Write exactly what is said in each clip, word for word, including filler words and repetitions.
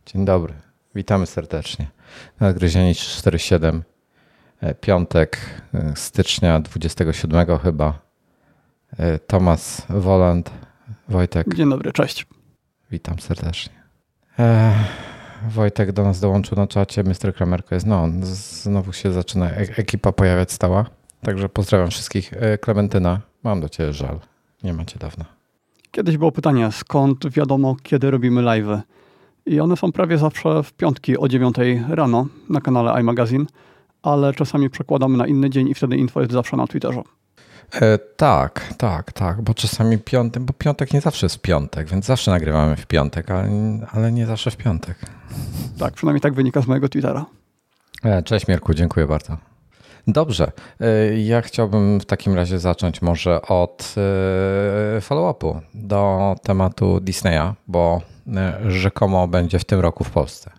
Dzień dobry, witamy serdecznie. Nadgryzieni trzysta czterdzieści siedem, piątek, stycznia dwudziestego siódmego chyba. Tomasz Woland, Wojtek. Dzień dobry, cześć. Witam serdecznie. Eee, Wojtek do nas dołączył na czacie, mister Kramerko jest, no znowu się zaczyna ekipa pojawiać stała. Także pozdrawiam wszystkich. Klementyna, mam do ciebie żal, nie macie dawno. Kiedyś było pytanie, skąd wiadomo, kiedy robimy live'y. I one są prawie zawsze w piątki o dziewiątej rano na kanale iMagazine, ale czasami przekładamy na inny dzień i wtedy info jest zawsze na Twitterze. E, tak, tak, tak, bo czasami piątek, bo piątek nie zawsze jest piątek, więc zawsze nagrywamy w piątek, ale, ale nie zawsze w piątek. Tak, przynajmniej tak wynika z mojego Twittera. E, cześć Mirku, dziękuję bardzo. Dobrze, e, ja chciałbym w takim razie zacząć może od e, follow-upu do tematu Disneya, bo e, rzekomo będzie w tym roku w Polsce.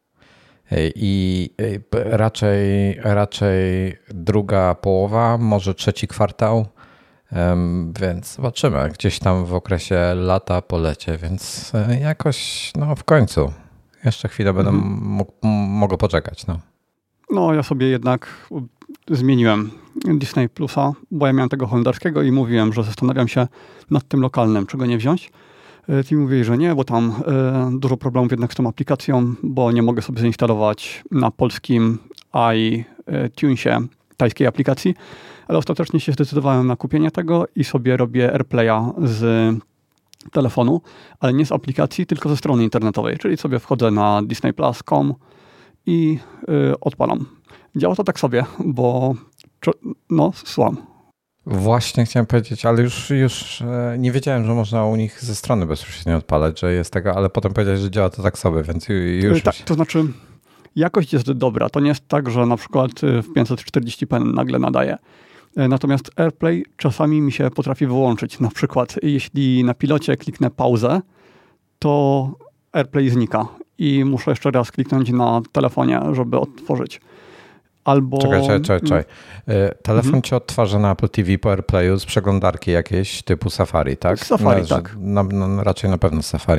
I raczej, raczej druga połowa, może trzeci kwartał, więc zobaczymy gdzieś tam w okresie lata po lecie, więc jakoś no w końcu jeszcze chwilę będę mhm. mógł, mogę poczekać. No. no ja sobie jednak zmieniłem Disney Plusa, bo ja miałem tego holenderskiego i mówiłem, że zastanawiam się nad tym lokalnym, czego nie wziąć. Ty mówili, że nie, bo tam y, dużo problemów jednak z tą aplikacją, bo nie mogę sobie zainstalować na polskim iTunesie tajskiej aplikacji, ale ostatecznie się zdecydowałem na kupienie tego i sobie robię AirPlaya z telefonu, ale nie z aplikacji, tylko ze strony internetowej, czyli sobie wchodzę na disney plus kropka com i y, odpalam. Działa to tak sobie, bo no, słucham. Właśnie chciałem powiedzieć, ale już, już nie wiedziałem, że można u nich ze strony bezpośrednio odpalać, że jest tego, ale potem powiedziałeś, że działa to tak sobie, więc już... Tak, to znaczy jakość jest dobra. To nie jest tak, że na przykład w pięćset czterdzieści p nagle nadaje. Natomiast AirPlay czasami mi się potrafi wyłączyć. Na przykład jeśli na pilocie kliknę pauzę, to AirPlay znika i muszę jeszcze raz kliknąć na telefonie, żeby odtworzyć. Albo... Czekaj, czekaj, czekaj. czekaj. Telefon mhm. ci odtwarza na Apple T V po AirPlayu z przeglądarki jakiejś typu Safari, tak? Safari, na, tak. Na, na, raczej na pewno Safari.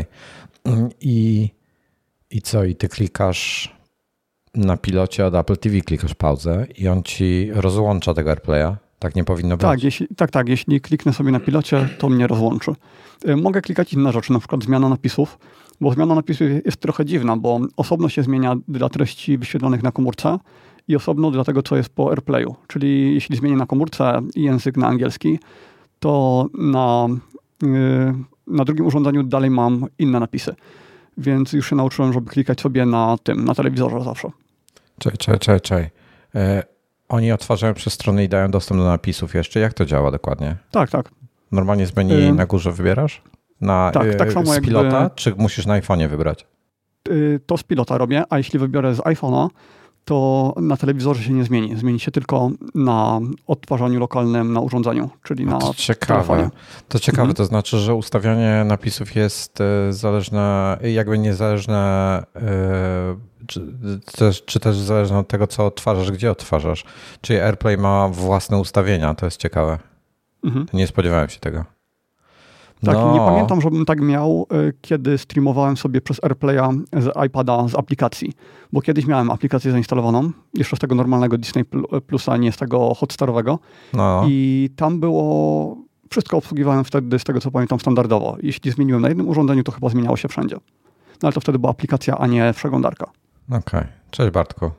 I, I co? I ty klikasz na pilocie od Apple T V, klikasz pauzę i on ci rozłącza tego AirPlaya? Tak nie powinno być? Tak, jeśli, tak, tak. Jeśli kliknę sobie na pilocie, to mnie rozłączy. Mogę klikać inne rzeczy, na przykład zmiana napisów, bo zmiana napisów jest trochę dziwna, bo osobno się zmienia dla treści wyświetlonych na komórce i osobno dla tego, co jest po AirPlayu. Czyli jeśli zmienię na komórce język na angielski, to na, yy, na drugim urządzeniu dalej mam inne napisy. Więc już się nauczyłem, żeby klikać sobie na tym, na telewizorze zawsze. Czekaj, czekaj, czekaj. czekaj. Yy, oni otwarzają przez stronę i dają dostęp do napisów jeszcze. Jak to działa dokładnie? Tak, tak. Normalnie z menu yy, na górze wybierasz? Na, tak, yy, tak samo z pilota, jakby, czy musisz na iPhone'ie wybrać? Yy, to z pilota robię, a jeśli wybiorę z iPhone'a, to na telewizorze się nie zmieni. Zmieni się tylko na odtwarzaniu lokalnym na urządzeniu, czyli na to ciekawe. telefonie. To ciekawe, mhm. to znaczy, że ustawianie napisów jest zależne, jakby niezależne, czy, też, czy też zależne od tego, co odtwarzasz, gdzie odtwarzasz. Czyli AirPlay ma własne ustawienia, to jest ciekawe. Mhm. Nie spodziewałem się tego. Tak, no. nie pamiętam, żebym tak miał, kiedy streamowałem sobie przez AirPlaya z iPada z aplikacji, bo kiedyś miałem aplikację zainstalowaną, jeszcze z tego normalnego Disney Plusa, nie z tego hotstarowego no. i tam było, wszystko obsługiwałem wtedy z tego, co pamiętam, standardowo. Jeśli zmieniłem na jednym urządzeniu, to chyba zmieniało się wszędzie. No ale to wtedy była aplikacja, a nie przeglądarka. Okej, okay. Cześć Bartku.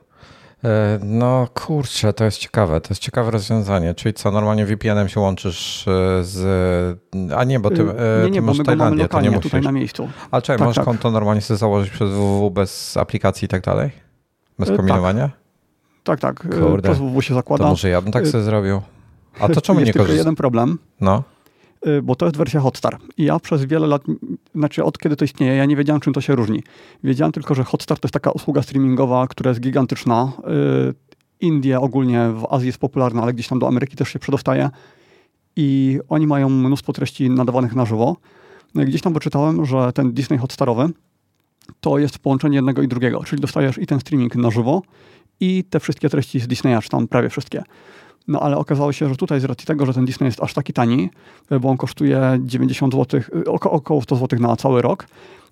No kurczę, to jest ciekawe, to jest ciekawe rozwiązanie. Czyli co, normalnie V P N-em się łączysz z... A nie, bo ty, nie, nie, ty bo masz my Tajlandię, mamy lokalnie, to nie musisz. tutaj na miejscu. Ale czekaj, tak, możesz tak. konto normalnie sobie założyć przez www bez aplikacji i tak dalej? Bez kombinowania? Tak, tak. tak. Kurde, przez www się zakłada. To może ja bym tak sobie zrobił. A to czemu jest nie korzystasz? Jest tylko jeden problem. No. Bo to jest wersja Hotstar. I ja przez wiele lat, znaczy od kiedy to istnieje, ja nie wiedziałem, czym to się różni. Wiedziałem tylko, że Hotstar to jest taka usługa streamingowa, która jest gigantyczna. Indie ogólnie w Azji jest popularna, ale gdzieś tam do Ameryki też się przedostaje. I oni mają mnóstwo treści nadawanych na żywo. Gdzieś tam wyczytałem, że ten Disney Hotstarowy to jest połączenie jednego i drugiego, czyli dostajesz i ten streaming na żywo i te wszystkie treści z Disneya, czy tam prawie wszystkie. No ale okazało się, że tutaj z racji tego, że ten Disney jest aż taki tani, bo on kosztuje dziewięćdziesiąt złotych, oko, około sto złotych na cały rok,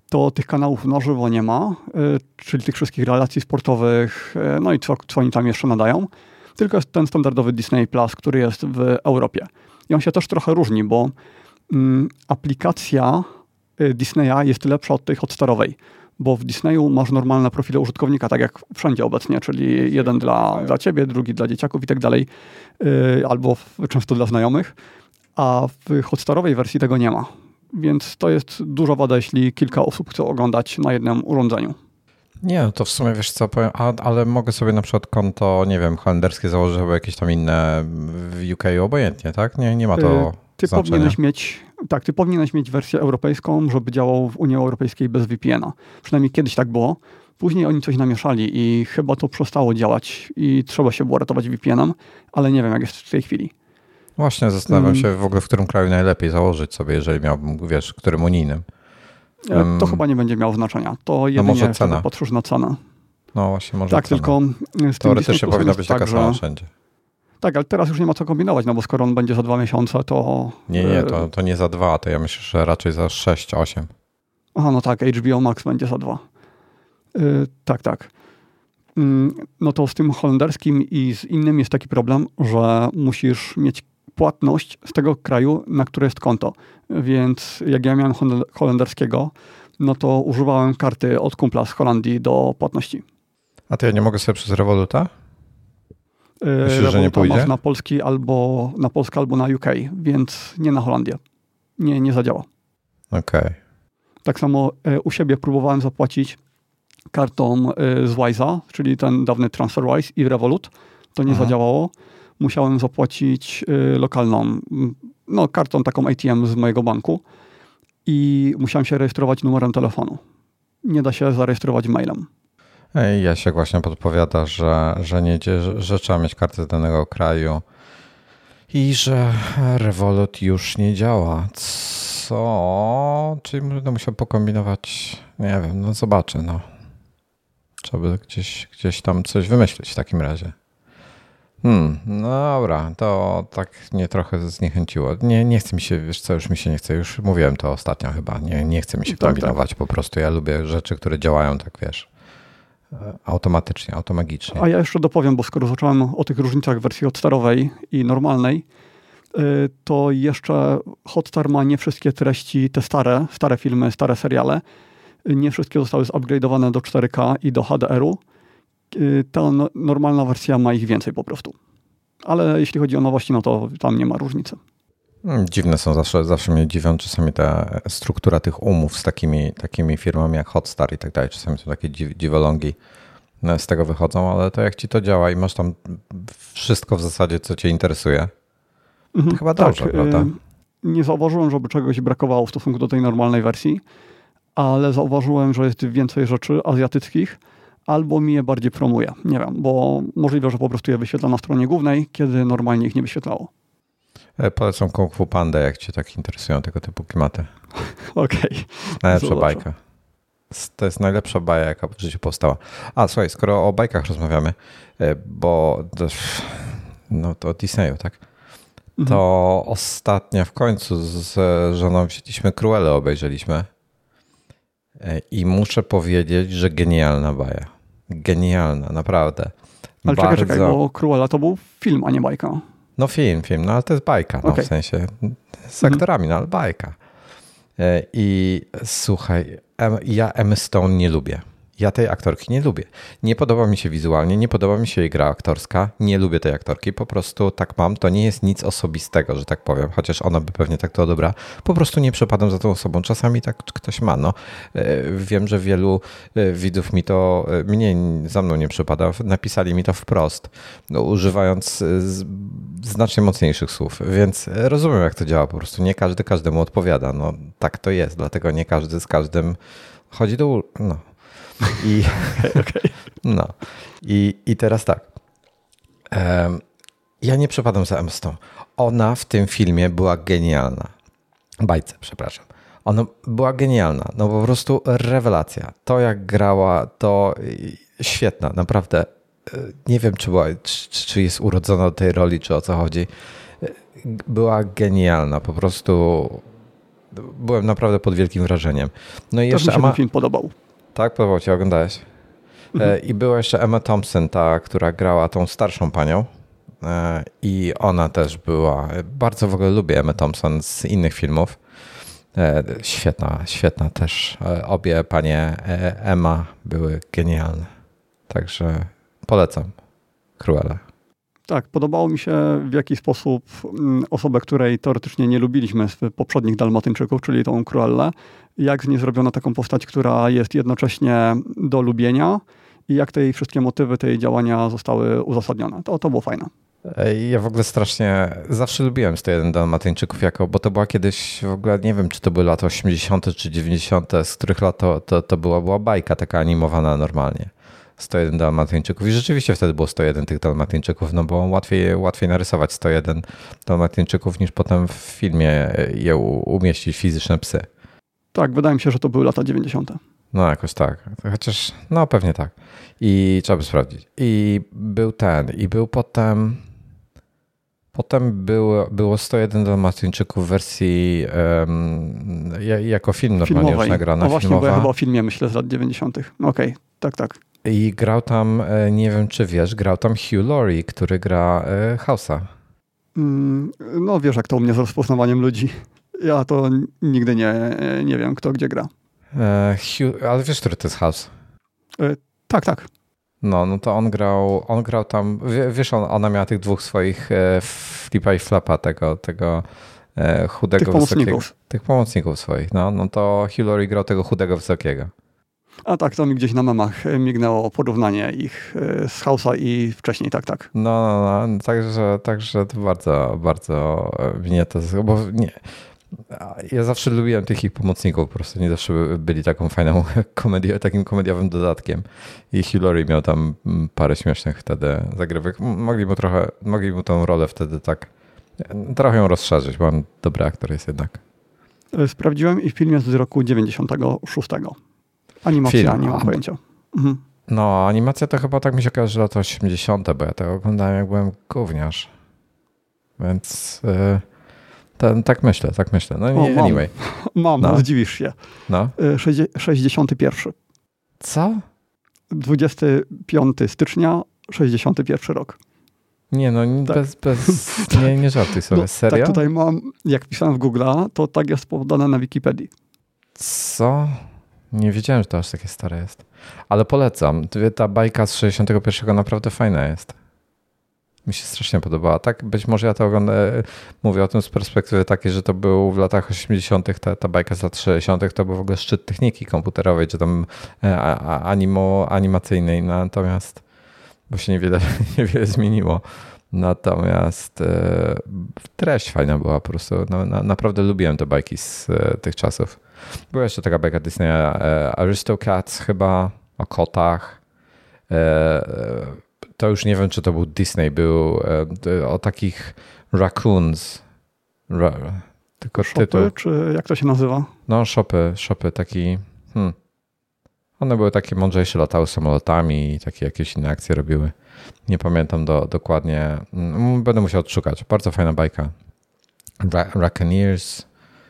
to tych kanałów na żywo nie ma, czyli tych wszystkich relacji sportowych, no i co, co oni tam jeszcze nadają, tylko jest ten standardowy Disney Plus, który jest w Europie. I on się też trochę różni, bo mm, aplikacja Disneya jest lepsza od tej hotstarowej, bo w Disneyu masz normalne profile użytkownika, tak jak wszędzie obecnie, czyli jeden dla, dla ciebie, drugi dla dzieciaków i tak dalej, yy, albo w, często dla znajomych, a w hotstarowej wersji tego nie ma. Więc to jest duża wada, jeśli kilka osób chce oglądać na jednym urządzeniu. Nie, no to w sumie wiesz co, powiem, a, ale mogę sobie na przykład konto, nie wiem, holenderskie założyć albo jakieś tam inne w U K obojętnie, tak? Nie, nie ma to yy, ty znaczenia. Powinieneś mieć, tak, ty powinieneś mieć wersję europejską, żeby działał w Unii Europejskiej bez V P N a. Przynajmniej kiedyś tak było. Później oni coś namieszali i chyba to przestało działać i trzeba się było ratować V P N em, ale nie wiem, jak jest w tej chwili. Właśnie zastanawiam się w ogóle, w którym kraju najlepiej założyć sobie, jeżeli miałbym, wiesz, którym unijnym. To um, chyba nie będzie miało znaczenia. To jedynie no może cena. Patrzysz na cenę. No właśnie, może tak, cena. tylko z teoretycznie powinna być taka tak, sama że... wszędzie. Tak, ale teraz już nie ma co kombinować, no bo skoro on będzie za dwa miesiące, to... Nie, nie, to, to nie za dwa, to ja myślę, że raczej za sześć, osiem. Aha, no tak, H B O Max będzie za dwa. Yy, tak, tak. Yy, no to z tym holenderskim i z innym jest taki problem, że musisz mieć płatność z tego kraju, na które jest konto. Więc jak ja miałem holenderskiego, no to używałem karty od kumpla z Holandii do płatności. A to ja nie mogę sobie przez Revoluta? Myślisz, Revoluta że nie pójdzie? masz na Polski albo na Polskę, albo na U K, więc nie na Holandię. Nie, nie zadziała. Okej. Okay. Tak samo u siebie próbowałem zapłacić kartą z Wise'a, czyli ten dawny TransferWise i Revolut. To nie Aha. zadziałało. Musiałem zapłacić lokalną, no kartą taką A T M z mojego banku i musiałem się rejestrować numerem telefonu. Nie da się zarejestrować mailem. Ej, Jasiek właśnie podpowiada, że, że, nie, że, że trzeba mieć kartę z danego kraju i że Revolut już nie działa. Co? Czyli będę musiał pokombinować, nie wiem, no zobaczę, no. Trzeba by gdzieś, gdzieś tam coś wymyślić w takim razie. Hmm, no dobra, to tak mnie trochę zniechęciło. Nie, nie chce mi się, wiesz co, już mi się nie chce, już mówiłem to ostatnio chyba, nie, nie chce mi się tak, kombinować tak. po prostu. Ja lubię rzeczy, które działają tak, wiesz, automatycznie, automagicznie. A ja jeszcze dopowiem, bo skoro zacząłem o tych różnicach wersji hotstarowej i normalnej, to jeszcze Hotstar ma nie wszystkie treści, te stare, stare filmy, stare seriale, nie wszystkie zostały zupgrade'owane do cztery K i do H D R-u. Ta no, normalna wersja ma ich więcej po prostu. Ale jeśli chodzi o nowości, no to tam nie ma różnicy. Dziwne są, zawsze, zawsze mnie dziwią czasami ta struktura tych umów z takimi, takimi firmami jak Hotstar i tak dalej. Czasami są takie dziw, dziwolągi z tego wychodzą, ale to jak ci to działa i masz tam wszystko w zasadzie, co cię interesuje, to chyba tak, dobrze, prawda? Nie zauważyłem, żeby czegoś brakowało w stosunku do tej normalnej wersji, ale zauważyłem, że jest więcej rzeczy azjatyckich, albo mi je bardziej promuje. Nie wiem, bo możliwe, że po prostu je wyświetla na stronie głównej, kiedy normalnie ich nie wyświetlało. Polecam Kung Fu Panda, jak cię tak interesują tego typu klimaty. Okej. Okay. Najlepsza Zobaczę. bajka. To jest najlepsza bajka, jaka w życiu powstała. A słuchaj, skoro o bajkach rozmawiamy, bo to, no to o Disneyu, tak? Mhm. To ostatnio w końcu z żoną wzięliśmy Cruellę, obejrzeliśmy. I muszę powiedzieć, że genialna baja. Genialna, naprawdę. Ale Bardzo... czekaj, czekaj, bo Cruella to był film, a nie bajka. No film, film, no ale to jest bajka, no, okay. W sensie z aktorami, no ale bajka. I słuchaj, ja Emmy Stone nie lubię. Ja tej aktorki nie lubię. Nie podoba mi się wizualnie, nie podoba mi się jej gra aktorska, nie lubię tej aktorki, po prostu tak mam, to nie jest nic osobistego, że tak powiem, chociaż ona by pewnie tak to odebrała. Po prostu nie przepadam za tą osobą, czasami tak ktoś ma, no. Wiem, że wielu widzów mi to, mnie, za mną nie przypada, napisali mi to wprost, no, używając znacznie mocniejszych słów, więc rozumiem, jak to działa, po prostu nie każdy każdemu odpowiada, no tak to jest, dlatego nie każdy z każdym chodzi do, no. I, okay. no. I, I teraz tak. Um, ja nie przepadam za Emma Stone. Ona w tym filmie była genialna. Bajce, przepraszam. Ona była genialna. No po prostu rewelacja. To jak grała, to świetna. Naprawdę. Nie wiem, czy, była, czy, czy jest urodzona do tej roli, czy o co chodzi. Była genialna. Po prostu byłem naprawdę pod wielkim wrażeniem. No i Też jeszcze mi się Emma... ten film podobał. Tak, podobał ci, oglądałeś? Mhm. I była jeszcze Emma Thompson, ta, która grała tą starszą panią. I ona też była, bardzo w ogóle lubię Emmę Thompson z innych filmów. Świetna, świetna też. Obie panie Emma były genialne. Także polecam Cruella. Tak, podobało mi się w jaki sposób osobę, której teoretycznie nie lubiliśmy z poprzednich Dalmatyńczyków, czyli tą Cruellę, jak z niej zrobiono taką postać, która jest jednocześnie do lubienia i jak te wszystkie motywy tej działania zostały uzasadnione. To, to było fajne. Ja w ogóle strasznie, zawsze lubiłem sto jeden Dalmatyńczyków, jako, bo to była kiedyś w ogóle, nie wiem, czy to były lata osiemdziesiąte czy dziewięćdziesiąte, z których lat to, to, to była, była bajka taka animowana normalnie. sto jeden Dalmatyńczyków i rzeczywiście wtedy było sto jeden tych Dalmatyńczyków, no bo łatwiej, łatwiej narysować sto jeden Dalmatyńczyków niż potem w filmie je umieścić fizyczne psy. Tak, wydaje mi się, że to były lata dziewięćdziesiąte. No jakoś tak, chociaż no pewnie tak. I trzeba by sprawdzić. I był ten, i był potem... Potem było, było sto jeden Dalmatyńczyków w wersji um, jako film normalnie filmowej. Już nagrana. No właśnie, filmowa. bo ja chyba o filmie myślę z lat dziewięćdziesiątych. Okej, okay. tak, tak. I grał tam, nie wiem czy wiesz, grał tam Hugh Laurie, który gra House'a. Mm, no wiesz, jak to u mnie z rozpoznawaniem ludzi. Ja to nigdy nie, nie wiem, kto gdzie gra. E, Hugh, ale wiesz, który to jest House? E, tak, tak. No, no to on grał, on grał tam, wiesz, on, ona miała tych dwóch swoich e, flipa i flapa, tego, tego e, chudego, tych pomocników. wysokiego. Tych pomocników swoich, no, no to Hugh Laurie grał tego chudego, wysokiego. A tak, to mi gdzieś na memach mignęło porównanie ich z House'a i wcześniej, tak, tak. No, no, no także, także to bardzo, bardzo mnie to, bo nie, ja zawsze lubiłem tych ich pomocników, po prostu nie zawsze byli taką fajną komedią, takim komediowym dodatkiem. I Hugh Laurie miał tam parę śmiesznych wtedy zagrywek. Mogli mu trochę, mogli mu tą rolę wtedy tak, trochę ją rozszerzyć, bo on dobry aktor jest jednak. Sprawdziłem i film jest z roku dziewięćdziesiątego szóstego. Animacja, Film. nie mam pojęcia. Mhm. No, animacja to chyba tak mi się kojarzy, że lata osiemdziesiąte, bo ja to oglądałem jak byłem gówniarz. Więc yy, ten, tak myślę, tak myślę. No o, anyway. Mam, mam no. no. Zdziwisz się. No. sześćdziesiąty pierwszy. Co? dwudziestego piątego stycznia, sześćdziesiąty pierwszy rok. Nie no, tak. bez, bez nie, nie żartuj sobie. No, serio? Tak tutaj mam, jak pisałem w Google'a, to tak jest podane na Wikipedii. Co? Nie wiedziałem, że to aż takie stare jest. Ale polecam. Ta bajka z sześćdziesiątego pierwszego naprawdę fajna jest. Mi się strasznie podobała. Tak, być może ja to oglądam, mówię o tym z perspektywy takiej, że to był w latach osiemdziesiątych ta, ta bajka z lat sześćdziesiątych to był w ogóle szczyt techniki komputerowej, czy tam animo, animacyjnej. Natomiast, bo się niewiele, niewiele zmieniło. Natomiast e, treść fajna była po prostu. No, na, naprawdę lubiłem te bajki z e, tych czasów. Była jeszcze taka bajka Disneya, e, Aristocats chyba, o kotach. E, e, to już nie wiem, czy to był Disney, był e, o takich raccoons. Ra, tylko Shopy, tytuł. czy jak to się nazywa? No, shopy, shopy taki... Hmm. One były takie mądrzejsze, latały samolotami i takie jakieś inne akcje robiły. Nie pamiętam do, dokładnie. Będę musiał odszukać. Bardzo fajna bajka. Ra- Racconeers.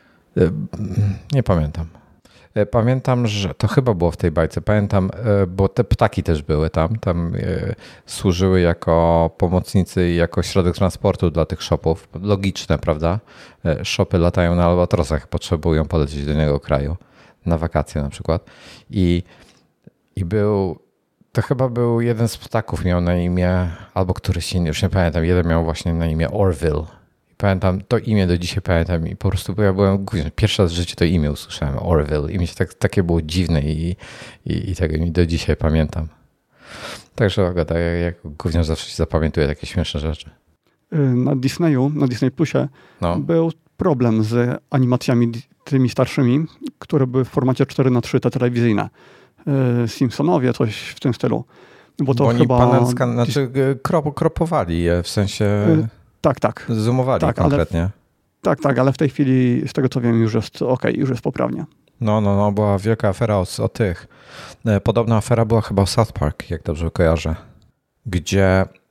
Nie pamiętam. Pamiętam, że to chyba było w tej bajce. Pamiętam, bo te ptaki też były tam. Tam służyły jako pomocnicy i jako środek transportu dla tych shopów. Logiczne, prawda? Shopy latają na albatrosach, potrzebują polecieć do innego kraju. Na wakacje na przykład. I, i był, to chyba był jeden z ptaków miał na imię, albo któryś inny, już nie pamiętam, jeden miał właśnie na imię Orville. I pamiętam, to imię do dzisiaj pamiętam i po prostu bo ja byłem głównie, pierwszy raz w życiu to imię usłyszałem, Orville i mi się tak, takie było dziwne i, i, i tego mi do dzisiaj pamiętam. Także tak, jak gówniarz zawsze się zapamiętuje takie śmieszne rzeczy. Na Disneyu, na Disney Plusie no. był problem z animacjami tymi starszymi, które były w formacie cztery na trzy, te telewizyjne. Simpsonowie, coś w tym stylu. Bo to Bo oni chyba... panel skan... znaczy krop, kropowali je, w sensie tak, tak. zoomowali tak, konkretnie. Ale, tak, tak, ale w tej chwili, z tego co wiem, już jest ok, już jest poprawnie. No, no, no, była wielka afera o, o tych. Podobna afera była chyba o South Park, jak dobrze kojarzę. Gdzie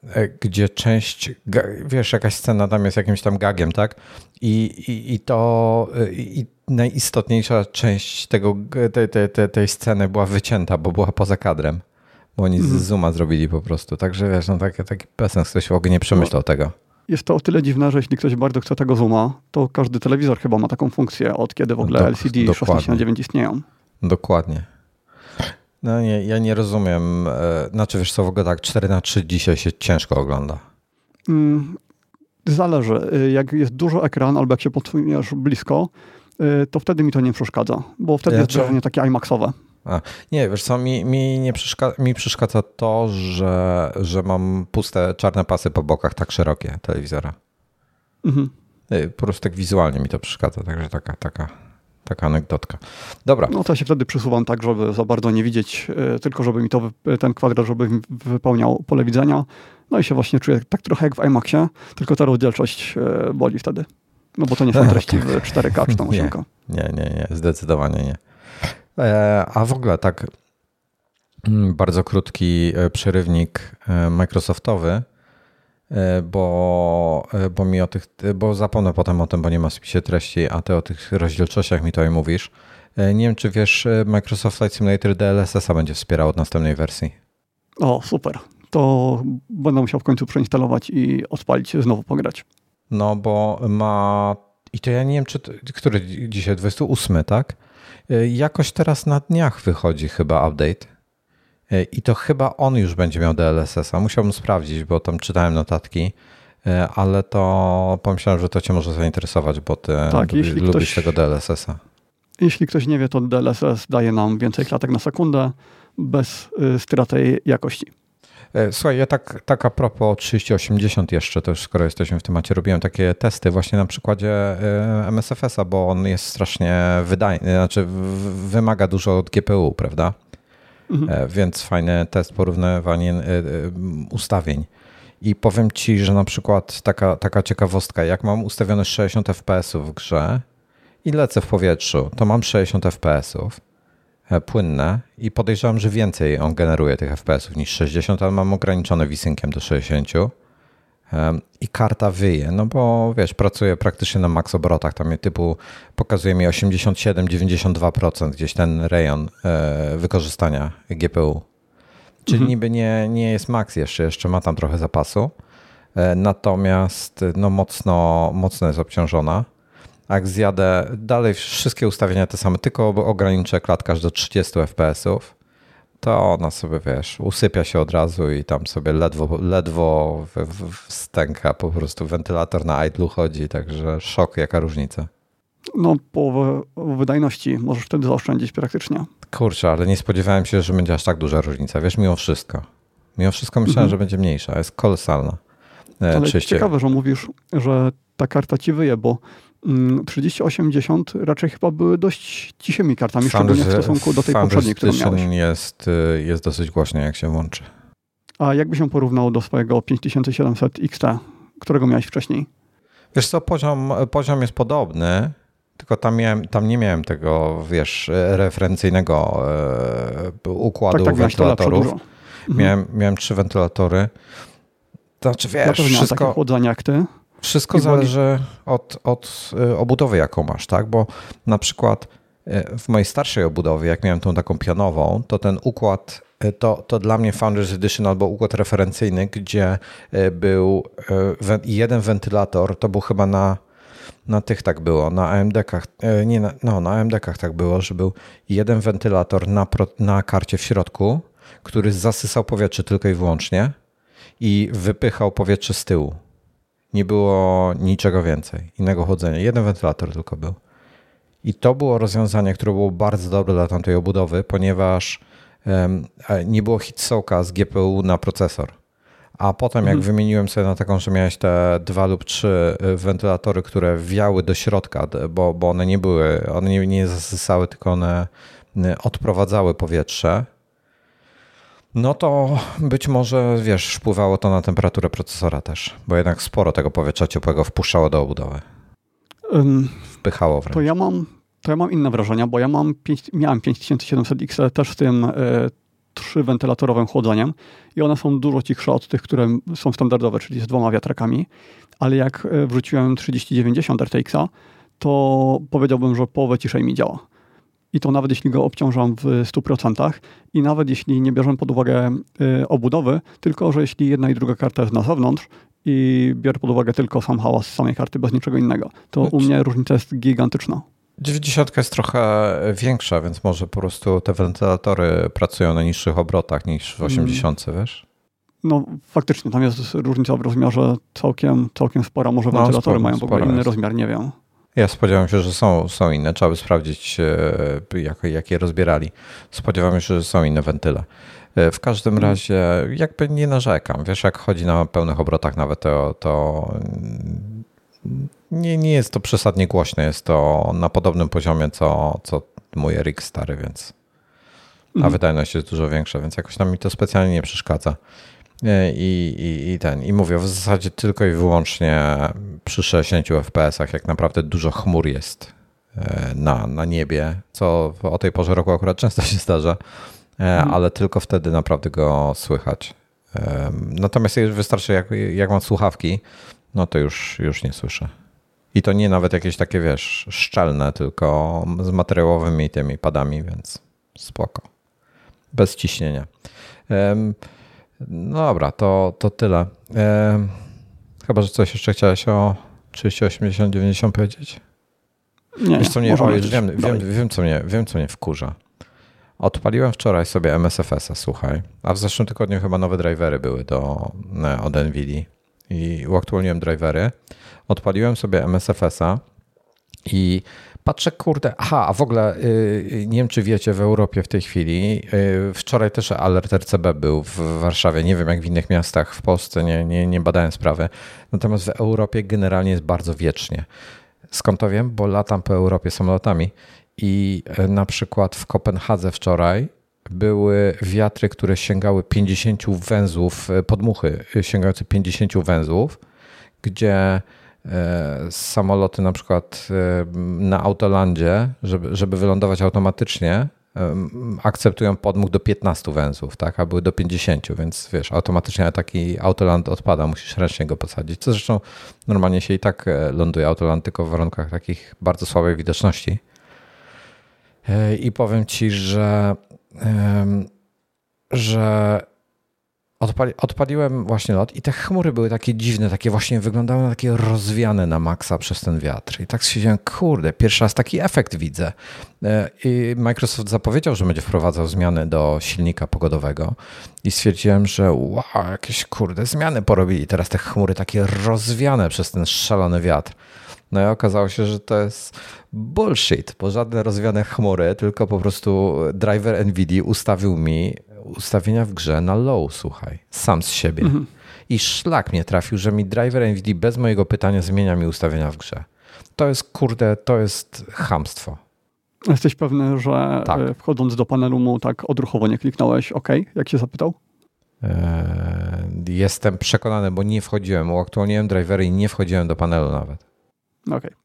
gdzie część, wiesz, jakaś scena tam jest jakimś tam gagiem, tak? I, i, i to i najistotniejsza część tego, tej, tej, tej, tej sceny była wycięta, bo była poza kadrem. Bo oni z zooma zrobili po prostu. Także wiesz, no taki, taki bezsens, ktoś w ogóle nie przemyślał no, tego. Jest to o tyle dziwne, że jeśli ktoś bardzo chce tego zooma, to każdy telewizor chyba ma taką funkcję, od kiedy w ogóle Dok- L C D szesnaście na dziewięć istnieją. Dokładnie. No nie, ja nie rozumiem. Znaczy wiesz co, w ogóle tak cztery na trzy dzisiaj się ciężko ogląda. Mm, zależy. Jak jest dużo ekran albo jak się podsuniesz blisko, to wtedy mi to nie przeszkadza, bo wtedy ja jest wrażenie takie IMAXowe. A, nie, wiesz co, mi, mi, nie przeszkadza, mi przeszkadza to, że, że mam puste czarne pasy po bokach tak szerokie telewizora. Mhm. Po prostu tak wizualnie mi to przeszkadza, także taka, taka, taka anegdotka. Dobra. No to ja się wtedy przesuwam tak, żeby za bardzo nie widzieć, tylko żeby mi to, ten kwadrat, żeby wypełniał pole widzenia. No i się właśnie czuję tak trochę jak w IMAXie, tylko ta rozdzielczość boli wtedy. No bo to nie są treści w cztery K czy tam osiem K. Nie, nie, nie, zdecydowanie nie. A w ogóle tak bardzo krótki przerywnik Microsoftowy, bo, bo mi o tych, bo zapomnę potem o tym, bo nie ma w spisie treści, a ty o tych rozdzielczościach mi tutaj mówisz. Nie wiem, czy wiesz, Microsoft Flight Simulator D L S S a będzie wspierał od następnej wersji. O, super. To będę musiał w końcu przeinstalować i odpalić, znowu pograć. No, bo ma, i to ja nie wiem, czy, to, który dzisiaj, dwudziesty ósmy, tak? Jakoś teraz na dniach wychodzi chyba update i to chyba on już będzie miał D L S S a. Musiałbym sprawdzić, bo tam czytałem notatki, ale to pomyślałem, że to cię może zainteresować, bo ty tak, lubisz, jeśli lubisz ktoś, tego D L S S a. Jeśli ktoś nie wie, to D L S S daje nam więcej klatek na sekundę bez y, straty jakości. Słuchaj, ja tak, tak a propos trzydzieści osiemdziesiąt jeszcze, to już skoro jesteśmy w temacie, robiłem takie testy właśnie na przykładzie M S F S a, bo on jest strasznie wydajny, znaczy wymaga dużo od G P U, prawda? Mhm. Więc fajny test, porównywanie ustawień. I powiem ci, że na przykład taka, taka ciekawostka, jak mam ustawione sześćdziesiąt F P S ów w grze i lecę w powietrzu, to mam sześćdziesiąt F P S ów. Płynne i podejrzewam, że więcej on generuje tych F P S ów niż sześćdziesiąt, ale mam ograniczone V-Synciem do sześćdziesiąt i karta wyje, no bo wiesz, pracuję praktycznie na max obrotach, tam typu pokazuje mi osiemdziesiąt siedem do dziewięćdziesięciu dwóch procent gdzieś ten rejon wykorzystania G P U. Czyli mhm. niby nie, nie jest max jeszcze, jeszcze ma tam trochę zapasu, natomiast no mocno, mocno jest obciążona. Jak zjadę dalej wszystkie ustawienia te same, tylko ograniczę klatkarz do trzydziestu F P S ów, to ona sobie, wiesz, usypia się od razu i tam sobie ledwo, ledwo wstęka, po prostu wentylator na idlu chodzi, także szok, jaka różnica. No połowę wydajności możesz wtedy zaoszczędzić praktycznie. Kurczę, ale nie spodziewałem się, że będzie aż tak duża różnica, wiesz, mimo wszystko. Mimo wszystko myślałem, mhm. że będzie mniejsza, jest kolosalna. Ale trzydzieści ciekawe, że mówisz, że ta karta ci wyje, bo trzydzieści osiemdziesiąt raczej chyba były dość cichymi kartami, szczególnie w stosunku do tej poprzedniej, którą miałeś. Jest, jest dosyć głośny, jak się włączy. A jakby się porównało do swojego pięć tysięcy siedemset X T, którego miałeś wcześniej? Wiesz co, poziom, poziom jest podobny, tylko tam, miałem, tam nie miałem tego, wiesz, referencyjnego e, układu tak, tak, wentylatorów. Mhm. Miałem, miałem trzy wentylatory. Znaczy, wiesz, ja też miałem takie chłodzenie jak ty. Wszystko zależy od, od obudowy, jaką masz, tak? Bo na przykład w mojej starszej obudowie, jak miałem tą taką pionową, to ten układ, to, to dla mnie Founders Edition albo układ referencyjny, gdzie był jeden wentylator, to był chyba na, na tych tak było, na A M D-kach, nie, na, no na A M D-kach tak było, że był jeden wentylator na, na karcie w środku, który zasysał powietrze tylko i wyłącznie i wypychał powietrze z tyłu. Nie było niczego więcej, innego chłodzenia. Jeden wentylator tylko był. I to było rozwiązanie, które było bardzo dobre dla tamtej obudowy, ponieważ um, nie było heatsoaka z G P U na procesor. A potem mhm. jak wymieniłem sobie na taką, że miałeś te dwa lub trzy wentylatory, które wiały do środka, bo, bo one nie były, one nie, nie zasysały, tylko one odprowadzały powietrze, no to być może, wiesz, wpływało to na temperaturę procesora też, bo jednak sporo tego powietrza ciepłego wpuszczało do obudowy. Um, Wpychało wręcz. To ja mam, to ja mam inne wrażenia, bo ja mam pięć, miałem pięć tysięcy siedemset X też z tym y, trzy wentylatorowym chłodzeniem i one są dużo cichsze od tych, które są standardowe, czyli z dwoma wiatrakami, ale jak wrzuciłem trzydzieści dziewięćdziesiąt R T X-a, to powiedziałbym, że połowę ciszej mi działa. I to nawet jeśli go obciążam w stu procentach i nawet jeśli nie bierzemy pod uwagę y, obudowy, tylko że jeśli jedna i druga karta jest na zewnątrz i biorę pod uwagę tylko sam hałas z samej karty, bez niczego innego, to u mnie różnica jest gigantyczna. dziewięćdziesiątka jest trochę większa, więc może po prostu te wentylatory pracują na niższych obrotach niż w osiemdziesiątce, wiesz? No faktycznie, tam jest różnica w rozmiarze całkiem, całkiem spora. Może no, wentylatory sporo, mają w ogóle inny jest. rozmiar, nie wiem. Ja spodziewam się, że są, są inne. Trzeba by sprawdzić, jak, jak je rozbierali. Spodziewam się, że są inne wentyle. W każdym razie jakby nie narzekam. Wiesz, jak chodzi na pełnych obrotach nawet, to, to nie, nie jest to przesadnie głośne. Jest to na podobnym poziomie, co, co mój R X stary, więc a mhm. wydajność jest dużo większa, więc jakoś tam mi to specjalnie nie przeszkadza. I, i, i ten. I mówię, w zasadzie tylko i wyłącznie przy sześćdziesięciu F P S-ach, jak naprawdę dużo chmur jest na, na niebie, co o tej porze roku akurat często się zdarza, hmm. ale tylko wtedy naprawdę go słychać. Natomiast wystarczy, jak, jak mam słuchawki, no to już, już nie słyszę. I to nie nawet jakieś takie, wiesz, szczelne, tylko z materiałowymi tymi padami, więc spoko. Bez ciśnienia. No dobra, to, to tyle. E, chyba, że coś jeszcze chciałeś o trzydzieści osiemdziesiąt dziewięćdziesiąt powiedzieć? Nie, Wiesz, co mnie, o, już wiem, wiem, wiem, co mnie, wiem, co mnie wkurza. Odpaliłem wczoraj sobie M S F S-a, słuchaj, a w zeszłym tygodniu chyba nowe drivery były do, od NVIDIA i uaktualniłem drivery. Odpaliłem sobie M S F S-a i patrzę, kurde, aha, a w ogóle yy, nie wiem, czy wiecie, w Europie w tej chwili, yy, wczoraj też alert R C B był w Warszawie, nie wiem jak w innych miastach w Polsce, nie, nie, nie badałem sprawy, natomiast w Europie generalnie jest bardzo wiecznie. Skąd to wiem? Bo latam po Europie samolotami i yy, na przykład w Kopenhadze wczoraj były wiatry, które sięgały pięćdziesięciu węzłów, podmuchy sięgające pięćdziesięciu węzłów, gdzie samoloty na przykład na autolandzie, żeby, żeby wylądować automatycznie, akceptują podmuch do piętnastu węzłów, tak, a były do pięćdziesięciu, więc wiesz, automatycznie taki autoland odpada, musisz ręcznie go posadzić, co zresztą normalnie się i tak ląduje autoland, tylko w warunkach takich bardzo słabej widoczności. I powiem ci, że że Odpali, odpaliłem właśnie lot i te chmury były takie dziwne, takie właśnie wyglądały na takie rozwiane na maksa przez ten wiatr. I tak się siedziałem, kurde, pierwszy raz taki efekt widzę. I Microsoft zapowiedział, że będzie wprowadzał zmiany do silnika pogodowego i stwierdziłem, że wow, jakieś kurde zmiany porobili. Teraz te chmury takie rozwiane przez ten szalony wiatr. No i okazało się, że to jest bullshit, bo żadne rozwiane chmury, tylko po prostu driver NVIDIA ustawił mi ustawienia w grze na low, słuchaj, sam z siebie. Mhm. I szlak mnie trafił, że mi driver NVIDIA bez mojego pytania zmienia mi ustawienia w grze. To jest, kurde, to jest chamstwo. Jesteś pewny, że tak. Wchodząc do panelu mu tak odruchowo nie kliknąłeś OK, jak się zapytał? Jestem przekonany, bo nie wchodziłem, uaktualniłem drivery i nie wchodziłem do panelu nawet. Okej. Okay.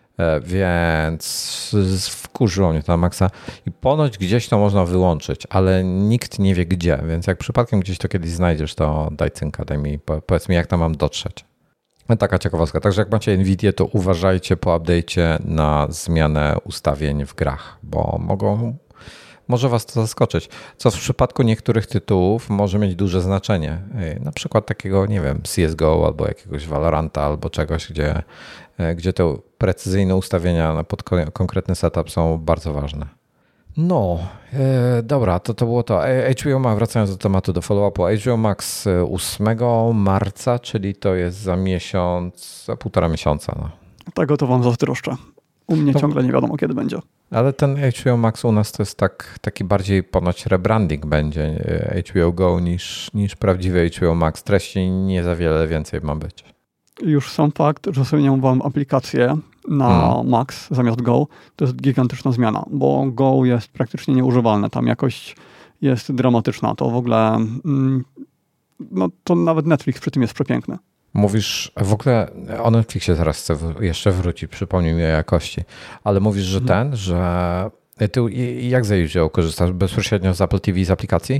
Więc wkurzyło mnie to na maksa i ponoć gdzieś to można wyłączyć, ale nikt nie wie gdzie, więc jak przypadkiem gdzieś to kiedyś znajdziesz, to daj cynka, daj mi, powiedz mi jak tam mam dotrzeć. Taka ciekawostka. Także jak macie NVIDIA, to uważajcie po update'cie na zmianę ustawień w grach, bo mogą, może was to zaskoczyć, co w przypadku niektórych tytułów może mieć duże znaczenie. Na przykład takiego, nie wiem, C S G O albo jakiegoś Valoranta albo czegoś, gdzie, gdzie te precyzyjne ustawienia pod konkretny setup są bardzo ważne. No, e, dobra, to, to było to. H B O Max, wracając do tematu, do follow-upu. H B O Max ósmego marca, czyli to jest za miesiąc, za półtora miesiąca. No. Tego to wam zazdroszczę. U mnie to, ciągle nie wiadomo, kiedy będzie. Ale ten H B O Max u nas to jest tak, taki bardziej ponoć rebranding będzie H B O Go niż, niż prawdziwy H B O Max. Treści nie za wiele więcej ma być. Już sam fakt, że zmienią wam aplikację na hmm. Max zamiast Go, to jest gigantyczna zmiana, bo Go jest praktycznie nieużywalne. Tam jakość jest dramatyczna. To w ogóle, no to nawet Netflix przy tym jest przepiękny. Mówisz, w ogóle o Netflixie zaraz chcę jeszcze wrócić, przypomnij mi o jakości, ale mówisz, że hmm. ten, że ty jak z H B O korzystasz bezpośrednio z Apple T V z aplikacji?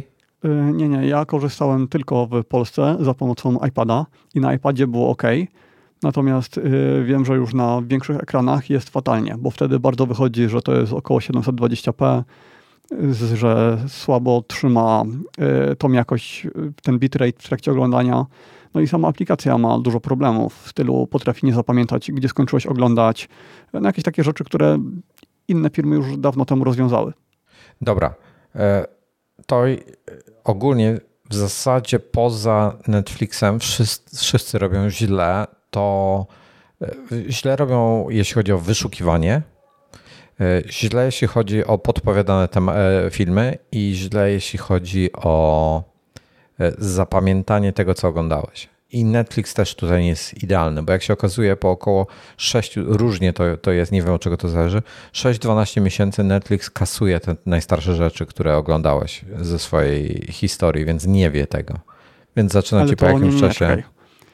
Nie, nie, ja korzystałem tylko w Polsce za pomocą iPada i na iPadzie było ok. Natomiast y, wiem, że już na większych ekranach jest fatalnie, bo wtedy bardzo wychodzi, że to jest około siedemset dwadzieścia p, z, że słabo trzyma y, tą jakość, y, ten bitrate w trakcie oglądania. No i sama aplikacja ma dużo problemów w stylu potrafi nie zapamiętać, gdzie skończyłeś oglądać. No jakieś takie rzeczy, które inne firmy już dawno temu rozwiązały. Dobra. To ogólnie w zasadzie poza Netflixem wszyscy, wszyscy robią źle. To źle robią, jeśli chodzi o wyszukiwanie, źle jeśli chodzi o podpowiadane tem- filmy i źle jeśli chodzi o zapamiętanie tego, co oglądałeś. I Netflix też tutaj nie jest idealny, bo jak się okazuje po około sześciu, różnie to, to jest, nie wiem od czego to zależy, sześć do dwunastu miesięcy Netflix kasuje te najstarsze rzeczy, które oglądałeś ze swojej historii, więc nie wie tego. Więc zaczyna Ale ci po jakimś czasie... Czekaj.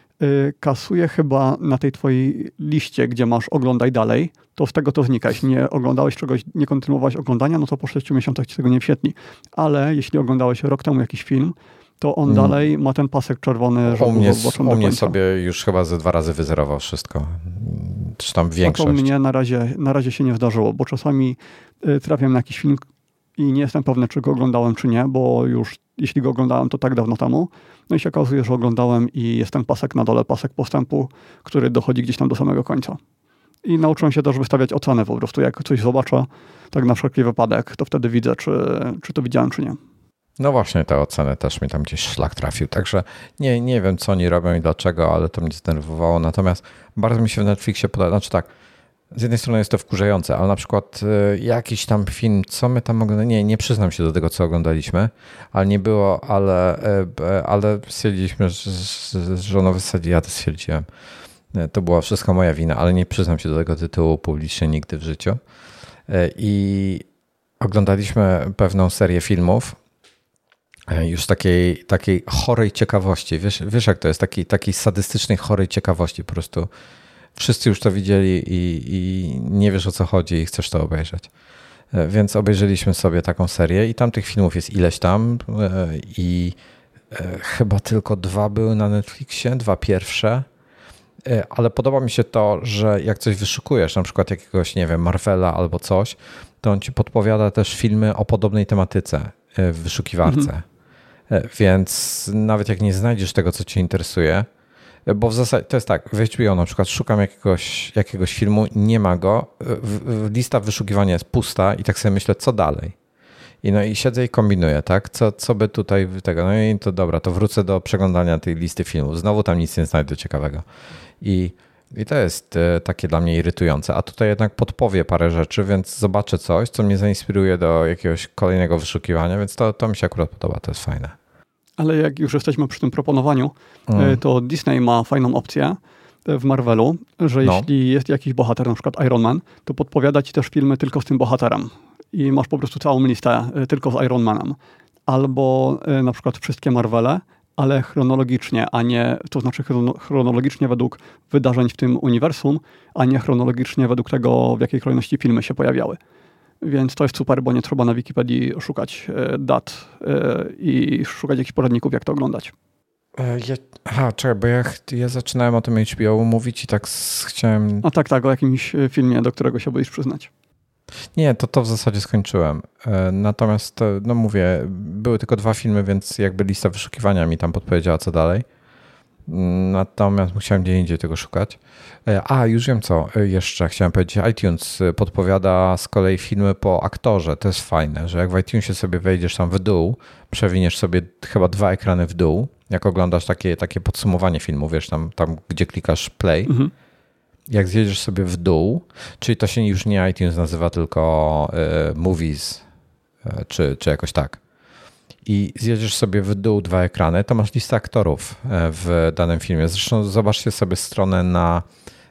Kasuje chyba na tej twojej liście, gdzie masz oglądaj dalej, to z tego to znika. Jeśli nie oglądałeś czegoś, nie kontynuowałeś oglądania, no to po sześciu miesiącach ci tego nie wświetli. Ale jeśli oglądałeś rok temu jakiś film, to on hmm. dalej ma ten pasek czerwony, że u mnie, zobaczony u mnie sobie już chyba ze dwa razy wyzerował wszystko. Czy tam większość. No to mnie na razie, na razie się nie zdarzyło, bo czasami trafiam na jakiś film i nie jestem pewny, czy go oglądałem, czy nie, bo już jeśli go oglądałem, to tak dawno temu. No i się okazuje, że oglądałem i jest ten pasek na dole, pasek postępu, który dochodzi gdzieś tam do samego końca. I nauczyłem się też wystawiać ocenę po prostu. Jak coś zobaczę, tak na wszelki wypadek, to wtedy widzę, czy, czy to widziałem, czy nie. No właśnie, te oceny też mi tam gdzieś szlak trafił. Także nie, nie wiem, co oni robią i dlaczego, ale to mnie zdenerwowało. Natomiast bardzo mi się w Netflixie podoba. Znaczy tak, z jednej strony jest to wkurzające, ale na przykład y, jakiś tam film, co my tam oglądaliśmy, nie, nie przyznam się do tego, co oglądaliśmy, ale nie było, ale, y, ale stwierdziliśmy, że, że, że ono wysadzi, ja to stwierdziłem. To była wszystko moja wina, ale nie przyznam się do tego tytułu publicznie nigdy w życiu. Y, I oglądaliśmy pewną serię filmów, już takiej, takiej chorej ciekawości. Wiesz, wiesz jak to jest? Takiej, takiej sadystycznej, chorej ciekawości. Po prostu wszyscy już to widzieli i, i nie wiesz o co chodzi i chcesz to obejrzeć. Więc obejrzeliśmy sobie taką serię i tam tych filmów jest ileś tam i chyba tylko dwa były na Netflixie, dwa pierwsze. Ale podoba mi się to, że jak coś wyszukujesz, na przykład jakiegoś, nie wiem, Marvela albo coś, to on ci podpowiada też filmy o podobnej tematyce w wyszukiwarce. Mhm. Więc nawet jak nie znajdziesz tego, co cię interesuje, bo w zasadzie to jest tak, w H B O na przykład szukam jakiegoś, jakiegoś filmu, nie ma go, w, w, lista wyszukiwania jest pusta i tak sobie myślę, co dalej? I no i siedzę i kombinuję, tak? Co, co by tutaj tego, no i to dobra, to wrócę do przeglądania tej listy filmów. Znowu tam nic nie znajdę ciekawego. I, i to jest takie dla mnie irytujące. A tutaj jednak podpowie parę rzeczy, więc zobaczę coś, co mnie zainspiruje do jakiegoś kolejnego wyszukiwania, więc to, to mi się akurat podoba, to jest fajne. Ale jak już jesteśmy przy tym proponowaniu, mm. to Disney ma fajną opcję w Marvelu, że no. jeśli jest jakiś bohater, na przykład Iron Man, to podpowiada ci też filmy tylko z tym bohaterem. I masz po prostu całą listę tylko z Iron Manem. Albo na przykład wszystkie Marvele, ale chronologicznie, a nie, to znaczy chronologicznie według wydarzeń w tym uniwersum, a nie chronologicznie według tego, w jakiej kolejności filmy się pojawiały. Więc to jest super, bo nie trzeba na Wikipedii szukać dat i szukać jakichś poradników, jak to oglądać. Ja, aha, czekaj, bo ja, ja zaczynałem o tym H B O mówić i tak chciałem... A tak, tak, o jakimś filmie, do którego się boisz przyznać. Nie, to to w zasadzie skończyłem. Natomiast, no mówię, były tylko dwa filmy, więc jakby lista wyszukiwania mi tam podpowiedziała, co dalej. Natomiast musiałem gdzie indziej tego szukać. A, już wiem co jeszcze chciałem powiedzieć. iTunes podpowiada z kolei filmy po aktorze. To jest fajne, że jak w iTunesie sobie wejdziesz tam w dół, przewiniesz sobie chyba dwa ekrany w dół, jak oglądasz takie, takie podsumowanie filmu, wiesz, tam, tam gdzie klikasz play, mhm. jak zjedziesz sobie w dół, czyli to się już nie iTunes nazywa, tylko y, Movies, y, czy, czy jakoś tak. I zjedziesz sobie w dół dwa ekrany, to masz listę aktorów w danym filmie. Zresztą zobaczcie sobie stronę na,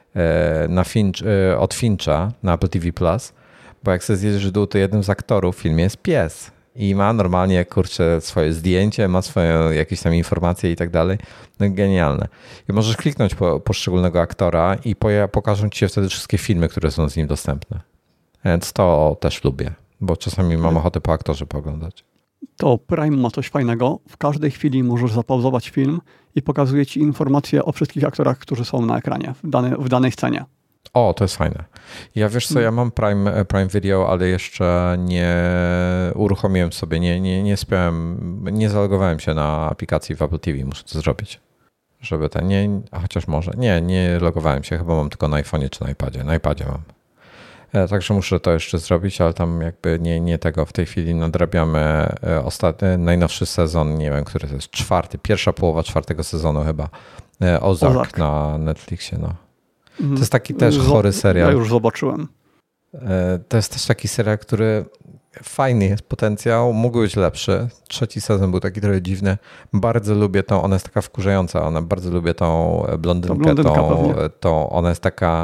na Finch, od Fincha na Apple T V Plus, bo jak sobie zjedziesz w dół, to jednym z aktorów w filmie jest pies. I ma normalnie, kurczę, swoje zdjęcie, ma swoje jakieś tam informacje i tak dalej. No genialne. I możesz kliknąć po poszczególnego aktora i pokażą ci się wtedy wszystkie filmy, które są z nim dostępne. Więc to też lubię, bo czasami mam ochotę po aktorze pooglądać. to Prime ma coś fajnego. W każdej chwili możesz zapauzować film i pokazuje ci informacje o wszystkich aktorach, którzy są na ekranie w, dane, w danej scenie. O, to jest fajne. Ja wiesz co, ja mam Prime, Prime Video, ale jeszcze nie uruchomiłem sobie, nie, nie, nie spiąłem, nie zalogowałem się na aplikacji w Apple T V. Muszę to zrobić. Żeby ten, nie, a chociaż może, nie, nie logowałem się, chyba mam tylko na iPhone'ie czy na iPadzie. Na iPadzie mam. Także muszę to jeszcze zrobić, ale tam jakby nie, nie tego. W tej chwili nadrabiamy ostatni, najnowszy sezon, nie wiem, który to jest, czwarty, pierwsza połowa czwartego sezonu chyba. Ozark, Ozark. Na Netflixie, no. To jest taki też chory serial. Ja już zobaczyłem. To jest też taki serial, który fajny jest potencjał, mógł być lepszy. Trzeci sezon był taki trochę dziwny. Bardzo lubię tą, ona jest taka wkurzająca, ona bardzo lubię tą blondynkę. To blondynka tą, tą, ona jest taka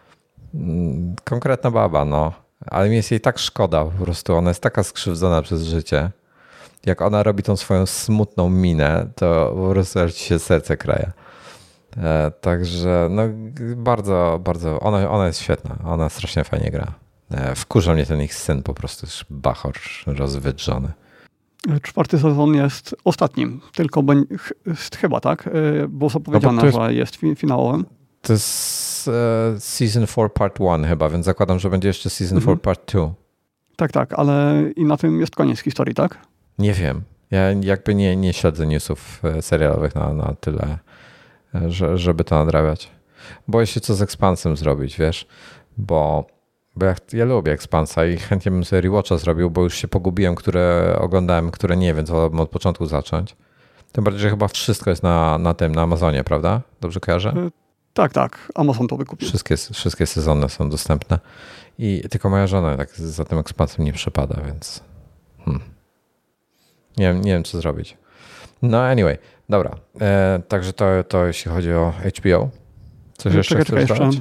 mm, konkretna baba, no. Ale mi jest jej tak szkoda po prostu. Ona jest taka skrzywdzona przez życie. Jak ona robi tą swoją smutną minę, to po prostu aż ci się serce kraje. E, także no bardzo, bardzo, ona, ona jest świetna, ona strasznie fajnie gra. E, wkurza mnie ten ich syn, po prostu jest bachor rozwydrzony. Czwarty sezon jest ostatnim, tylko be, ch, chyba tak, było zapowiedziane, no jest, że jest fi, finałowym. To jest e, Season four Part one chyba, więc zakładam, że będzie jeszcze Season mhm. four Part two. Tak, tak, ale i na tym jest koniec historii, tak? Nie wiem, ja jakby nie, nie śledzę newsów serialowych na, na tyle, że, żeby to nadrabiać. Boję się, co z Expansem zrobić, wiesz, bo, bo ja, ja lubię Expansa i chętnie bym sobie rewatcha zrobił, bo już się pogubiłem, które oglądałem, które nie, więc wolałbym od początku zacząć. Tym bardziej, że chyba wszystko jest na, na tym, na Amazonie, prawda? Dobrze kojarzę? Tak, tak. Amazon to wykupił. Wszystkie, wszystkie sezony są dostępne i tylko moja żona tak za tym Expansem nie przepada, więc hmm. nie, wiem, nie wiem, co zrobić. No anyway, dobra. E, także to, to jeśli chodzi o H B O. Coś jeszcze czekaj, czekaj, jeszcze.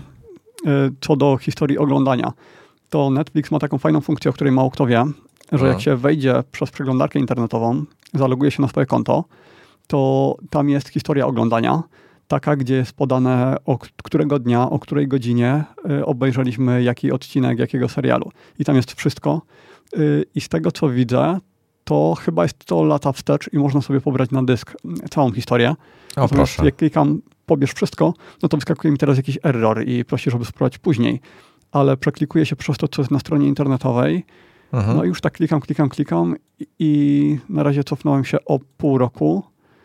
Co do historii oglądania, to Netflix ma taką fajną funkcję, o której mało kto wie, że jak się wejdzie przez przeglądarkę internetową, zaloguje się na swoje konto, to tam jest historia oglądania, taka, gdzie jest podane o którego dnia, o której godzinie obejrzeliśmy jaki odcinek jakiego serialu. I tam jest wszystko. I z tego, co widzę, to chyba jest to lata wstecz i można sobie pobrać na dysk całą historię. O, proszę. Jak klikam, pobierz wszystko, no to wyskakuje mi teraz jakiś error i prosi, żeby spróbować później. Ale przeklikuję się przez to, co jest na stronie internetowej. Mhm. No i już tak klikam, klikam, klikam i, i na razie cofnąłem się o pół roku.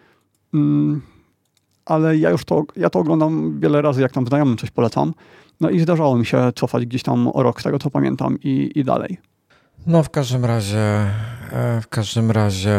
Mm, ale ja już to, ja to oglądam wiele razy, jak tam znajomym coś polecam. No i zdarzało mi się cofać gdzieś tam o rok, z tego co pamiętam i, i dalej. No w każdym razie, w każdym razie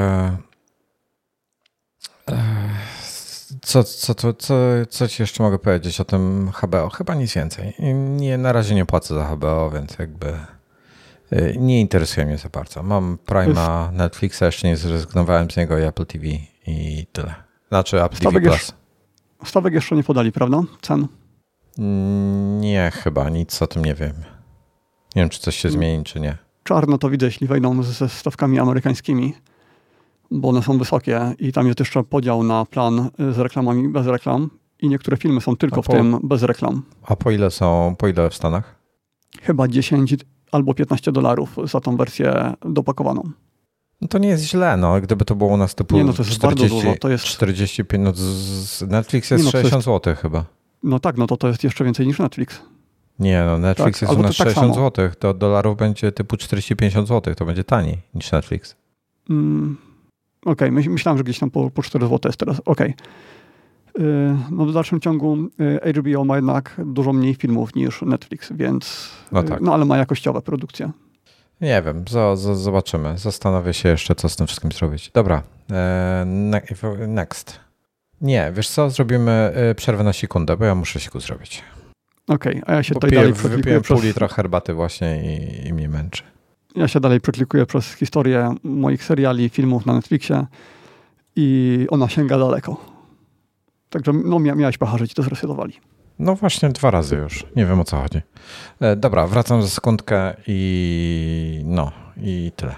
co, co, co, co, co ci jeszcze mogę powiedzieć o tym H B O? Chyba nic więcej. Nie, na razie nie płacę za H B O, więc jakby nie interesuje mnie za bardzo. Mam Prime'a, Netflixa, jeszcze nie zrezygnowałem z niego i Apple T V i tyle. Znaczy Apple T V Plus. Stawek jeszcze nie podali, prawda? Cen? Nie, chyba nic o tym nie wiem. Nie wiem, czy coś się zmieni, czy nie. Czarno to widzę, jeśli wejdą ze stawkami amerykańskimi, bo one są wysokie i tam jest jeszcze podział na plan z reklamami i bez reklam i niektóre filmy są tylko po, w tym bez reklam. A po ile są, po ile w Stanach? Chyba dziesięć albo piętnaście dolarów za tą wersję dopakowaną. No to nie jest źle, no. Gdyby to było u nas typu nie, no to jest czterdzieści, bardzo dużo. To jest... czterdzieści pięć, no z Netflix jest, nie, no sześćdziesiąt jest... złotych chyba. No tak, no to to jest jeszcze więcej niż Netflix. Nie, no Netflix tak, jest u nas tak sześćdziesiąt złotych, to dolarów będzie typu czterdzieści pięćdziesiąt złotych, to będzie taniej niż Netflix. Mm, Okej, okay. Myślałem, że gdzieś tam po, po cztery złote jest teraz. Okej. Okay. Yy, no w dalszym ciągu yy, H B O ma jednak dużo mniej filmów niż Netflix, więc no, tak. yy, no ale ma jakościowe produkcje. Nie wiem, z, z, zobaczymy. Zastanowię się jeszcze, co z tym wszystkim zrobić. Dobra, yy, next. Nie, wiesz co, zrobimy przerwę na sekundę, bo ja muszę siku zrobić. Okej, okay, a ja się bo tutaj piję, dalej przeklikuję wypiłem przez... pół litra herbaty właśnie i, i mnie męczy. Ja się dalej przeklikuję przez historię moich seriali, filmów na Netflixie i ona sięga daleko. Także no, miałeś pecha, że ci to zresetowali. No właśnie dwa razy już. Nie wiem, o co chodzi. E, dobra, wracam za sekundkę i no i tyle.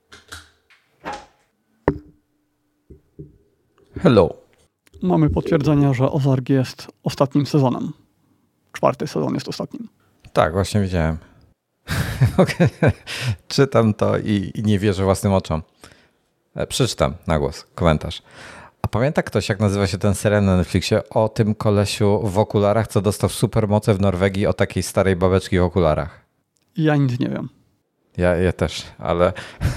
Hello. Mamy potwierdzenie, że Ozark jest ostatnim sezonem. Czwarty sezon jest ostatnim. Tak, właśnie widziałem. Czytam to i, i nie wierzę własnym oczom. Przeczytam na głos komentarz. A pamięta ktoś, jak nazywa się ten serial na Netflixie o tym kolesiu w okularach, co dostał supermoce w Norwegii o takiej starej babeczki w okularach? Ja nic nie wiem. Ja, ja też, ale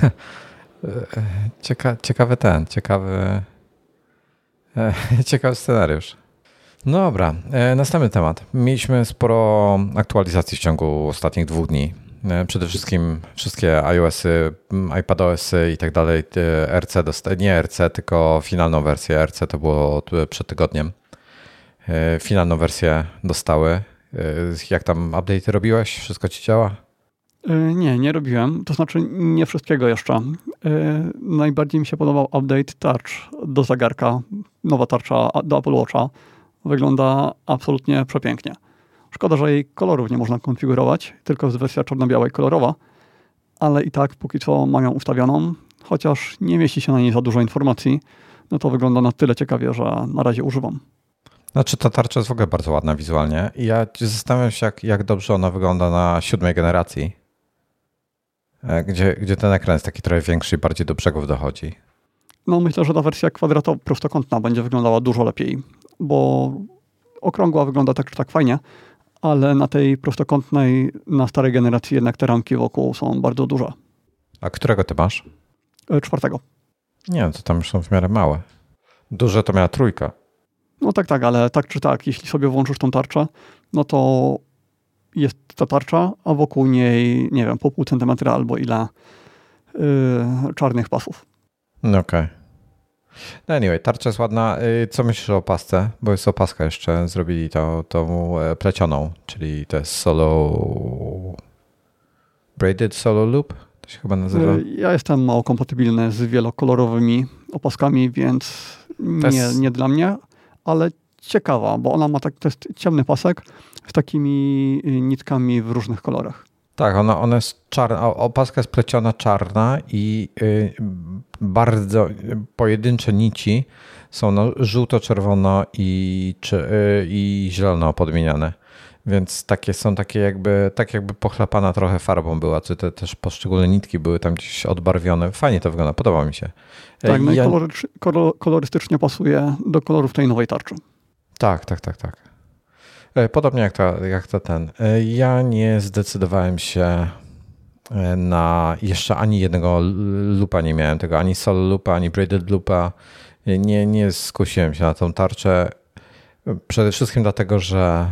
Cieka, ciekawy ten, ciekawy ciekawy scenariusz. No dobra, następny temat. Mieliśmy sporo aktualizacji w ciągu ostatnich dwóch dni. Przede wszystkim wszystkie iOSy, iPadOSy i tak dalej, R C, dosta- nie R C, tylko finalną wersję. R C to było przed tygodniem. Finalną wersję dostały. Jak tam update robiłeś? Wszystko ci działa? Nie, nie robiłem. To znaczy nie wszystkiego jeszcze. Najbardziej mi się podobał update Touch do zegarka. Nowa tarcza do Apple Watcha. Wygląda absolutnie przepięknie. Szkoda, że jej kolorów nie można konfigurować, tylko jest wersja czarno-biała i kolorowa, ale i tak póki co mam ją ustawioną, chociaż nie mieści się na niej za dużo informacji, no to wygląda na tyle ciekawie, że na razie używam. Znaczy ta tarcza jest w ogóle bardzo ładna wizualnie i ja zastanawiam się, jak, jak dobrze ona wygląda na siódmej generacji, gdzie, gdzie ten ekran jest taki trochę większy i bardziej do brzegów dochodzi. No myślę, że ta wersja kwadratowa, prostokątna będzie wyglądała dużo lepiej, bo okrągła wygląda tak czy tak fajnie, ale na tej prostokątnej, na starej generacji jednak te ramki wokół są bardzo duże. A którego ty masz? Czwartego. Nie, to tam już są w miarę małe. Duże to miała trójka. No tak, tak, ale tak czy tak, jeśli sobie włączysz tą tarczę, no to jest ta tarcza, a wokół niej, nie wiem, po pół centymetra albo ile yy, czarnych pasów. No okej. Okay. No anyway, tarcza jest ładna. Co myślisz o opasce? Bo jest opaska jeszcze, zrobili to, tą plecioną, czyli to jest solo... Braided Solo Loop? To się chyba nazywa? Ja jestem mało kompatybilny z wielokolorowymi opaskami, więc nie, jest... nie dla mnie, ale ciekawa, bo ona ma tak, to jest ciemny pasek z takimi nitkami w różnych kolorach. Tak, ona, ona jest czarna, opaska jest pleciona czarna i y, bardzo pojedyncze nici są no, żółto-czerwono i, czy, y, i zielono podmieniane. Więc takie są takie jakby, tak jakby pochlapana trochę farbą była, czy te też poszczególne nitki były tam gdzieś odbarwione. Fajnie to wygląda, podoba mi się. Tak, no ja... i kolory, kolorystycznie pasuje do kolorów tej nowej tarczy. Tak, tak, tak, tak. Podobnie jak ta, jak ta ten. Ja nie zdecydowałem się na jeszcze ani jednego loopa nie miałem tego, ani solo loopa, ani braided loopa. Nie, nie skusiłem się na tą tarczę. Przede wszystkim dlatego, że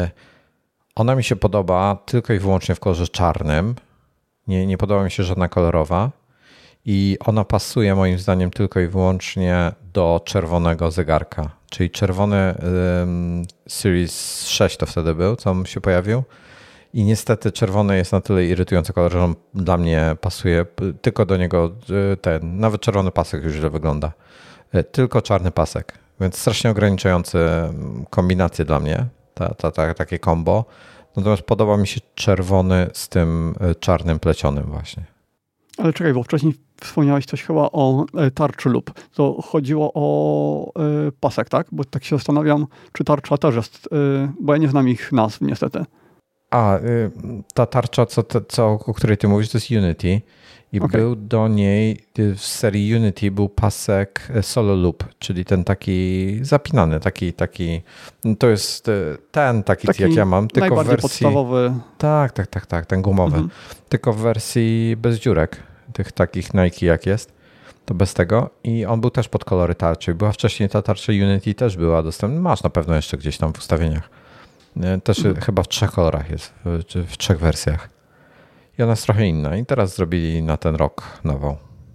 ona mi się podoba tylko i wyłącznie w kolorze czarnym. Nie, nie podoba mi się żadna kolorowa. I ona pasuje moim zdaniem tylko i wyłącznie do czerwonego zegarka. Czyli czerwony um, Series sześć to wtedy był, co mu się pojawił. I niestety czerwony jest na tyle irytujący kolor, że on dla mnie pasuje tylko do niego ten, nawet czerwony pasek już źle wygląda. Tylko czarny pasek. Więc strasznie ograniczający kombinacje dla mnie, ta, ta, ta, takie combo. Natomiast podoba mi się czerwony z tym czarnym plecionym właśnie. Ale czekaj, bo wcześniej wspomniałeś coś chyba o tarczy loop. To chodziło o y, pasek, tak? Bo tak się zastanawiam, czy tarcza też jest, y, bo ja nie znam ich nazw niestety. A, y, ta tarcza, co, co, o której ty mówisz, to jest Unity. I okay. Był do niej, w serii Unity był pasek Solo Loop, czyli ten taki zapinany, taki, taki to jest ten taki, taki jak ja mam, tylko w wersji... podstawowy. Tak, tak, tak, tak, ten gumowy. Mhm. Tylko w wersji bez dziurek, tych takich Nike jak jest, to bez tego. I on był też pod kolory tarczy. Była wcześniej ta tarcza Unity też była dostępna. Masz na pewno jeszcze gdzieś tam w ustawieniach. Też mhm. chyba w trzech kolorach jest, czy w trzech wersjach. I ona jest trochę inna. I teraz zrobili na ten rok nową.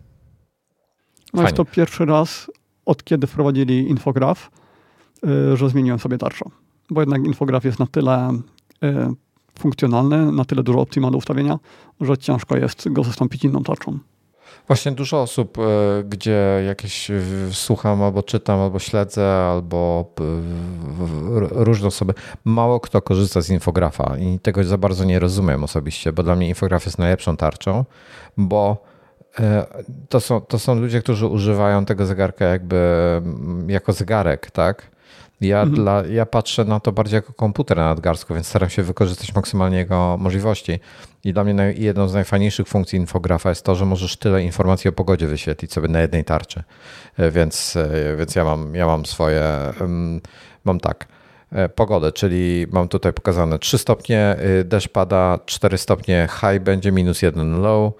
No jest to pierwszy raz, od kiedy wprowadzili infograf, yy, że zmieniłem sobie tarczę. Bo jednak infograf jest na tyle yy, funkcjonalny, na tyle dużo opcji ma do ustawienia, że ciężko jest go zastąpić inną tarczą. Właśnie dużo osób, gdzie jakieś słucham, albo czytam, albo śledzę, albo różne osoby, mało kto korzysta z infografa i tego za bardzo nie rozumiem osobiście, bo dla mnie infograf jest najlepszą tarczą, bo to są, to są ludzie, którzy używają tego zegarka jakby jako zegarek, tak? Ja, mhm. dla, ja patrzę na to bardziej jako komputer na nadgarstku, więc staram się wykorzystać maksymalnie jego możliwości. I dla mnie naj, jedną z najfajniejszych funkcji infografa jest to, że możesz tyle informacji o pogodzie wyświetlić sobie na jednej tarczy. Więc, więc ja, mam, ja mam swoje, mam tak, pogodę, czyli mam tutaj pokazane trzy stopnie, deszcz pada, cztery stopnie high będzie, minus jeden low.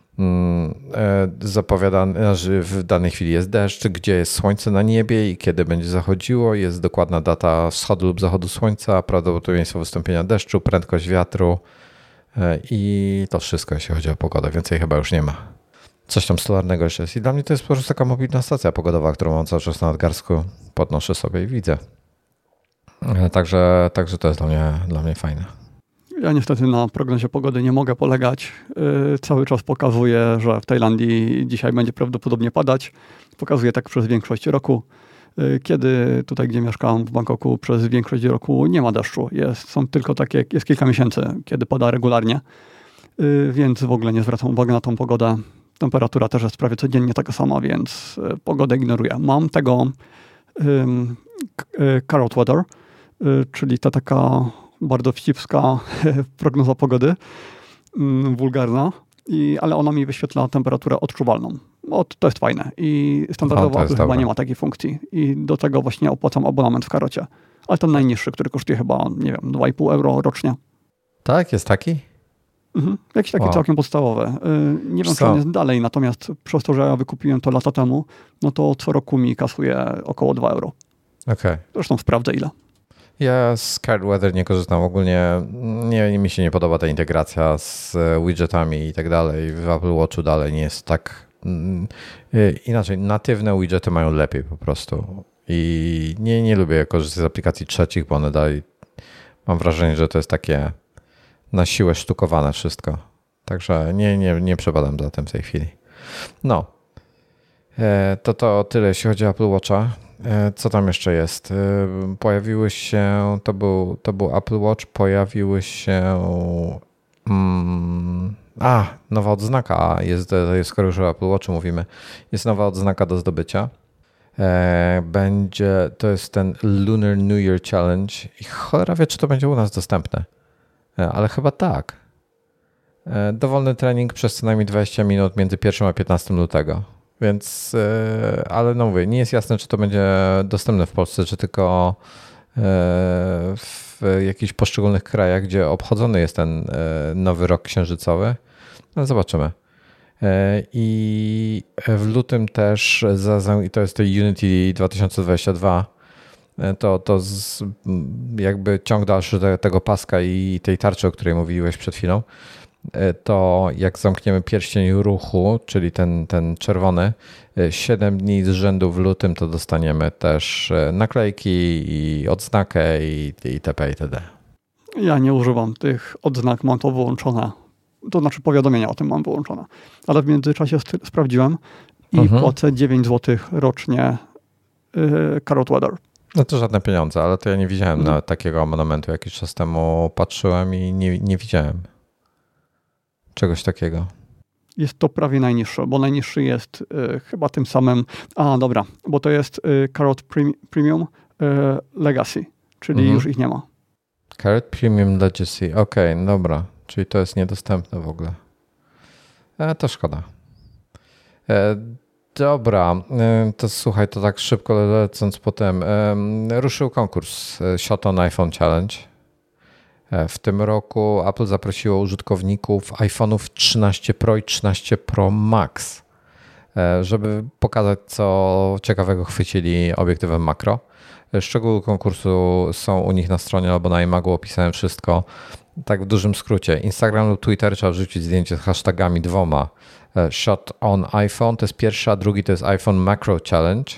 Zapowiadane, że w danej chwili jest deszcz, gdzie jest słońce na niebie i kiedy będzie zachodziło, jest dokładna data wschodu lub zachodu słońca, prawdopodobieństwo wystąpienia deszczu, prędkość wiatru i to wszystko, jeśli chodzi o pogodę. Więcej chyba już nie ma. Coś tam solarnego jeszcze jest i dla mnie to jest po prostu taka mobilna stacja pogodowa, którą mam cały czas na nadgarstku, podnoszę sobie i widzę. Także, także to jest dla mnie, dla mnie fajne. Ja niestety na prognozie pogody nie mogę polegać. Yy, cały czas pokazuje, że w Tajlandii dzisiaj będzie prawdopodobnie padać. Pokazuje tak przez większość roku. Yy, kiedy tutaj, gdzie mieszkam w Bangkoku, przez większość roku nie ma deszczu. Jest, są tylko takie, jest kilka miesięcy, kiedy pada regularnie. Yy, więc w ogóle nie zwracam uwagi na tą pogodę. Temperatura też jest prawie codziennie taka sama, więc yy, pogodę ignoruję. Mam tego yy, yy, carrot weather, yy, czyli ta taka bardzo wścibska prognoza pogody, wulgarna, i, ale ona mi wyświetla temperaturę odczuwalną. O, to jest fajne i standardowo no, chyba nie ma takiej funkcji i do tego właśnie opłacam abonament w Karocie. Ale ten najniższy, który kosztuje chyba, nie wiem, dwa i pół euro rocznie. Tak? Jest taki? Mhm. Jakiś taki wow. całkiem podstawowy. Nie wiem, czy on jest dalej, natomiast przez to, że ja wykupiłem to lata temu, no to co roku mi kasuje około dwa euro. Okej. Okay. Zresztą sprawdzę ile. Ja z Card Weather nie korzystam ogólnie. Nie, mi się nie podoba ta integracja z widgetami i tak dalej. W Apple Watchu dalej nie jest tak. Inaczej, natywne widgety mają lepiej po prostu. I nie, nie lubię korzystać z aplikacji trzecich, bo one dalej. Mam wrażenie, że to jest takie na siłę sztukowane wszystko. Także nie, nie, nie przepadam za tym w tej chwili. No. To to tyle, jeśli chodzi o Apple Watcha. Co tam jeszcze jest? Pojawiły się, to był, to był Apple Watch, pojawiły się mm, a, nowa odznaka jest, skoro już o Apple Watchu mówimy, jest nowa odznaka do zdobycia. Będzie, to jest ten Lunar New Year Challenge i cholera wie, czy to będzie u nas dostępne, ale chyba tak. Dowolny trening przez co najmniej dwadzieścia minut między pierwszym a piętnastego lutego. Więc, ale no mówię, nie jest jasne, czy to będzie dostępne w Polsce, czy tylko w jakichś poszczególnych krajach, gdzie obchodzony jest ten nowy rok księżycowy. No zobaczymy. I w lutym też, i to jest to Unity dwa tysiące dwadzieścia dwa, to, to z, jakby ciąg dalszy tego paska i tej tarczy, o której mówiłeś przed chwilą, to jak zamkniemy pierścień ruchu, czyli ten, ten czerwony, siedem dni z rzędu w lutym, to dostaniemy też naklejki i odznakę i itp. itd. Ja nie używam tych odznak, mam to wyłączone. To znaczy powiadomienia o tym mam wyłączone. Ale w międzyczasie sprawdziłem i mhm. płacę dziewięć złotych rocznie yy, Carrot Weather. No to żadne pieniądze, ale to ja nie widziałem mhm. na takiego abonamentu. Jakiś czas temu patrzyłem i nie, nie widziałem czegoś takiego. Jest to prawie najniższe, bo najniższy jest y, chyba tym samym, a dobra, bo to jest y, Carrot Premium y, Legacy, czyli mhm. już ich nie ma. Carrot Premium Legacy, okej, okay, dobra, czyli to jest niedostępne w ogóle. E, to szkoda. E, dobra, e, to słuchaj, to tak szybko lecąc potem. E, ruszył konkurs Shot on iPhone Challenge. W tym roku Apple zaprosiło użytkowników iPhone'ów trzynaście Pro i trzynaście Pro Max, żeby pokazać, co ciekawego chwycili obiektywem makro. Szczegóły konkursu są u nich na stronie albo na iMagu, opisałem wszystko. Tak w dużym skrócie. Instagram lub Twitter trzeba wrzucić zdjęcie z hashtagami dwoma. Shot on iPhone to jest pierwszy, a drugi to jest iPhone Macro Challenge.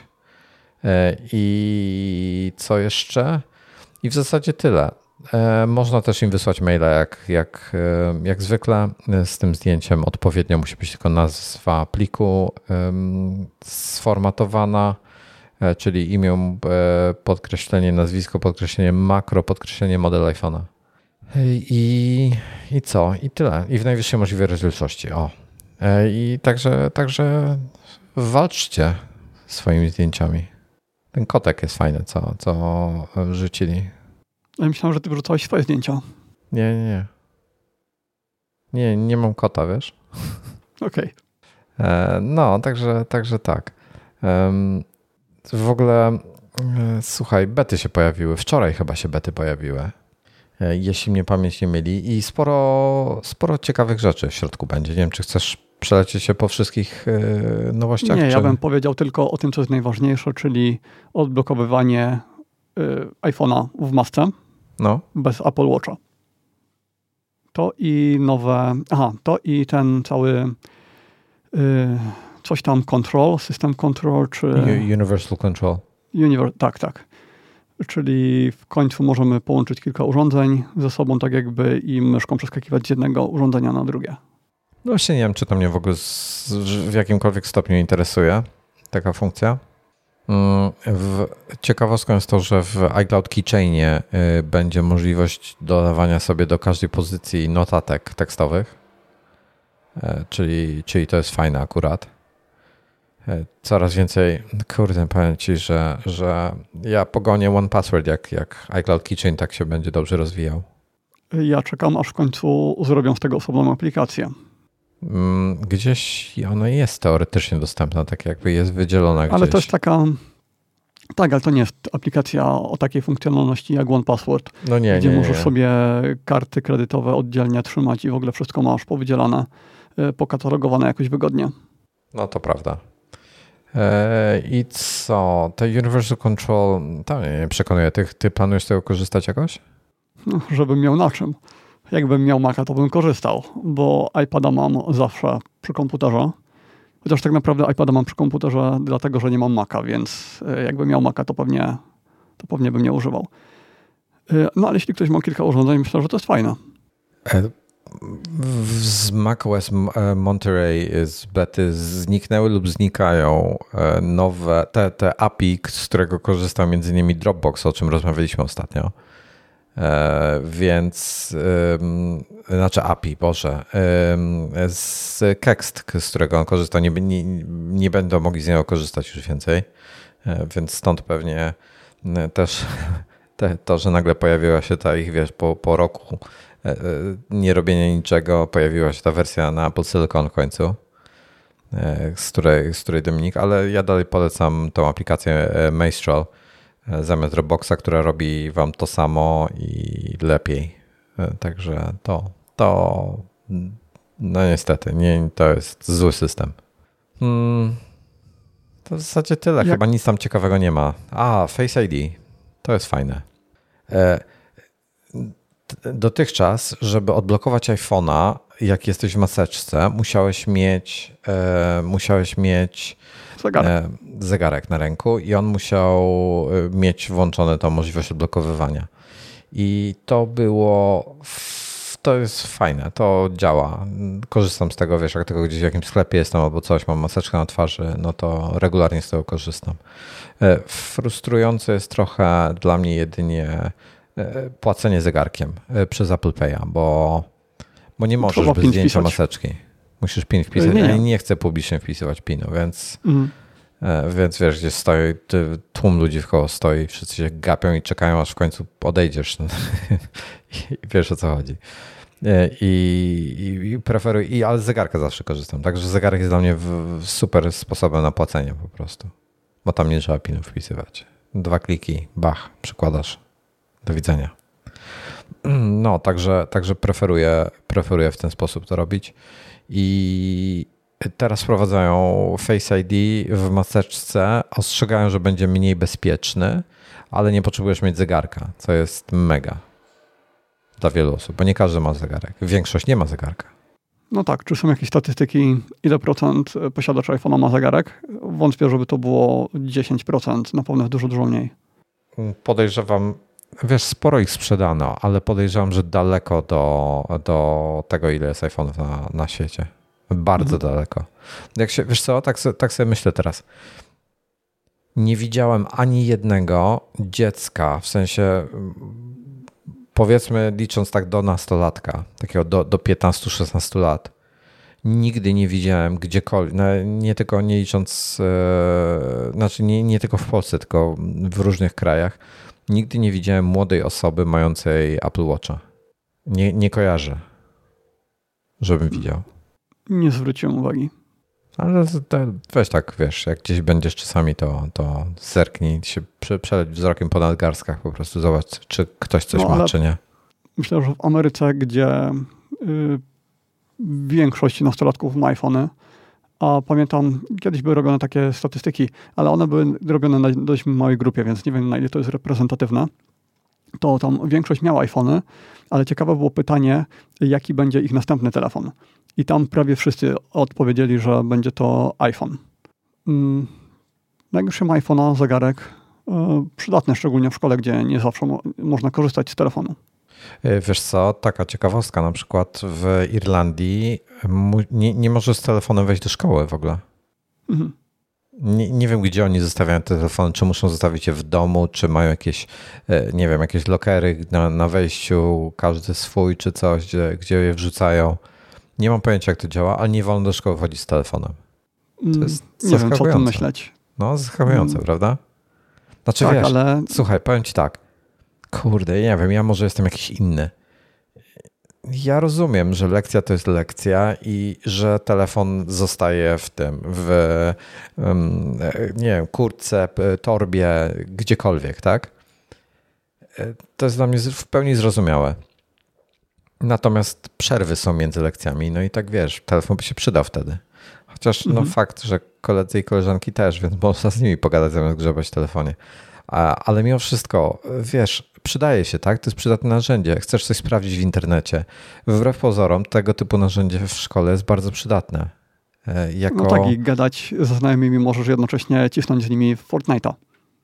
I co jeszcze? I w zasadzie tyle. Można też im wysłać maila jak, jak, jak zwykle z tym zdjęciem. Odpowiednio musi być tylko nazwa pliku sformatowana, czyli imię, podkreślenie, nazwisko, podkreślenie makro, podkreślenie model iPhone'a. I, I co? I tyle. I w najwyższej możliwej rozdzielczości. O. I także, także walczcie swoimi zdjęciami. Ten kotek jest fajny, co, co wrzucili. Ja myślałem, że ty wrzucałeś swoje zdjęcia. Nie, nie, nie. Nie, nie mam kota, wiesz? Okej. Okay. No, także, także tak. W ogóle, słuchaj, bety się pojawiły. Wczoraj chyba się bety pojawiły. Jeśli mnie pamięć nie myli. I sporo, sporo ciekawych rzeczy w środku będzie. Nie wiem, czy chcesz przelecieć się po wszystkich nowościach? Nie, czy... ja bym powiedział tylko o tym, co jest najważniejsze, czyli odblokowywanie iPhone'a w masce no. bez Apple Watcha. To i nowe, aha, to i ten cały y, coś tam control, system control, czy... Universal control. Univer- tak, tak. Czyli w końcu możemy połączyć kilka urządzeń ze sobą, tak jakby i myszką przeskakiwać z jednego urządzenia na drugie. No właśnie nie wiem, czy to mnie w ogóle z, w jakimkolwiek stopniu interesuje taka funkcja. W, ciekawostką jest to, że w iCloud Keychainie y, będzie możliwość dodawania sobie do każdej pozycji notatek tekstowych, y, czyli, czyli to jest fajne akurat. Y, coraz więcej, kurde, powiem ci, że, że ja pogonię one password, jak, jak iCloud Keychain tak się będzie dobrze rozwijał. Ja czekam, aż w końcu zrobią z tego osobną aplikację. Gdzieś ona jest teoretycznie dostępna, tak jakby jest wydzielona gdzieś. Ale to jest taka... Tak, ale to nie jest aplikacja o takiej funkcjonalności jak one password, no nie, gdzie nie, możesz nie. sobie karty kredytowe oddzielnie trzymać i w ogóle wszystko masz powydzielane, pokatalogowane jakoś wygodnie. No to prawda. I co? Te Universal Control, to mnie nie przekonuje. Ty, ty planujesz z tego korzystać jakoś? No, żebym miał na czym. Jakbym miał Maca, to bym korzystał, bo iPada mam zawsze przy komputerze. Chociaż tak naprawdę iPada mam przy komputerze dlatego, że nie mam Maca, więc jakbym miał Maca, to pewnie, to pewnie bym nie używał. No ale jeśli ktoś ma kilka urządzeń, myślę, że to jest fajne. Z macOS Monterey z bety zniknęły lub znikają nowe, te, te A P I, z którego korzystał między innymi Dropbox, o czym rozmawialiśmy ostatnio. E, więc ym, znaczy A P I, Boże, ym, z Kext, z którego on korzystał, nie, nie, nie będą mogli z niego korzystać już więcej, e, więc stąd pewnie też te, to, że nagle pojawiła się ta ich, wiesz, po, po roku e, e, nie robienia niczego, pojawiła się ta wersja na Apple Silicon w końcu, e, z, której, z której Dominik, ale ja dalej polecam tą aplikację Maestral zamiast Dropboxa, która robi wam to samo i lepiej. Także to, to no niestety, nie, to jest zły system. Hmm, to w zasadzie tyle. Jak? Chyba nic tam ciekawego nie ma. A, Face I D. To jest fajne. Dotychczas, żeby odblokować iPhone'a, jak jesteś w maseczce, musiałeś mieć musiałeś mieć Zegarek. zegarek na ręku i on musiał mieć włączone tą możliwość odblokowywania. I to było, to jest fajne, to działa. Korzystam z tego, wiesz, jak tego gdzieś w jakimś sklepie jestem albo coś, mam maseczkę na twarzy, no to regularnie z tego korzystam. Frustrujące jest trochę dla mnie jedynie płacenie zegarkiem przez Apple Pay'a, bo, bo nie możesz bez zdjęcia wpisać. Maseczki. Musisz PIN wpisać. Nie, nie. Ja nie chcę publicznie wpisywać PIN-u, więc, mm. więc wiesz, gdzie stoi, tłum ludzi wkoło stoi, wszyscy się gapią i czekają, aż w końcu odejdziesz. I wiesz, o co chodzi. I, i, i preferuję, i, ale z zegarka zawsze korzystam. Także zegarek jest dla mnie w, super sposobem na płacenie po prostu, bo tam nie trzeba PIN-u wpisywać. Dwa kliki, bach, przykładasz. Do widzenia. No, także, także preferuję, preferuję w ten sposób to robić. I teraz wprowadzają Face I D w maseczce, ostrzegają, że będzie mniej bezpieczny, ale nie potrzebujesz mieć zegarka, co jest mega dla wielu osób, bo nie każdy ma zegarek. Większość nie ma zegarka. No tak, czy są jakieś statystyki, ile procent posiadaczy iPhone'a ma zegarek? Wątpię, żeby to było dziesięć procent, na pewno dużo, dużo mniej. Podejrzewam, wiesz, sporo ich sprzedano, ale podejrzewam, że daleko do, do tego, ile jest iPhone'ów na, na świecie. Bardzo mhm. daleko. Jak się, wiesz co, tak, tak sobie myślę teraz. Nie widziałem ani jednego dziecka, w sensie powiedzmy licząc tak do nastolatka, takiego do, do piętnastu szesnastu lat. nigdy nie widziałem gdziekolwiek, no, nie tylko nie licząc, e, znaczy nie, nie tylko w Polsce, tylko w różnych krajach, nigdy nie widziałem młodej osoby mającej Apple Watcha. Nie, nie kojarzę, żebym widział. Nie zwróciłem uwagi. Ale to, weź tak, wiesz, jak gdzieś będziesz czasami, to, to zerknij się, prze, przeleć wzrokiem po nadgarstkach, po prostu zobacz, czy ktoś coś no, ma, czy nie. Myślę, że w Ameryce, gdzie y, większość nastolatków ma iPhony, a pamiętam, kiedyś były robione takie statystyki, ale one były robione na dość małej grupie, więc nie wiem, na ile to jest reprezentatywne, to tam większość miała iPhony, ale ciekawe było pytanie, jaki będzie ich następny telefon. I tam prawie wszyscy odpowiedzieli, że będzie to iPhone. Hmm. Jak już się ma iPhone'a, zegarek, yy, przydatny szczególnie w szkole, gdzie nie zawsze mo- można korzystać z telefonu. Wiesz co, taka ciekawostka, na przykład w Irlandii nie, nie możesz z telefonem wejść do szkoły w ogóle. Mhm. Nie, nie wiem, gdzie oni zostawiają te telefony, czy muszą zostawić je w domu, czy mają jakieś, nie wiem, jakieś lokery na, na wejściu, każdy swój, czy coś, gdzie, gdzie je wrzucają. Nie mam pojęcia, jak to działa, ale nie wolno do szkoły chodzić z telefonem. To jest nie wiem, co o tym myśleć. No, zaskakujące, mm. prawda? Znaczy tak, wiesz, ale... słuchaj, powiem ci tak, kurde, nie wiem, ja może jestem jakiś inny. Ja rozumiem, że lekcja to jest lekcja i że telefon zostaje w tym, w nie wiem, kurtce, torbie, gdziekolwiek, tak? To jest dla mnie w pełni zrozumiałe. Natomiast przerwy są między lekcjami, no i tak wiesz, telefon by się przydał wtedy. Chociaż mhm. no fakt, że koledzy i koleżanki też, więc można z nimi pogadać zamiast grzebać w telefonie. Ale mimo wszystko, wiesz, przydaje się, tak? To jest przydatne narzędzie. Chcesz coś sprawdzić w internecie. Wbrew pozorom, tego typu narzędzie w szkole jest bardzo przydatne. Jako... No tak, i gadać ze znajomymi możesz jednocześnie cisnąć z nimi w Fortnite'a.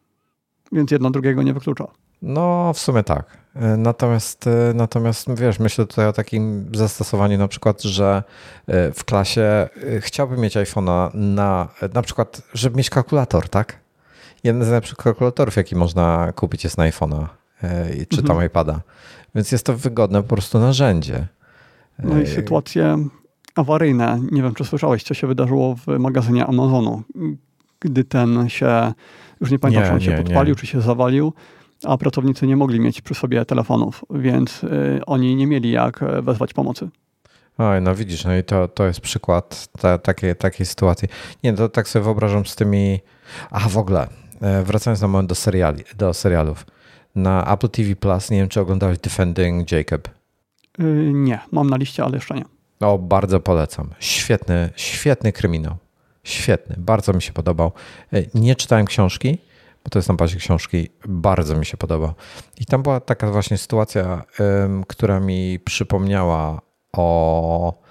Więc jedno drugiego nie wyklucza. No, w sumie tak. Natomiast, natomiast wiesz, myślę tutaj o takim zastosowaniu na przykład, że w klasie chciałbym mieć iPhone'a na, na przykład, żeby mieć kalkulator, tak? Jeden z najlepszych kalkulatorów, jaki można kupić, jest na iPhone'a czy tam mhm. iPada. Więc jest to wygodne po prostu narzędzie. No i sytuacje awaryjne. Nie wiem, czy słyszałeś, co się wydarzyło w magazynie Amazonu, gdy ten się, już nie pamiętam, nie, czy on się nie, podpalił, nie. czy się zawalił, a pracownicy nie mogli mieć przy sobie telefonów, więc y, oni nie mieli jak wezwać pomocy. Oj, no widzisz, no i to, to jest przykład ta, takiej, takiej sytuacji. Nie, to tak sobie wyobrażam z tymi... A w ogóle, wracając na moment do seriali, do serialów. Na Apple T V Plus, nie wiem, czy oglądałeś Defending Jacob? Yy, nie, mam na liście, ale jeszcze nie. O, bardzo polecam. Świetny, świetny kryminał. Świetny, bardzo mi się podobał. Nie czytałem książki, bo to jest na bazie książki. Bardzo mi się podobał. I tam była taka właśnie sytuacja, ym, która mi przypomniała o...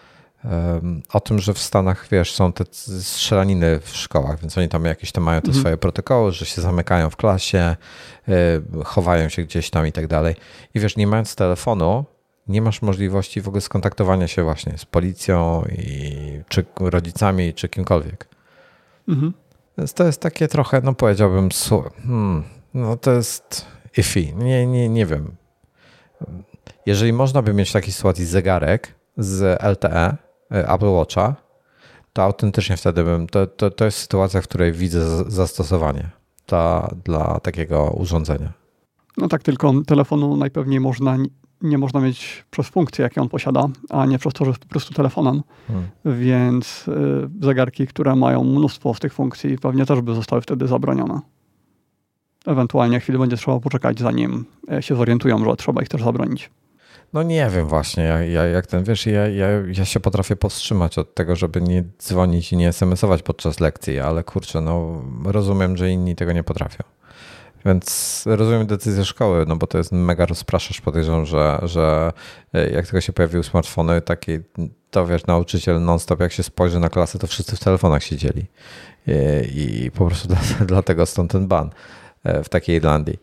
o tym, że w Stanach, wiesz, są te strzelaniny w szkołach, więc oni tam jakieś tam mają te mhm. swoje protokoły, że się zamykają w klasie, chowają się gdzieś tam i tak dalej. I wiesz, nie mając telefonu, nie masz możliwości w ogóle skontaktowania się właśnie z policją i czy rodzicami, czy kimkolwiek. Mhm. Więc to jest takie trochę, no powiedziałbym, hmm, no to jest iffy. Nie, nie, nie wiem. Jeżeli można by mieć w takiej sytuacji zegarek z L T E, Apple Watcha, to autentycznie wtedy bym, to, to, to jest sytuacja, w której widzę zastosowanie dla, dla takiego urządzenia. No tak, tylko telefonu najpewniej można, nie można mieć przez funkcje, jakie on posiada, a nie przez to, że jest po prostu telefonem. Hmm. Więc y, zegarki, które mają mnóstwo z tych funkcji, pewnie też by zostały wtedy zabronione. Ewentualnie chwilę będzie trzeba poczekać, zanim się zorientują, że trzeba ich też zabronić. No nie wiem właśnie, ja, ja, jak ten, wiesz, ja, ja, ja się potrafię powstrzymać od tego, żeby nie dzwonić i nie es em esować podczas lekcji, ale kurczę, no rozumiem, że inni tego nie potrafią. Więc rozumiem decyzję szkoły, no bo to jest mega rozpraszacz, podejrzewam, że, że jak tylko się pojawiły smartfony, taki, to wiesz, nauczyciel non-stop jak się spojrzy na klasę, to wszyscy w telefonach siedzieli. I, i po prostu dlatego stąd ten ban w takiej Irlandii.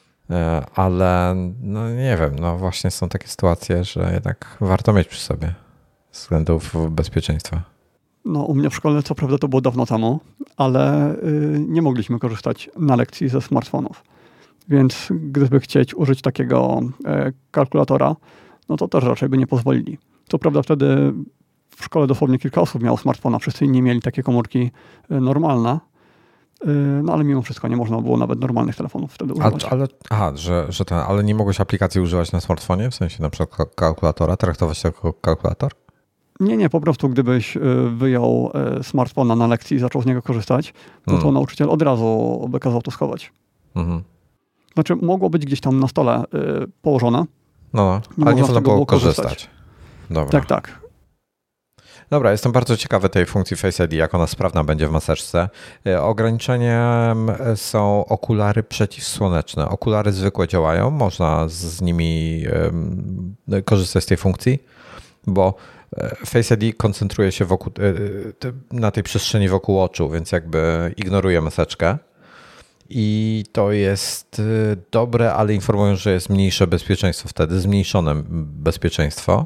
Ale no nie wiem, no właśnie są takie sytuacje, że jednak warto mieć przy sobie z względów bezpieczeństwa. No u mnie w szkole co prawda to było dawno temu, ale y, nie mogliśmy korzystać na lekcji ze smartfonów. Więc gdyby chcieć użyć takiego y, kalkulatora, no to też raczej by nie pozwolili. Co prawda wtedy w szkole dosłownie kilka osób miało smartfona, wszyscy inni mieli takie komórki normalne. No ale mimo wszystko nie można było nawet normalnych telefonów wtedy używać. Ale, ale, aha, że, że ten, ale nie mogłeś aplikacji używać na smartfonie? W sensie na przykład kalkulatora? Traktować to jako kalkulator? Nie, nie, po prostu gdybyś wyjął smartfona na lekcji i zaczął z niego korzystać, no to hmm. nauczyciel od razu by kazał to schować. Mhm. Znaczy mogło być gdzieś tam na stole położone. No, nie ale nie można było korzystać. korzystać. Dobra. Tak, tak. Dobra, jestem bardzo ciekawy tej funkcji Face I D, jak ona sprawna będzie w maseczce. Ograniczeniem są okulary przeciwsłoneczne. Okulary zwykłe działają, można z nimi korzystać z tej funkcji, bo Face I D koncentruje się wokół, na tej przestrzeni wokół oczu, więc jakby ignoruje maseczkę. I to jest dobre, ale informują, że jest mniejsze bezpieczeństwo wtedy, zmniejszone bezpieczeństwo.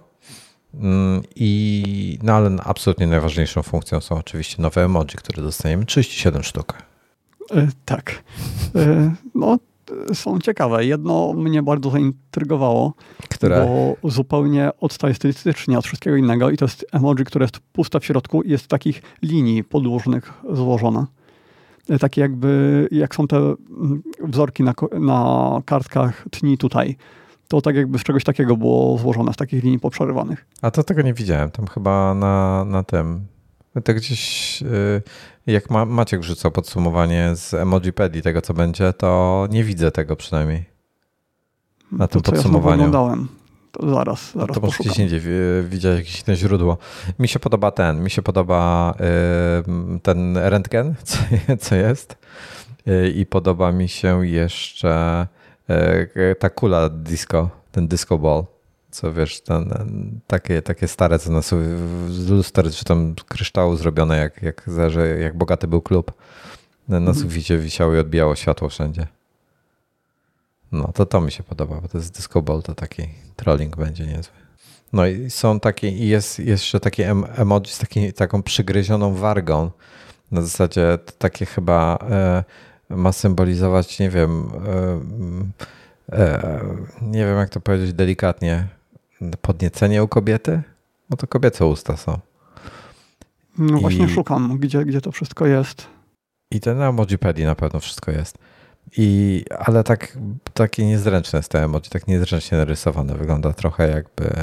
I, no ale absolutnie najważniejszą funkcją są oczywiście nowe emoji, które dostaniemy, trzydzieści siedem sztuk. Yy, tak. Yy, no, są ciekawe. Jedno mnie bardzo zaintrygowało, które? Bo zupełnie odstaje stylistycznie od wszystkiego innego i to jest emoji, które jest puste w środku i jest z takich linii podłużnych złożone. Yy, takie jakby, jak są te wzorki na, na kartkach tni tutaj. To tak jakby z czegoś takiego było złożone, z takich linii poprzerywanych. A to tego nie widziałem. Tam chyba na, na tym, to gdzieś jak Ma, Maciek wrzucał podsumowanie z Emojipedii tego, co będzie, to nie widzę tego przynajmniej na to, tym podsumowaniu. Ja oglądałem. To zaraz, zaraz no to może gdzieś indziej widziałeś jakieś inne źródło. Mi się podoba ten, mi się podoba ten rentgen, co, co jest i podoba mi się jeszcze ta kula disco, ten disco ball, co wiesz, ten, takie, takie stare, co nas z luster, czy tam kryształu zrobione, jak, jak, że, jak bogaty był klub. Na mm. suficie wisiało i odbijało światło wszędzie. No to to mi się podoba, bo to jest disco ball, to taki trolling będzie niezły. No i są takie, i jest jeszcze takie emoji z taki, taką przygryzioną wargą. Na zasadzie takie chyba... E, ma symbolizować, nie wiem, e, e, nie wiem jak to powiedzieć delikatnie, podniecenie u kobiety? No to kobiece usta są. No I, właśnie szukam, gdzie, gdzie to wszystko jest. I to na Emojipedii na pewno wszystko jest. I, ale tak, takie niezręczne jest te emoji, tak niezręcznie narysowane. Wygląda trochę jakby,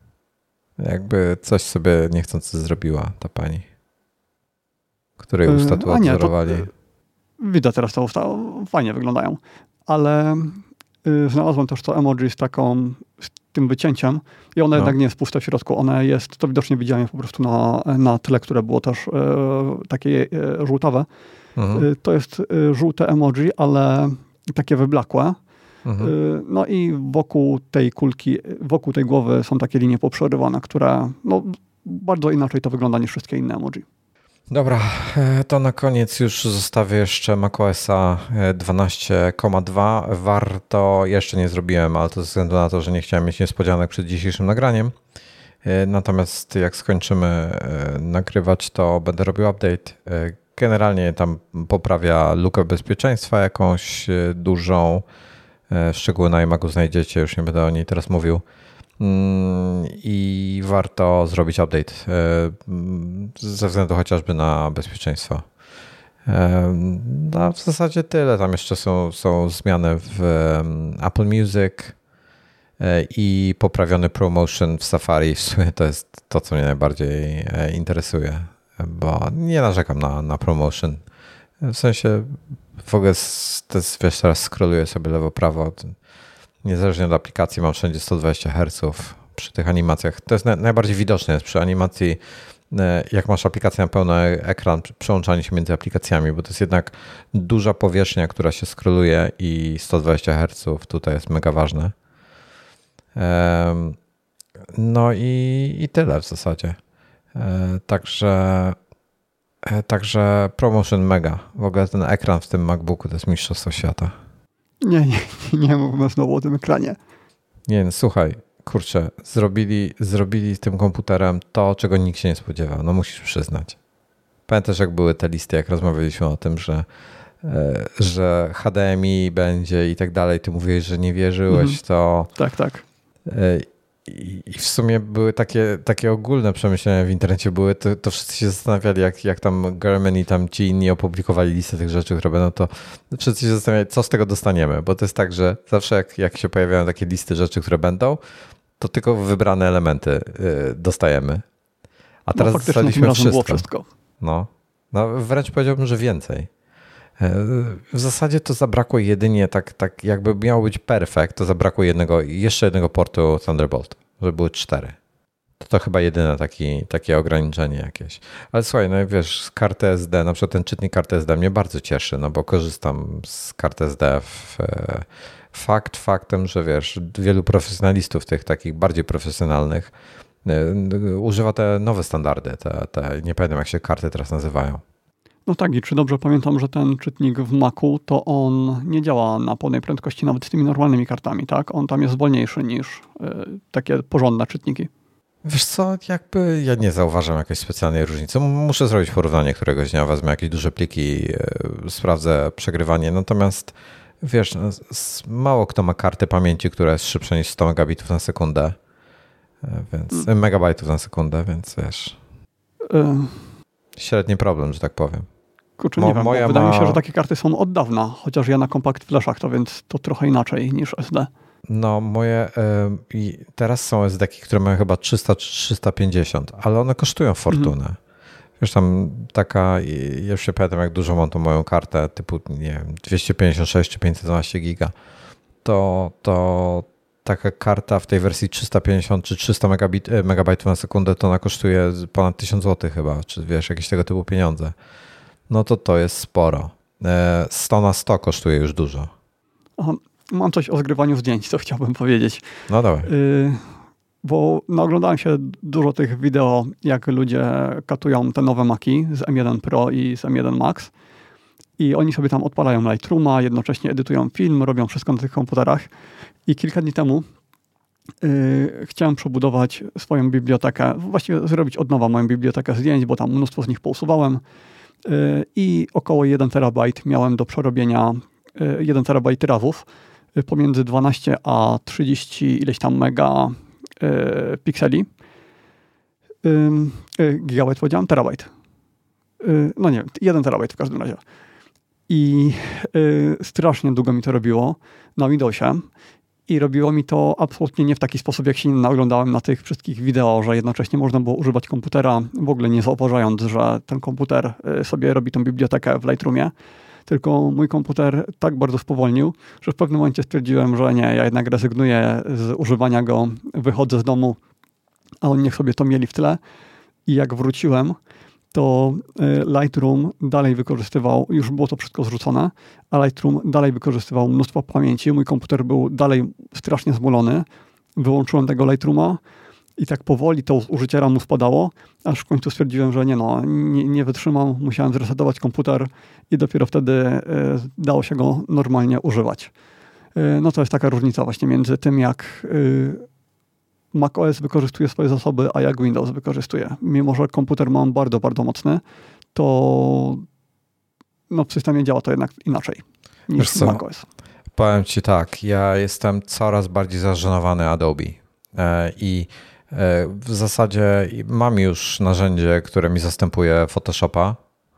jakby coś sobie niechcący zrobiła ta pani, której usta tu odzorowali. Widzę teraz te usta, fajnie wyglądają, ale y, znalazłem też to emoji z taką, z tym wycięciem i ono no. jednak nie jest puste w środku, one jest, to widocznie widziałem po prostu na, na tle, które było też y, takie y, żółtawe. Mhm. Y, to jest y, żółte emoji, ale takie wyblakłe. Mhm. Y, no i wokół tej kulki, wokół tej głowy są takie linie poprzerywane, które no, bardzo inaczej to wygląda niż wszystkie inne emoji. Dobra, to na koniec już zostawię jeszcze macOSa dwanaście kropka dwa. Warto, jeszcze nie zrobiłem, ale to ze względu na to, że nie chciałem mieć niespodzianek przed dzisiejszym nagraniem. Natomiast jak skończymy nagrywać, to będę robił update. Generalnie tam poprawia lukę bezpieczeństwa jakąś dużą. Szczegóły na iMacu znajdziecie, już nie będę o niej teraz mówił. I warto zrobić update ze względu chociażby na bezpieczeństwo. No, w zasadzie tyle. Tam jeszcze są, są zmiany w Apple Music i poprawiony promotion w Safari. W sumie to jest to, co mnie najbardziej interesuje, bo nie narzekam na, na promotion. W sensie w ogóle to jest, wiesz, teraz scrolluję sobie lewo-prawo. Niezależnie od aplikacji mam wszędzie sto dwadzieścia herców przy tych animacjach. To jest na, najbardziej widoczne jest przy animacji, jak masz aplikację na pełny ekran, przełączanie się między aplikacjami, bo to jest jednak duża powierzchnia, która się scrolluje i sto dwadzieścia herców tutaj jest mega ważne. No i, i tyle w zasadzie. Także, także promotion mega. W ogóle ten ekran w tym MacBooku to jest mistrzostwo świata. Nie, nie, nie, nie mówmy znowu o tym ekranie. Nie, no słuchaj, kurczę, zrobili, zrobili z tym komputerem to, czego nikt się nie spodziewał. No musisz przyznać. Pamiętasz, jak były te listy, jak rozmawialiśmy o tym, że, że H D M I będzie i tak dalej. Ty mówiłeś, że nie wierzyłeś w to. Tak, tak. I, I w sumie były takie, takie ogólne przemyślenia w internecie, były, to, to wszyscy się zastanawiali, jak, jak tam Gurman i tam ci inni opublikowali listę tych rzeczy, które będą, to wszyscy się zastanawiali, co z tego dostaniemy, bo to jest tak, że zawsze jak, jak się pojawiają takie listy rzeczy, które będą, to tylko wybrane elementy yy, dostajemy. A teraz no, dostaliśmy wszystko. wszystko. No, no, wręcz powiedziałbym, że więcej. W zasadzie to zabrakło jedynie tak, tak jakby miało być perfekt, to zabrakło jednego, jeszcze jednego portu Thunderbolt, żeby były cztery. To to chyba jedyne taki, takie ograniczenie jakieś. Ale słuchaj, no wiesz, z karty S D, na przykład ten czytnik karty S D mnie bardzo cieszy, no bo korzystam z karty S D w, fakt faktem, że wiesz, wielu profesjonalistów tych takich bardziej profesjonalnych używa te nowe standardy, te, te nie pamiętam jak się karty teraz nazywają. No tak, i czy dobrze pamiętam, że ten czytnik w Macu, to on nie działa na pełnej prędkości nawet z tymi normalnymi kartami, tak? On tam jest wolniejszy niż y, takie porządne czytniki. Wiesz co, jakby ja nie zauważam jakiejś specjalnej różnicy. Muszę zrobić porównanie któregoś dnia, wezmę jakieś duże pliki, y, sprawdzę przegrywanie, natomiast wiesz, no, mało kto ma kartę pamięci, która jest szybsza niż sto megabitów na sekundę, y, więc hmm. megabajtów na sekundę, więc wiesz... Y- Średni problem, że tak powiem. Kurczę, nie Mo, wiem, moja wydaje ma... mi się, że takie karty są od dawna, chociaż ja na Compact Flashach to więc to trochę inaczej niż S D. No moje, y, teraz są S D-ki, które mają chyba trzysta czy trzysta pięćdziesiąt, ale one kosztują fortunę. Mhm. Wiesz, tam taka, ja już się pamiętam jak dużo mam tą moją kartę typu, nie wiem, dwieście pięćdziesiąt sześć czy pięćset dwanaście giga, to, to taka karta w tej wersji trzysta pięćdziesiąt czy trzysta megabit, megabajtów na sekundę, to ona kosztuje ponad tysiąc złotych chyba, czy wiesz, jakieś tego typu pieniądze. No to to jest sporo. sto na sto kosztuje już dużo. Aha, mam coś o zgrywaniu zdjęć, co chciałbym powiedzieć. No dawaj. Y- bo no, oglądałem się dużo tych wideo, jak ludzie katują te nowe Maci z M jeden Pro i z M jeden Max i oni sobie tam odpalają Lightrooma, jednocześnie edytują film, robią wszystko na tych komputerach. I kilka dni temu yy, chciałem przebudować swoją bibliotekę, właściwie zrobić od nowa moją bibliotekę zdjęć, bo tam mnóstwo z nich pousuwałem yy, i około jeden terabajt miałem do przerobienia, yy, jeden terabajt rawów yy, pomiędzy dwanaście a trzydzieści ileś tam mega yy, pikseli. Yy, yy, gigabajt powiedziałem? Terabajt. Yy, no nie wiem, jeden terabajt w każdym razie. I yy, strasznie długo mi to robiło na Windowsie. I robiło mi to absolutnie nie w taki sposób, jak się naoglądałem na tych wszystkich wideo, że jednocześnie można było używać komputera, w ogóle nie zauważając, że ten komputer sobie robi tą bibliotekę w Lightroomie. Tylko mój komputer tak bardzo spowolnił, że w pewnym momencie stwierdziłem, że nie, ja jednak rezygnuję z używania go, wychodzę z domu, a oni niech sobie to mieli w tle. I jak wróciłem, to Lightroom dalej wykorzystywał, już było to wszystko zrzucone, a Lightroom dalej wykorzystywał mnóstwo pamięci. Mój komputer był dalej strasznie zmulony. Wyłączyłem tego Lightrooma i tak powoli to zużycie ramu spadało, aż w końcu stwierdziłem, że nie no, nie, nie wytrzymam, musiałem zresetować komputer i dopiero wtedy y, dało się go normalnie używać. Y, no to jest taka różnica właśnie między tym, jak y, macOS wykorzystuje swoje zasoby, a jak Windows wykorzystuje. Mimo że komputer mam bardzo, bardzo mocny, to no, w systemie działa to jednak inaczej niż w macOS. Powiem ci tak, ja jestem coraz bardziej zażenowany Adobe i w zasadzie mam już narzędzie, które mi zastępuje Photoshopa.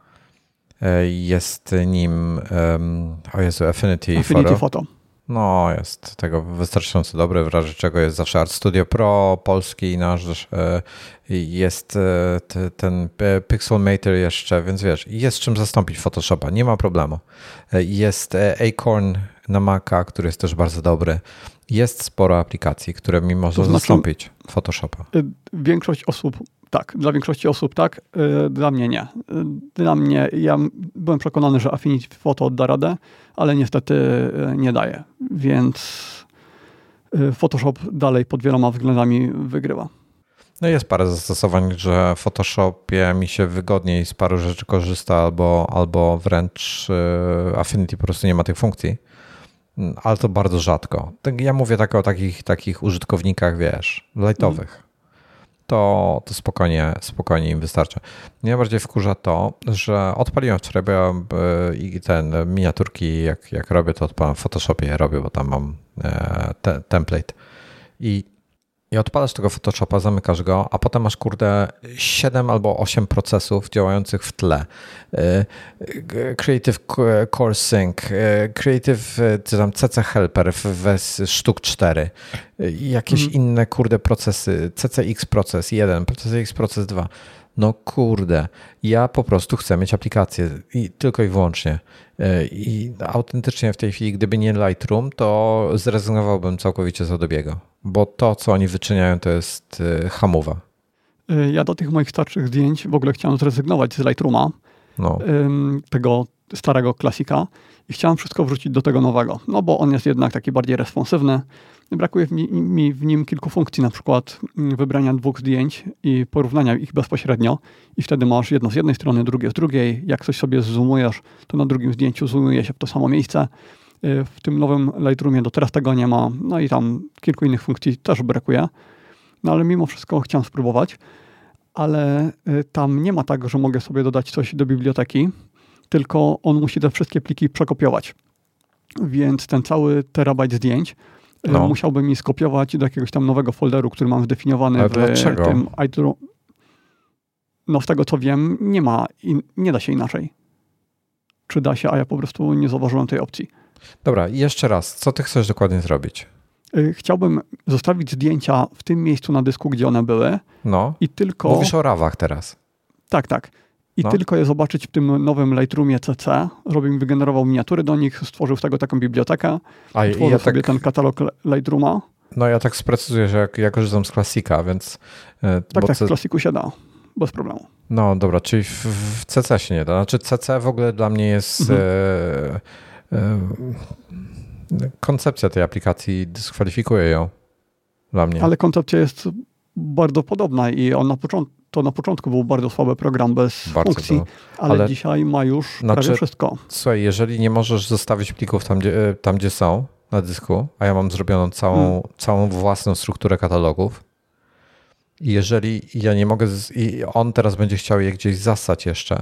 Jest nim, o Jezu, Affinity, Affinity Photo. Photo. No, jest tego wystarczająco dobry, w razie czego jest zawsze Art Studio Pro, polski nasz, jest ten Pixelmator jeszcze, więc wiesz, jest czym zastąpić Photoshopa, nie ma problemu. Jest Acorn na Maca, który jest też bardzo dobry. Jest sporo aplikacji, które mi może to znaczy, zastąpić Photoshopa. Większość osób tak, dla większości osób tak, dla mnie nie. Dla mnie, ja byłem przekonany, że Affinity Photo da radę, ale niestety nie daje, więc Photoshop dalej pod wieloma względami wygrywa. No jest parę zastosowań, że w Photoshopie mi się wygodniej z paru rzeczy korzysta, albo, albo wręcz Affinity po prostu nie ma tych funkcji, ale to bardzo rzadko. Ja mówię tak o takich, takich użytkownikach, wiesz, lightowych. Mm. To, to spokojnie, spokojnie im wystarcza. Mnie bardziej wkurza to, że odpaliłem wczoraj, bo ja i ten miniaturki, jak, jak robię, to odpalam w Photoshopie, robię, bo tam mam te, template. I I odpalasz tego Photoshopa, zamykasz go, a potem masz, kurde, siedem albo osiem procesów działających w tle. Creative Core Sync, Creative tam C C Helper w wersji sztuk cztery, jakieś mm. inne, kurde, procesy, C C X proces jeden, C C X proces dwa. No kurde, ja po prostu chcę mieć aplikację i tylko i wyłącznie. I autentycznie w tej chwili, gdyby nie Lightroom, to zrezygnowałbym całkowicie z Adobe'ego, bo to, co oni wyczyniają, to jest hamowa. Ja do tych moich starszych zdjęć w ogóle chciałem zrezygnować z Lightrooma, no. tego starego klasika, i chciałem wszystko wrzucić do tego nowego, no bo on jest jednak taki bardziej responsywny. Brakuje mi, mi w nim kilku funkcji, na przykład wybrania dwóch zdjęć i porównania ich bezpośrednio, i wtedy masz jedno z jednej strony, drugie z drugiej. Jak coś sobie zoomujesz, to na drugim zdjęciu zoomuje się w to samo miejsce. W tym nowym Lightroomie do teraz tego nie ma, no i tam kilku innych funkcji też brakuje. No ale mimo wszystko chciałem spróbować, ale tam nie ma tak, że mogę sobie dodać coś do biblioteki, tylko on musi te wszystkie pliki przekopiować. Więc ten cały terabajt zdjęć no. musiałbym mi skopiować do jakiegoś tam nowego folderu, który mam zdefiniowany ale w dlaczego? tym iDraw. No z tego co wiem, nie ma, in, nie da się inaczej. Czy da się, a ja po prostu nie zauważyłem tej opcji. Dobra, jeszcze raz, co ty chcesz dokładnie zrobić? Chciałbym zostawić zdjęcia w tym miejscu na dysku, gdzie one były. No, i tylko... mówisz o rawach teraz. Tak, tak. I no. tylko je zobaczyć w tym nowym Lightroomie C C, żeby mi wygenerował miniatury do nich, stworzył z tego taką bibliotekę, a stworzył ja sobie tak... ten katalog Lightrooma. No ja tak sprecyzuję, że jak, ja korzystam z Classica, więc... Tak, tak, C... w Classicu się da, bez problemu. No dobra, czyli w, w C C się nie da. Znaczy C C w ogóle dla mnie jest... Mhm. E, e, koncepcja tej aplikacji dyskwalifikuje ją dla mnie. Ale koncepcja jest bardzo podobna i on na początku, to na początku był bardzo słaby program bez bardzo funkcji, to, ale, ale dzisiaj ma już znaczy, prawie wszystko. Słuchaj, jeżeli nie możesz zostawić plików tam gdzie, tam, gdzie są na dysku, a ja mam zrobioną całą, hmm. całą własną strukturę katalogów, i jeżeli ja nie mogę, z, i on teraz będzie chciał je gdzieś zassać jeszcze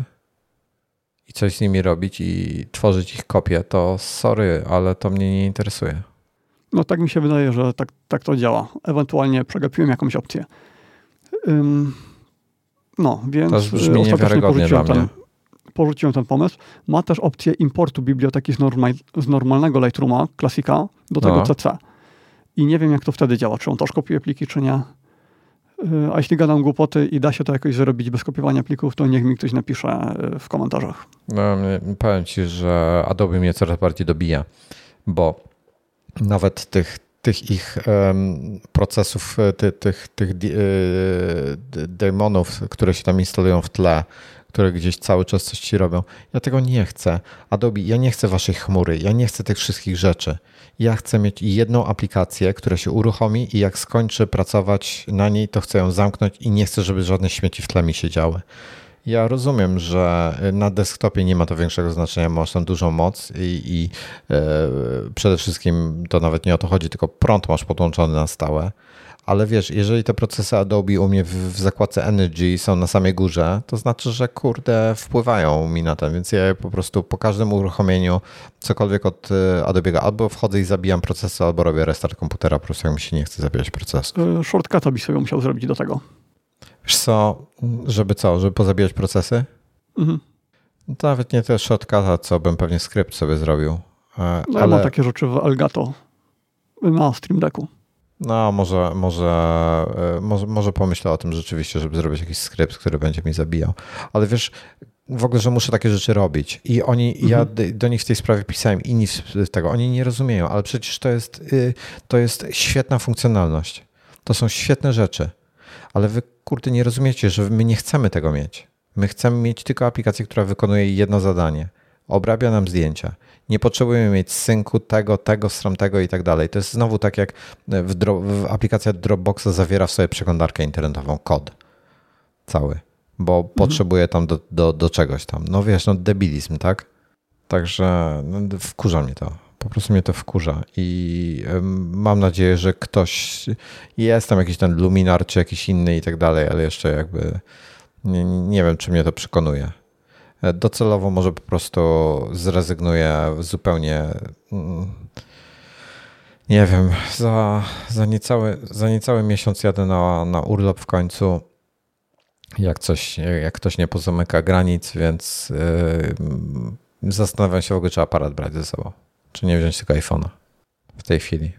i coś z nimi robić i tworzyć ich kopię, to sorry, ale to mnie nie interesuje. No tak mi się wydaje, że tak, tak to działa. Ewentualnie przegapiłem jakąś opcję. Ym, no, więc to brzmi niewiarygodnie dla mnie. Ten, porzuciłem ten pomysł. Ma też opcję importu biblioteki z, normal, z normalnego Lightrooma, klasika, do tego no. C C. I nie wiem, jak to wtedy działa. Czy on też kopiuje pliki, czy nie. Yy, a jeśli gadam głupoty i da się to jakoś zrobić bez kopiowania plików, to niech mi ktoś napisze w komentarzach. No, powiem ci, że Adobe mnie coraz bardziej dobija, bo nawet tych, tych ich um, procesów, ty, tych, tych y, demonów, które się tam instalują w tle, które gdzieś cały czas coś ci robią. Ja tego nie chcę. Adobe, ja nie chcę waszej chmury, ja nie chcę tych wszystkich rzeczy. Ja chcę mieć jedną aplikację, która się uruchomi i jak skończę pracować na niej, to chcę ją zamknąć i nie chcę, żeby żadne śmieci w tle mi się działy. Ja rozumiem, że na desktopie nie ma to większego znaczenia, masz tam dużą moc i, i e, przede wszystkim to nawet nie o to chodzi, tylko prąd masz podłączony na stałe. Ale wiesz, jeżeli te procesy Adobe u mnie w, w zakładce Energy są na samej górze, to znaczy, że kurde wpływają mi na to, więc ja po prostu po każdym uruchomieniu cokolwiek od Adobe'ego albo wchodzę i zabijam procesy, albo robię restart komputera, po prostu jak mi się nie chce zabijać procesu. Shortcuta byś sobie musiał zrobić do tego. Wiesz co, żeby co, żeby pozabijać procesy? Mhm. To nawet nie też shortcuta, co bym pewnie skrypt sobie zrobił. No ale... ja mam takie rzeczy w Elgato na Stream Decku. No, może, może, może, może pomyślę o tym rzeczywiście, żeby zrobić jakiś skrypt, który będzie mi zabijał. Ale wiesz, w ogóle, że muszę takie rzeczy robić. I oni, mhm. ja do nich w tej sprawie pisałem, inni z tego, oni nie rozumieją, ale przecież to jest, to jest świetna funkcjonalność. To są świetne rzeczy. Ale wy, kurde, nie rozumiecie, że my nie chcemy tego mieć. My chcemy mieć tylko aplikację, która wykonuje jedno zadanie. Obrabia nam zdjęcia. Nie potrzebujemy mieć synku tego, tego, stron tego i tak dalej. To jest znowu tak jak w, dro- w aplikacja Dropboxa zawiera w sobie przeglądarkę internetową, kod cały, bo mhm. potrzebuje tam do, do, do czegoś tam. No wiesz, no debilizm, tak? Także no, wkurza mnie to. Po prostu mnie to wkurza i mam nadzieję, że ktoś, jest tam jakiś ten Luminar czy jakiś inny i tak dalej, ale jeszcze jakby nie, nie wiem, czy mnie to przekonuje. Docelowo może po prostu zrezygnuję zupełnie, Nie wiem, za, za, niecały, za niecały miesiąc jadę na, na urlop w końcu. Jak coś, jak ktoś nie pozamyka granic, więc yy, zastanawiam się w ogóle, czy aparat brać ze sobą. Czy nie wziąć tylko iPhone'a w tej chwili.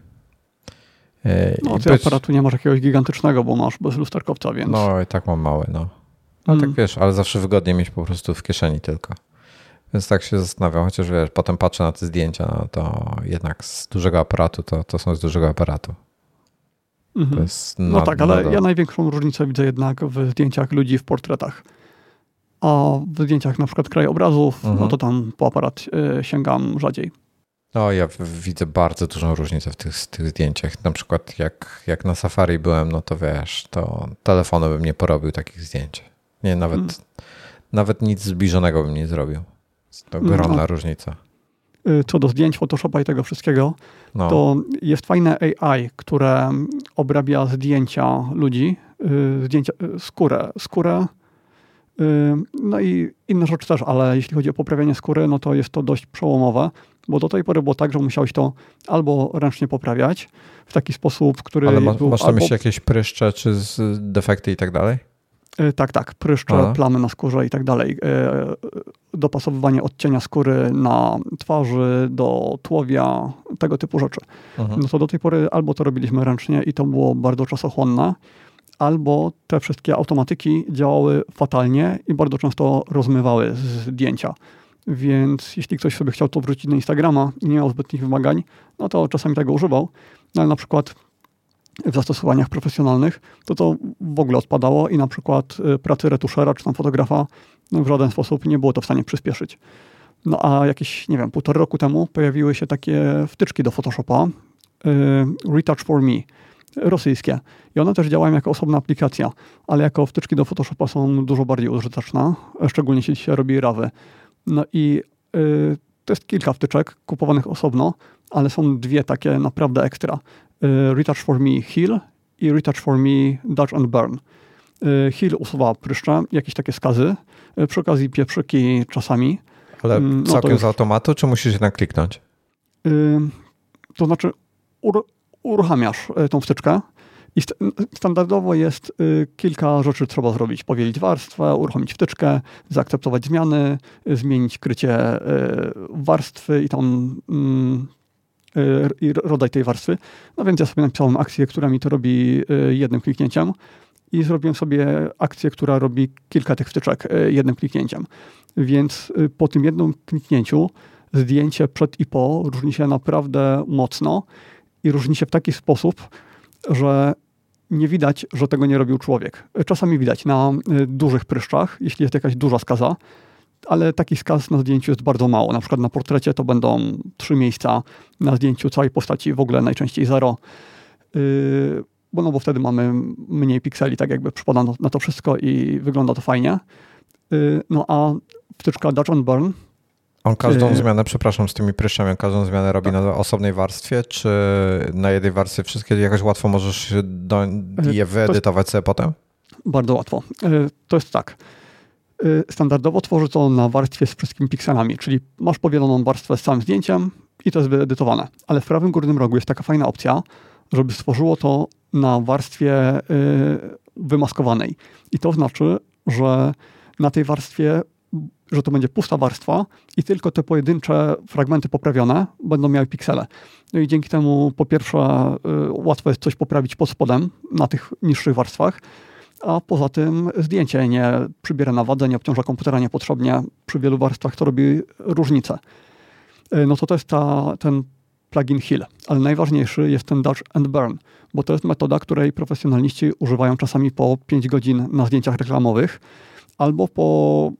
Yy, no, ty być... aparatu nie masz jakiegoś gigantycznego, bo masz bez lusterkowca, więc... No i tak mam mały, no. No mm. tak wiesz, ale zawsze wygodnie mieć po prostu w kieszeni tylko. Więc tak się zastanawiam, chociaż wiesz, potem patrzę na te zdjęcia, no to jednak z dużego aparatu to, to są z dużego aparatu. Mhm. To jest no na, tak, ale na... ja największą różnicę widzę jednak w zdjęciach ludzi w portretach. A w zdjęciach na przykład krajobrazów, mhm. no to tam po aparat y, sięgam rzadziej. No ja widzę bardzo dużą różnicę w tych, tych zdjęciach. Na przykład jak, jak na safari byłem, no to wiesz, to telefonem bym nie porobił takich zdjęć. Nie, nawet, hmm. nawet nic zbliżonego bym nie zrobił. To ogromna no. różnica. Co do zdjęć, Photoshopa i tego wszystkiego, no. to jest fajne A I, które obrabia zdjęcia ludzi, zdjęcia, skórę, skórę, no i inne rzeczy też, ale jeśli chodzi o poprawianie skóry, no to jest to dość przełomowe, bo do tej pory było tak, że musiałeś to albo ręcznie poprawiać w taki sposób, który Ale ma, był masz na albo... myśli jakieś pryszcze czy defekty i tak dalej? Tak, tak, pryszcze, Aha. plamy na skórze i tak dalej. Dopasowywanie odcienia skóry na twarzy, do tułowia, tego typu rzeczy. Mhm. No to do tej pory albo to robiliśmy ręcznie i to było bardzo czasochłonne, albo te wszystkie automatyki działały fatalnie i bardzo często rozmywały zdjęcia. Więc jeśli ktoś sobie chciał to wrzucić na Instagrama i nie miał zbytnich wymagań, no to czasami tego używał. No ale na przykład w zastosowaniach profesjonalnych, to to w ogóle odpadało i na przykład pracy retuszera czy tam fotografa no w żaden sposób nie było to w stanie przyspieszyć. No a jakieś, nie wiem, półtora roku temu pojawiły się takie wtyczki do Photoshopa, y, Retouch for Me, rosyjskie. I one też działają jako osobna aplikacja, ale jako wtyczki do Photoshopa są dużo bardziej użyteczne, szczególnie jeśli się robi rawy. No i y, to jest kilka wtyczek kupowanych osobno, ale są dwie takie naprawdę ekstra. Retouch for Me Heal i Retouch for Me Dodge and Burn. Heal usuwa pryszcze, jakieś takie skazy, przy okazji pieprzyki czasami. Ale no całkiem już... z automatu, czy musisz jednak kliknąć? Yy, to znaczy ur, uruchamiasz tą wtyczkę i st- standardowo jest y, kilka rzeczy trzeba zrobić. Powielić warstwę, uruchomić wtyczkę, zaakceptować zmiany, y, zmienić krycie y, warstwy i tam... Y, i rodzaj tej warstwy. No więc ja sobie napisałem akcję, która mi to robi jednym kliknięciem i zrobiłem sobie akcję, która robi kilka tych wtyczek jednym kliknięciem. Więc po tym jednym kliknięciu zdjęcie przed i po różni się naprawdę mocno i różni się w taki sposób, że nie widać, że tego nie robił człowiek. Czasami widać na dużych pryszczach, jeśli jest jakaś duża skaza, ale taki skaz na zdjęciu jest bardzo mało. Na przykład na portrecie to będą trzy miejsca, na zdjęciu całej postaci w ogóle najczęściej zero. Yy, bo, no bo wtedy mamy mniej pikseli, tak jakby przypada na to wszystko i wygląda to fajnie. Yy, no a wtyczka Dodge and Burn. On każdą yy, zmianę, przepraszam, z tymi pryszczami, on każdą zmianę robi tak. na osobnej warstwie, czy na jednej warstwie wszystkie jakoś łatwo możesz do, je wyedytować sobie potem? Bardzo łatwo. Yy, to jest tak. Standardowo tworzy to na warstwie z wszystkimi pikselami, czyli masz powieloną warstwę z całym zdjęciem i to jest wyedytowane. Ale w prawym górnym rogu jest taka fajna opcja, żeby stworzyło to na warstwie wymaskowanej. I to znaczy, że na tej warstwie, że to będzie pusta warstwa i tylko te pojedyncze fragmenty poprawione będą miały piksele. No i dzięki temu po pierwsze łatwo jest coś poprawić pod spodem na tych niższych warstwach, a poza tym zdjęcie nie przybiera na wadze, nie obciąża komputera niepotrzebnie. Przy wielu warstwach to robi różnicę. No to to jest ta, ten plugin Heal. Ale najważniejszy jest ten Dodge and Burn, bo to jest metoda, której profesjonaliści używają czasami po pięć godzin na zdjęciach reklamowych albo po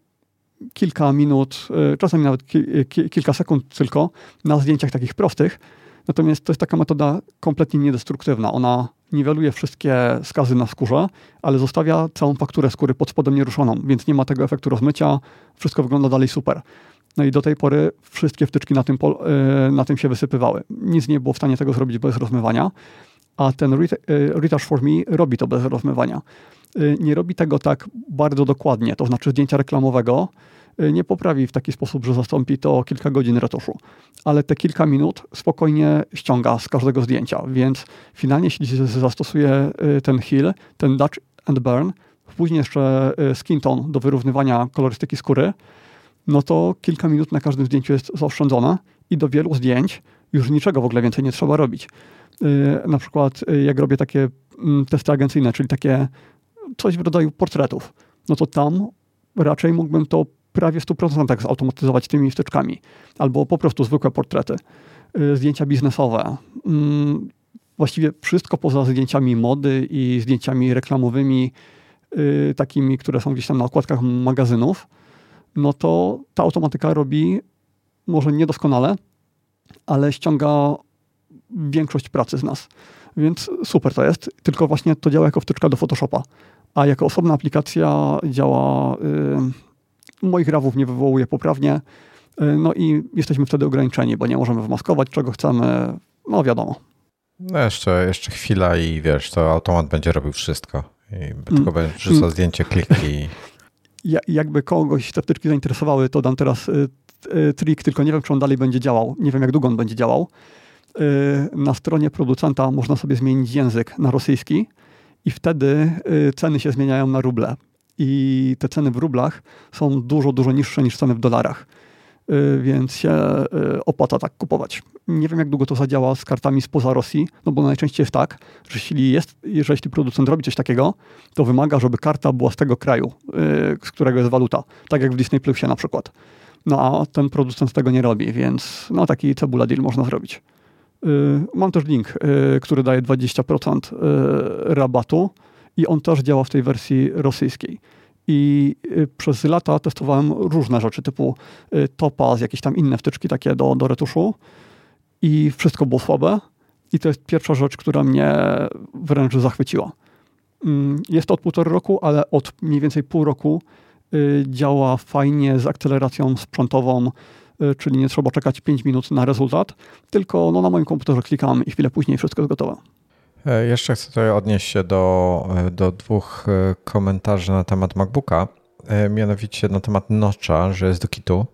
kilka minut, czasami nawet ki- ki- kilka sekund tylko na zdjęciach takich prostych. Natomiast to jest taka metoda kompletnie niedestruktywna. Ona niweluje wszystkie skazy na skórze, ale zostawia całą fakturę skóry pod spodem nieruszoną, więc nie ma tego efektu rozmycia, wszystko wygląda dalej super. No i do tej pory wszystkie wtyczki na tym, pol, na tym się wysypywały. Nic nie było w stanie tego zrobić bez rozmywania, a ten Retouch for Me robi to bez rozmywania. Nie robi tego tak bardzo dokładnie, to znaczy zdjęcia reklamowego nie poprawi w taki sposób, że zastąpi to kilka godzin retuszu, ale te kilka minut spokojnie ściąga z każdego zdjęcia, więc finalnie jeśli zastosuje ten heal, ten dodge and burn, później jeszcze skin tone do wyrównywania kolorystyki skóry, no to kilka minut na każdym zdjęciu jest zaoszczędzone i do wielu zdjęć już niczego w ogóle więcej nie trzeba robić. Na przykład jak robię takie testy agencyjne, czyli takie coś w rodzaju portretów, no to tam raczej mógłbym to prawie w stu procentach zautomatyzować tymi wtyczkami. Albo po prostu zwykłe portrety. Zdjęcia biznesowe. Właściwie wszystko poza zdjęciami mody i zdjęciami reklamowymi, takimi, które są gdzieś tam na okładkach magazynów, no to ta automatyka robi może niedoskonale, ale ściąga większość pracy z nas. Więc super to jest, tylko właśnie to działa jako wtyczka do Photoshopa. A jako osobna aplikacja działa, yy, moich rawów nie wywołuje poprawnie, yy, no i jesteśmy wtedy ograniczeni, bo nie możemy wymaskować czego chcemy, no wiadomo. No jeszcze, jeszcze chwila i wiesz, to automat będzie robił wszystko. I tylko mm. będzie wrzucał mm. zdjęcie, kliki. Ja, jakby kogoś te wtyczki zainteresowały, to dam teraz y, y, trik, tylko nie wiem, czy on dalej będzie działał. Nie wiem, jak długo on będzie działał. Y, na stronie producenta można sobie zmienić język na rosyjski i wtedy y, ceny się zmieniają na ruble. I te ceny w rublach są dużo, dużo niższe niż ceny w dolarach. Y, więc się y, opłaca tak kupować. Nie wiem, jak długo to zadziała z kartami spoza Rosji, no bo najczęściej jest tak, że jeśli, jest, że jeśli producent robi coś takiego, to wymaga, żeby karta była z tego kraju, yy, z którego jest waluta. Tak jak w Disney Plusie na przykład. No a ten producent tego nie robi, więc no taki cebula deal można zrobić. Yy, mam też link, yy, który daje dwadzieścia procent yy, rabatu i on też działa w tej wersji rosyjskiej. I yy, przez lata testowałem różne rzeczy, typu yy, Topaz, jakieś tam inne wtyczki takie do, do retuszu. I wszystko było słabe. I to jest pierwsza rzecz, która mnie wręcz zachwyciła. Jest to od półtora roku, ale od mniej więcej pół roku działa fajnie z akceleracją sprzętową, czyli nie trzeba czekać pięć minut na rezultat, tylko no, na moim komputerze klikam i chwilę później wszystko jest gotowe. Jeszcze chcę tutaj odnieść się do, do dwóch komentarzy na temat MacBooka, mianowicie na temat Notcha, że jest do kitu.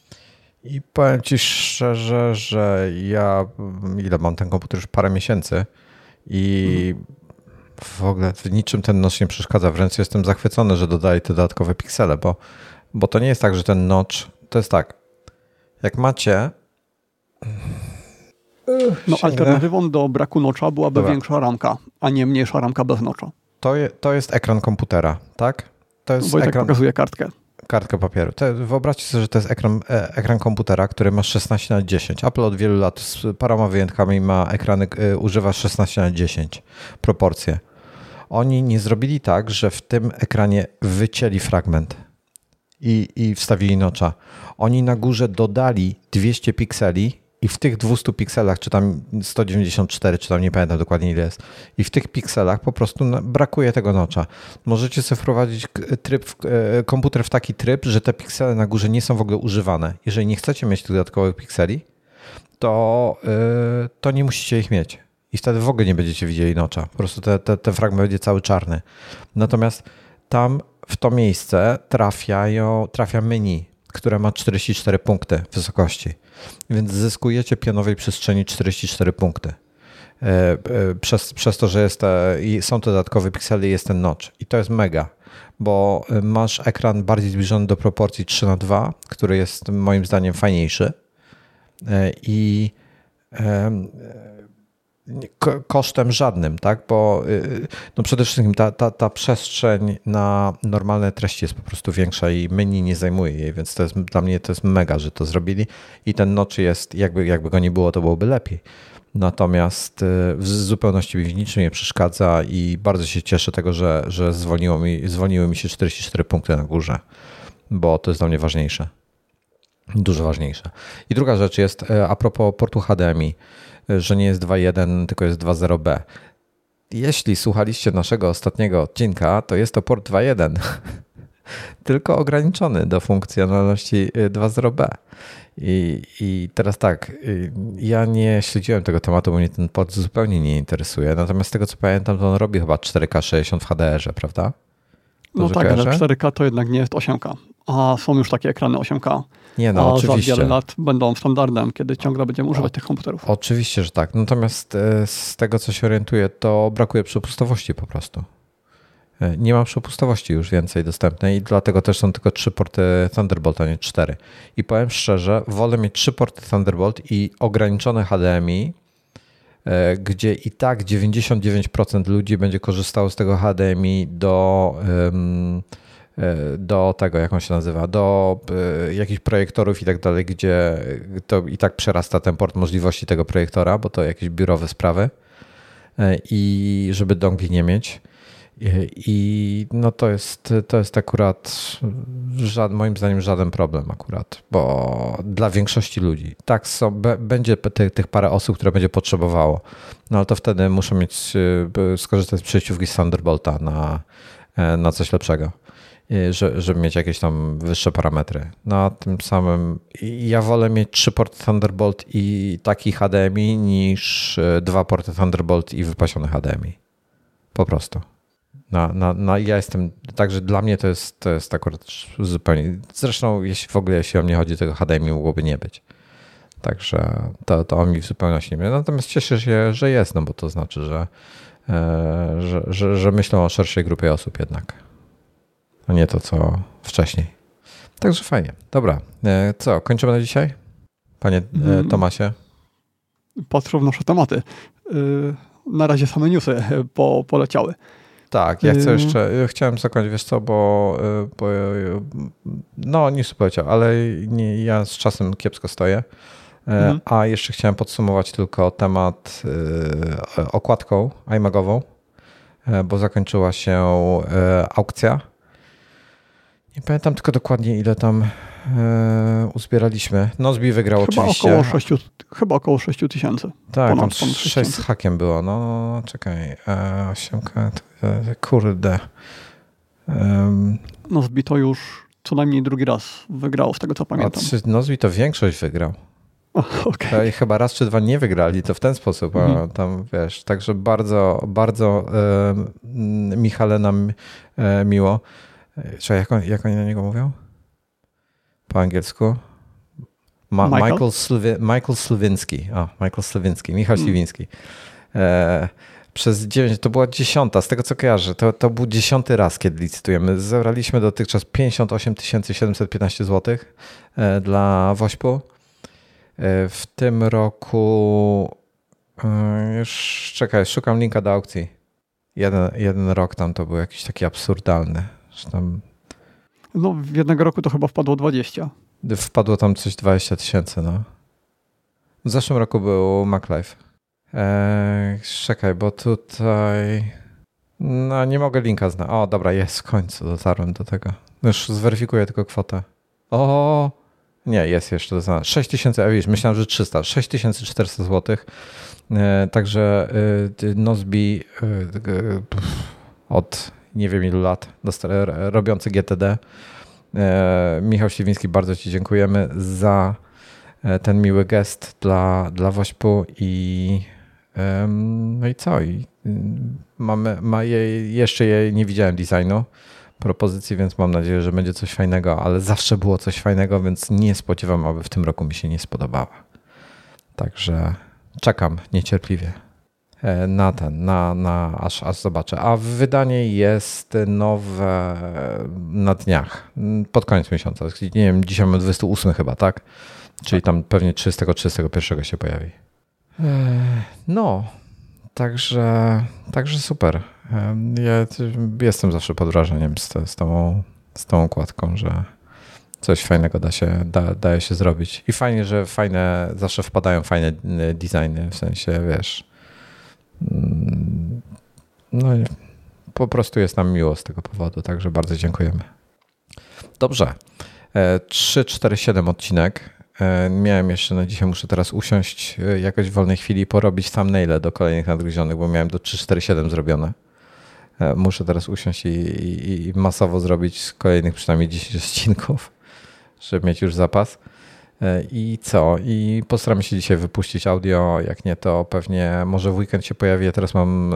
I powiem ci szczerze, że ja ile mam ten komputer już parę miesięcy i w ogóle w niczym ten notch nie przeszkadza. Wręcz jestem zachwycony, że dodaje te dodatkowe piksele, bo, bo to nie jest tak, że ten notch, to jest tak, jak macie... No alternatywą do braku notcha byłaby Dobra. większa ramka, a nie mniejsza ramka bez notcha. To, je, to jest ekran komputera, tak? To jest Wojtek ekran... pokazuje kartkę. Kartkę papieru. To wyobraźcie sobie, że to jest ekran, ekran komputera, który ma szesnaście na dziesięć. Apple od wielu lat z paroma wyjątkami ma ekrany, używa szesnaście na dziesięć proporcje. Oni nie zrobili tak, że w tym ekranie wycięli fragment i, i wstawili notcha. Oni na górze dodali dwieście pikseli i w tych dwieście pikselach, czy tam sto dziewięćdziesiąt cztery, czy tam nie pamiętam dokładnie ile jest, i w tych pikselach po prostu brakuje tego notcha. Możecie sobie wprowadzić tryb, komputer w taki tryb, że te piksele na górze nie są w ogóle używane. Jeżeli nie chcecie mieć tych dodatkowych pikseli, to, yy, to nie musicie ich mieć. I wtedy w ogóle nie będziecie widzieli notcha. Po prostu te, te, ten fragment będzie cały czarny. Natomiast tam w to miejsce trafiają, trafia menu, które ma czterdzieści cztery punkty wysokości. Więc zyskujecie pionowej przestrzeni czterdzieści cztery punkty. Przez, przez to, że jest te, i są te dodatkowe piksele, jest ten notch. I to jest mega, bo masz ekran bardziej zbliżony do proporcji trzy na dwa, który jest moim zdaniem fajniejszy. I kosztem żadnym, tak? Bo no przede wszystkim ta, ta, ta przestrzeń na normalne treści jest po prostu większa i menu nie zajmuje jej, więc to jest, dla mnie to jest mega, że to zrobili i ten notch jest, jakby, jakby go nie było, to byłoby lepiej. Natomiast w zupełności mi w niczym nie przeszkadza i bardzo się cieszę tego, że, że zwolniło mi, zwolniły mi się czterdzieści cztery punkty na górze, bo to jest dla mnie ważniejsze. Dużo ważniejsze. I druga rzecz jest a propos portu H D M I, że nie jest dwa jeden, tylko jest dwa zero B. Jeśli słuchaliście naszego ostatniego odcinka, to jest to port dwa jeden, tylko ograniczony do funkcjonalności dwa zero B. I, I teraz tak, ja nie śledziłem tego tematu, bo mnie ten port zupełnie nie interesuje, natomiast z tego co pamiętam, to on robi chyba cztery K sześćdziesiąt w H D R-ze, prawda? No tak, ale cztery K to jednak nie jest osiem K. A są już takie ekrany osiem K. Nie, no a oczywiście. za wiele lat będą standardem, kiedy ciągle będziemy używać o, tych komputerów. Oczywiście, że tak. Natomiast z tego, co się orientuję, to brakuje przepustowości po prostu. Nie ma przepustowości już więcej dostępnej i dlatego też są tylko trzy porty Thunderbolt, a nie cztery. I powiem szczerze, wolę mieć trzy porty Thunderbolt i ograniczone H D M I, gdzie i tak dziewięćdziesiąt dziewięć procent ludzi będzie korzystało z tego H D M I do, do tego, jak on się nazywa, do jakichś projektorów i tak dalej, gdzie to i tak przerasta ten port możliwości tego projektora, bo to jakieś biurowe sprawy i żeby dongli nie mieć. I no to jest, to jest akurat żaden, moim zdaniem żaden problem akurat, bo dla większości ludzi tak są, b, będzie ty, tych parę osób, które będzie potrzebowało, no ale to wtedy muszą mieć, skorzystać z przejściówki z Thunderbolta na, na coś lepszego, żeby, żeby mieć jakieś tam wyższe parametry. No a tym samym ja wolę mieć trzy porty Thunderbolt i taki H D M I niż dwa porty Thunderbolt i wypasiony H D M I. Po prostu. Na, na, na, ja jestem, także dla mnie to jest, to jest akurat zupełnie, zresztą jeśli w ogóle jeśli o mnie chodzi, tego H D M I mogłoby nie być. Także to, to on mi w zupełności nie. Natomiast cieszę się, że jest, no bo to znaczy, że, e, że, że, że myślą o szerszej grupie osób jednak, a nie to, co wcześniej. Także fajnie. Dobra, e, co, kończymy na dzisiaj? Panie e, Tomasie? Patrzę w nasze tematy. Yy, na razie same newsy po, poleciały. Tak, ja chcę jeszcze, chciałem zakończyć, wiesz co, bo, bo no newsy poleciał, ale nie, ja z czasem kiepsko stoję, mhm. a jeszcze chciałem podsumować tylko temat y, okładką iMagową, bo zakończyła się y, aukcja. Nie pamiętam tylko dokładnie, ile tam y, uzbieraliśmy. Nozbi wygrał chyba oczywiście. Około sześciu, chyba około sześciu tysięcy. Tak, ponad, tam ponad sześć z hakiem było. No czekaj, osiemka, kurde. Um, Nozbi to już co najmniej drugi raz wygrał, z tego co pamiętam. A Nozbi to większość wygrał. Okay. Chyba raz czy dwa nie wygrali, to w ten sposób, mhm. a tam wiesz, także bardzo, bardzo e, Michale nam e, miło. Czy jak, on, jak oni na niego mówią? Po angielsku? Ma, Michael? Michael, Sliwi, Michael Sliwinski. O, Michael Sliwinski, Michał hmm. Sliwiński. E, przez dziewięć, to była dziesiąta, z tego co kojarzę, to, to był dziesiąty raz, kiedy licytujemy. Zebraliśmy dotychczas pięćdziesiąt osiem tysięcy siedemset piętnaście złotych e, dla Wośpu. E, w tym roku e, już czekaj, szukam linka do aukcji. Jeden, jeden rok tam to był jakiś taki absurdalny. Że tam... No w jednego roku to chyba wpadło dwadzieścia. Wpadło tam coś dwadzieścia tysięcy, no. W zeszłym roku był MacLife. Eee, czekaj, bo tutaj... No nie mogę linka znaleźć. O, dobra, jest, w końcu dotarłem do tego. Już zweryfikuję tylko kwotę. O, nie, jest jeszcze do znaleźć. sześć tysięcy, a widzisz, myślałem, że trzysta. sześć tysięcy czterysta złotych. Eee, także y, Nozbi y, y, od nie wiem ilu lat robiący G T D. E, Michał Śliwiński, bardzo Ci dziękujemy za ten miły gest dla, dla Wośpu i e, no i co? I mamy, ma jej, jeszcze jej nie widziałem designu propozycji, więc mam nadzieję, że będzie coś fajnego, ale zawsze było coś fajnego, więc nie spodziewam, aby w tym roku mi się nie spodobała. Także czekam niecierpliwie na ten, na, na aż, aż zobaczę. A wydanie jest nowe na dniach, pod koniec miesiąca. Nie wiem, dzisiaj mamy dwudziestego ósmego chyba, tak? Czyli tam pewnie trzydziestego trzydziestego pierwszego się pojawi. No, także, także super. Ja jestem zawsze pod wrażeniem z, z, tą, z tą układką, że coś fajnego da się, da, daje się zrobić. I fajnie, że fajne, zawsze wpadają fajne designy, w sensie, wiesz, no po prostu jest nam miło z tego powodu, także bardzo dziękujemy. Dobrze, trzy cztery siedem odcinek. Miałem jeszcze na dzisiaj, muszę teraz usiąść jakoś w wolnej chwili i porobić thumbnaile do kolejnych nadgryzionych, bo miałem do trzy cztery siedem zrobione. Muszę teraz usiąść i, i, i masowo zrobić z kolejnych przynajmniej dziesięć odcinków, żeby mieć już zapas. I co? I postaramy się dzisiaj wypuścić audio. Jak nie, to pewnie może w weekend się pojawi. Ja teraz mam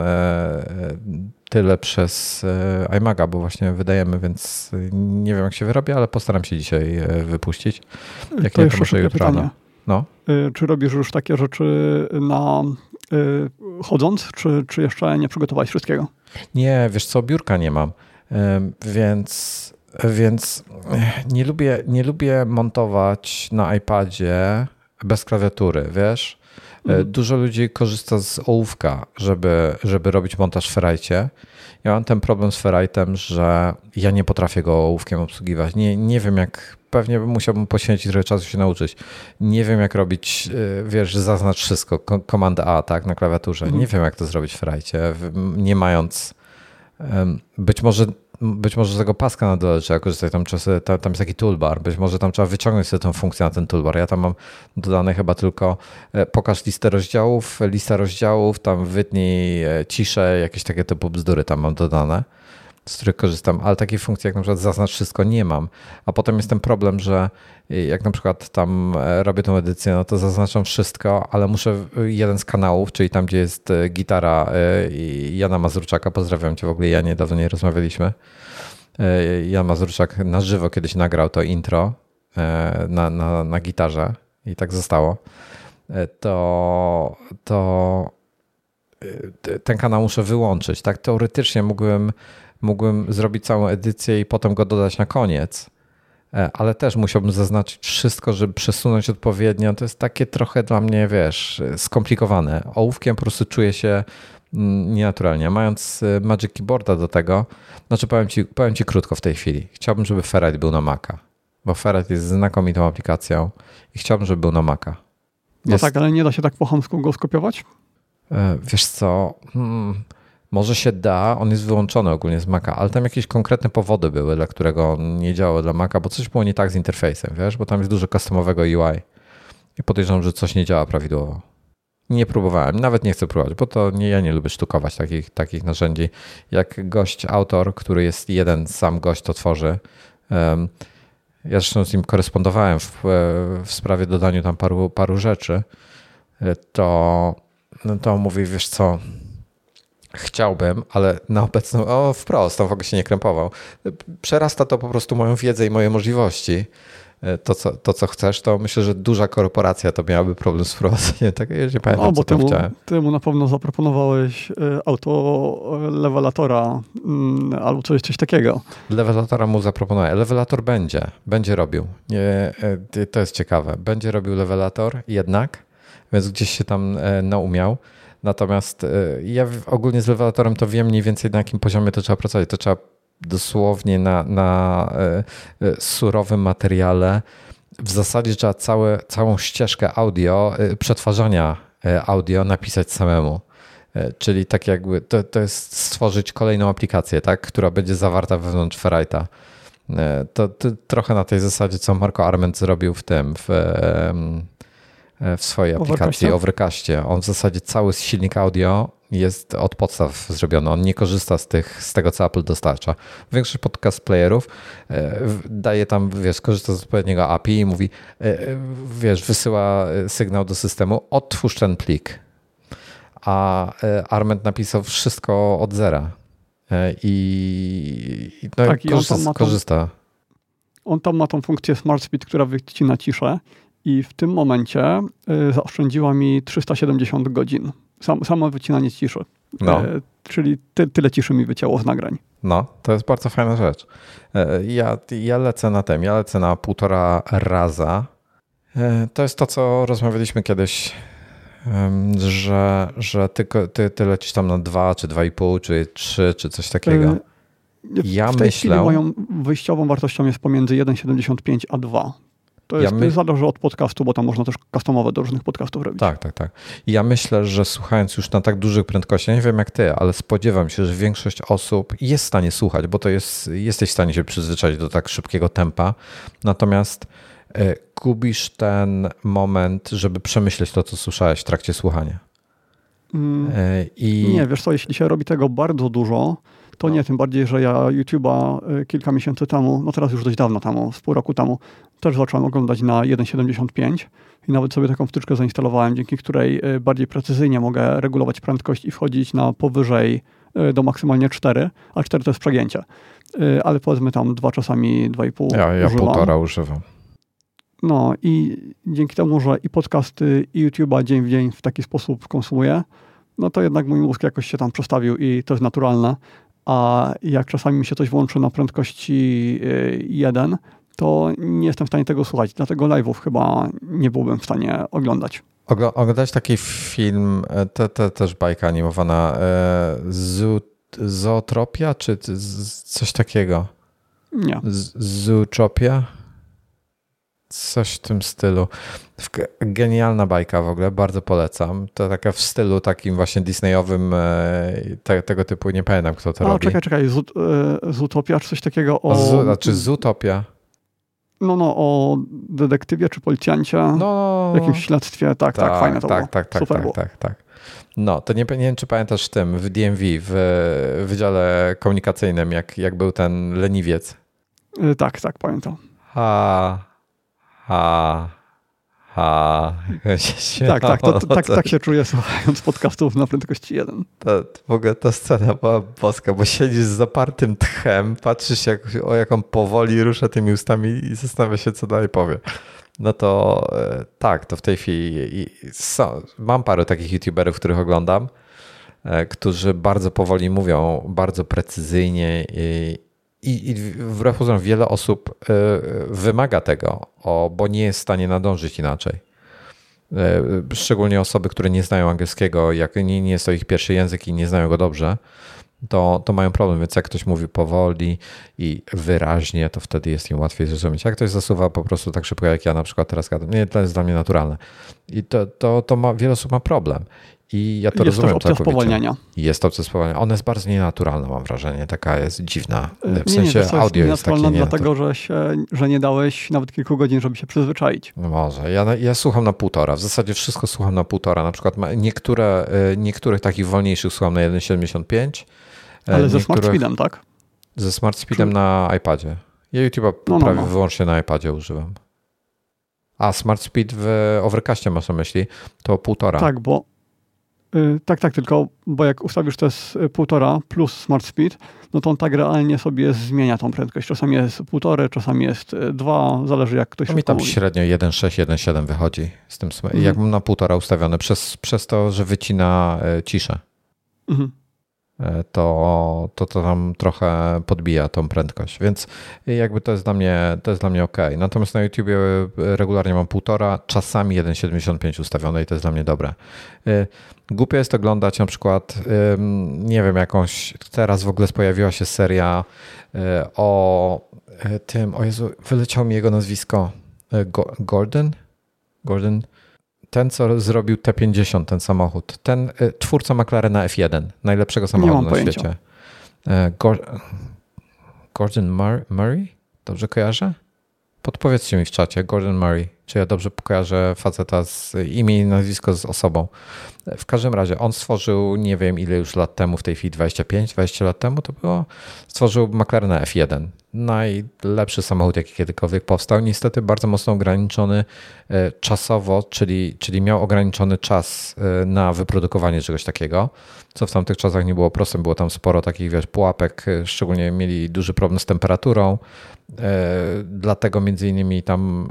tyle przez iMaga, bo właśnie wydajemy, więc nie wiem jak się wyrobi, ale postaram się dzisiaj wypuścić. Jak to nie, to może jutro rano. No. Czy robisz już takie rzeczy na chodząc, czy, czy jeszcze nie przygotowałeś wszystkiego? Nie, wiesz co, biurka nie mam, więc, więc nie lubię, nie lubię montować na iPadzie bez klawiatury, wiesz? Mhm. Dużo ludzi korzysta z ołówka, żeby, żeby robić montaż w Ferrite'cie. Ja mam ten problem z Ferrite'em, że ja nie potrafię go ołówkiem obsługiwać. Nie, nie wiem jak, pewnie musiałbym poświęcić trochę czasu się nauczyć. Nie wiem jak robić, wiesz, zaznacz wszystko, Command A, tak, na klawiaturze. Mhm. Nie wiem jak to zrobić w Ferrite'cie, nie mając, być może Być może z tego paska na dole trzeba korzystać, tam, tam, tam jest taki toolbar, być może tam trzeba wyciągnąć sobie tę funkcję na ten toolbar. Ja tam mam dodane chyba tylko pokaż listę rozdziałów, lista rozdziałów, tam wytnij ciszę, jakieś takie typu bzdury tam mam dodane, z których korzystam, ale takiej funkcji jak na przykład zaznacz wszystko nie mam. A potem jest ten problem, że jak na przykład tam robię tą edycję, no to zaznaczam wszystko, ale muszę jeden z kanałów, czyli tam, gdzie jest gitara Jana Mazurczaka, pozdrawiam cię w ogóle, Janie, dawno nie rozmawialiśmy. Jan Mazurczak na żywo kiedyś nagrał to intro na, na, na gitarze i tak zostało. To, to ten kanał muszę wyłączyć. Tak teoretycznie mógłbym Mógłbym zrobić całą edycję i potem go dodać na koniec, ale też musiałbym zaznaczyć wszystko, żeby przesunąć odpowiednio. To jest takie trochę dla mnie, wiesz, skomplikowane. Ołówkiem po prostu czuję się nienaturalnie. Mając Magic Keyboarda do tego, znaczy powiem ci, powiem ci krótko w tej chwili. Chciałbym, żeby Ferrite był na Maca, bo Ferrite jest znakomitą aplikacją i chciałbym, żeby był na Maca. No jest... tak, ale nie da się tak po chamsku go skopiować? Wiesz co... Hmm. Może się da, on jest wyłączony ogólnie z Maca, ale tam jakieś konkretne powody były, dla którego on nie działał dla Maca, bo coś było nie tak z interfejsem, wiesz, bo tam jest dużo customowego U I i podejrzewam, że coś nie działa prawidłowo. Nie próbowałem, nawet nie chcę próbować, bo to nie, ja nie lubię sztukować takich, takich narzędzi. Jak gość, autor, który jest jeden sam gość, to tworzy. Um, ja zresztą z nim korespondowałem w, w sprawie dodania tam paru, paru rzeczy, to, no to mówi, wiesz co... Chciałbym, ale na obecną, o wprost, on w ogóle się nie krępował. Przerasta to po prostu moją wiedzę i moje możliwości. To co, to, co chcesz, to myślę, że duża korporacja to miałaby problem z wprowadzeniem. Tak, ja nie pamiętam, no, bo co temu, chciałem. Temu na pewno zaproponowałeś autolewelatora albo coś, coś takiego. Lewelatora mu zaproponuję. Lewelator będzie, będzie robił. Nie, to jest ciekawe. Będzie robił lewelator jednak, więc gdzieś się tam naumiał. Natomiast ja ogólnie z lewelatorem to wiem mniej więcej na jakim poziomie to trzeba pracować. To trzeba dosłownie na, na surowym materiale. W zasadzie trzeba całe, całą ścieżkę audio, przetwarzania audio napisać samemu. Czyli tak jakby to, to jest stworzyć kolejną aplikację, tak, która będzie zawarta wewnątrz Ferrite'a. To, to trochę na tej zasadzie, co Marco Arment zrobił w tym, w... w swojej aplikacji Overcastie. On w zasadzie cały silnik audio jest od podstaw zrobiony. On nie korzysta z, tych, z tego, co Apple dostarcza. Większość podcast playerów daje tam, wiesz, korzysta z odpowiedniego A P I i mówi, wiesz, wysyła sygnał do systemu, odtwórz ten plik. A Arment napisał wszystko od zera. I, no tak, i korzysta. On tam, korzysta. on tam ma tą funkcję Smart Speed, która wycina ciszę. I w tym momencie y, zaoszczędziła mi trzysta siedemdziesiąt godzin. Sam, samo wycinanie ciszy. No. E, czyli ty, tyle ciszy mi wycięło z nagrań. No, to jest bardzo fajna rzecz. E, ja, ja lecę na tym, ja lecę na półtora raza. E, to jest to, co rozmawialiśmy kiedyś, um, że, że ty, ty, ty lecisz tam na dwa, czy dwa i pół, czy trzy, czy coś takiego. E, ja w tej myślę... chwili moją wyjściową wartością jest pomiędzy jeden przecinek siedemdziesiąt pięć a dwa. To jest, ja my... zależy od podcastu, bo tam można też customowe do różnych podcastów robić. Tak, tak, tak. Ja myślę, że słuchając już na tak dużych prędkościach, nie wiem jak ty, ale spodziewam się, że większość osób jest w stanie słuchać, bo to jest, jesteś w stanie się przyzwyczaić do tak szybkiego tempa. Natomiast y, gubisz ten moment, żeby przemyśleć to, co słyszałeś w trakcie słuchania. Mm, y, i... Nie, wiesz co, jeśli się robi tego bardzo dużo, to no. nie, tym bardziej, że ja YouTube'a kilka miesięcy temu, no teraz już dość dawno temu, z pół roku temu, też zacząłem oglądać na jeden przecinek siedemdziesiąt pięć i nawet sobie taką wtyczkę zainstalowałem, dzięki której bardziej precyzyjnie mogę regulować prędkość i wchodzić na powyżej do maksymalnie cztery, a cztery to jest przegięcie. Ale powiedzmy tam dwa, czasami dwa i pół Ja, ja używam. półtora używam. No i dzięki temu, że i podcasty, i YouTube'a dzień w dzień w taki sposób konsumuję, no to jednak mój mózg jakoś się tam przestawił i to jest naturalne. A jak czasami mi się coś włączy na prędkości jeden, to nie jestem w stanie tego słuchać. Dlatego live'ów chyba nie byłbym w stanie oglądać. Ogl- oglądałeś taki film, to, to też bajka animowana, e, Zoo, Zootropia, czy z, coś takiego? Nie. Z, Zootropia? Coś w tym stylu. Genialna bajka w ogóle, bardzo polecam. To taka w stylu takim właśnie disneyowym, te, tego typu, nie pamiętam kto to A, robi. czekaj, czekaj, Zootopia czy coś takiego o... o Zu, znaczy Zootopia. No, no, o detektywie czy policjancie no, w jakimś śledztwie. Tak, tak, tak fajne to tak, było. Tak, tak, Super tak, było. tak, tak. No, to nie, nie wiem, czy pamiętasz w tym, w D M V, w Wydziale Komunikacyjnym, jak, jak był ten leniwiec. Tak, tak, pamiętam. Ha, ha, ha. Tak, tak, to, to, tak, tak się czuję słuchając podcastów na prędkości jeden. To, w ogóle ta scena była boska, bo siedzisz z zapartym tchem, patrzysz jak, o jak on powoli rusza tymi ustami i zastanawia się, co dalej powie. No to tak, to w tej chwili są, mam parę takich youtuberów, których oglądam, którzy bardzo powoli mówią, bardzo precyzyjnie i, i, i wbrew pozorom wiele osób wymaga tego, o, bo nie jest w stanie nadążyć inaczej. Szczególnie osoby, które nie znają angielskiego, jak nie, nie jest to ich pierwszy język i nie znają go dobrze, to, to mają problem, więc jak ktoś mówi powoli i wyraźnie, to wtedy jest im łatwiej zrozumieć. Jak ktoś zasuwa po prostu tak szybko, jak ja na przykład teraz gadam, nie, to jest dla mnie naturalne. I to, to, to ma, wiele osób ma problem. I ja to jest rozumiem. Jest opcja spowolniania. Jest opcja spowolniania. Ona jest bardzo nienaturalna, mam wrażenie. Taka jest dziwna. W nie, sensie nie, to audio jest, jest takie nienaturalne. Dlatego, że, się, że nie dałeś nawet kilku godzin, żeby się przyzwyczaić. No może. Ja, ja słucham na półtora. W zasadzie wszystko słucham na półtora. Na przykład niektóre, niektórych takich wolniejszych słucham na jeden przecinek siedemdziesiąt pięć. Ale ze Smart Speedem, tak? Ze Smart Speedem Czy... na iPadzie. Ja YouTube'a no, prawie no, no. wyłącznie na iPadzie używam. A Smart Speed w Overcastie masz na myśli, to półtora. Tak, bo yy, tak, tak, tylko bo jak ustawisz to jest półtora plus Smart Speed, no to on tak realnie sobie zmienia tą prędkość. Czasami jest półtorej, czasami jest dwa, zależy jak ktoś... To mi tam mówi. Średnio jeden przecinek sześć, jeden przecinek siedem wychodzi z tym, mhm. jak mam na półtora ustawione, przez, przez to, że wycina y, ciszę. Mhm. To, to to tam trochę podbija tą prędkość, więc jakby to jest dla mnie, to jest dla mnie ok. Natomiast na YouTubie regularnie mam półtora, czasami jeden przecinek siedemdziesiąt pięć ustawione i to jest dla mnie dobre. Głupio jest oglądać na przykład, nie wiem, jakąś, teraz w ogóle pojawiła się seria o tym, o Jezu, wyleciało mi jego nazwisko, Gordon? Gordon? Ten, co zrobił T pięćdziesiąt, ten samochód. Ten y, twórca McLarena F jeden, najlepszego samochodu na pojęcia. świecie. Y, Gor- Gordon Mur- Murray? Dobrze kojarzę? Podpowiedzcie mi w czacie, Gordon Murray. Czy ja dobrze kojarzę faceta z imię i nazwisko z osobą. W każdym razie on stworzył, nie wiem ile już lat temu, w tej chwili dwadzieścia pięć dwadzieścia lat temu to było, stworzył McLarena F jeden. Najlepszy samochód, jaki kiedykolwiek powstał. Niestety bardzo mocno ograniczony czasowo, czyli, czyli miał ograniczony czas na wyprodukowanie czegoś takiego, co w tamtych czasach nie było proste. Było tam sporo takich, wiesz, pułapek, szczególnie mieli duży problem z temperaturą. Dlatego między innymi tam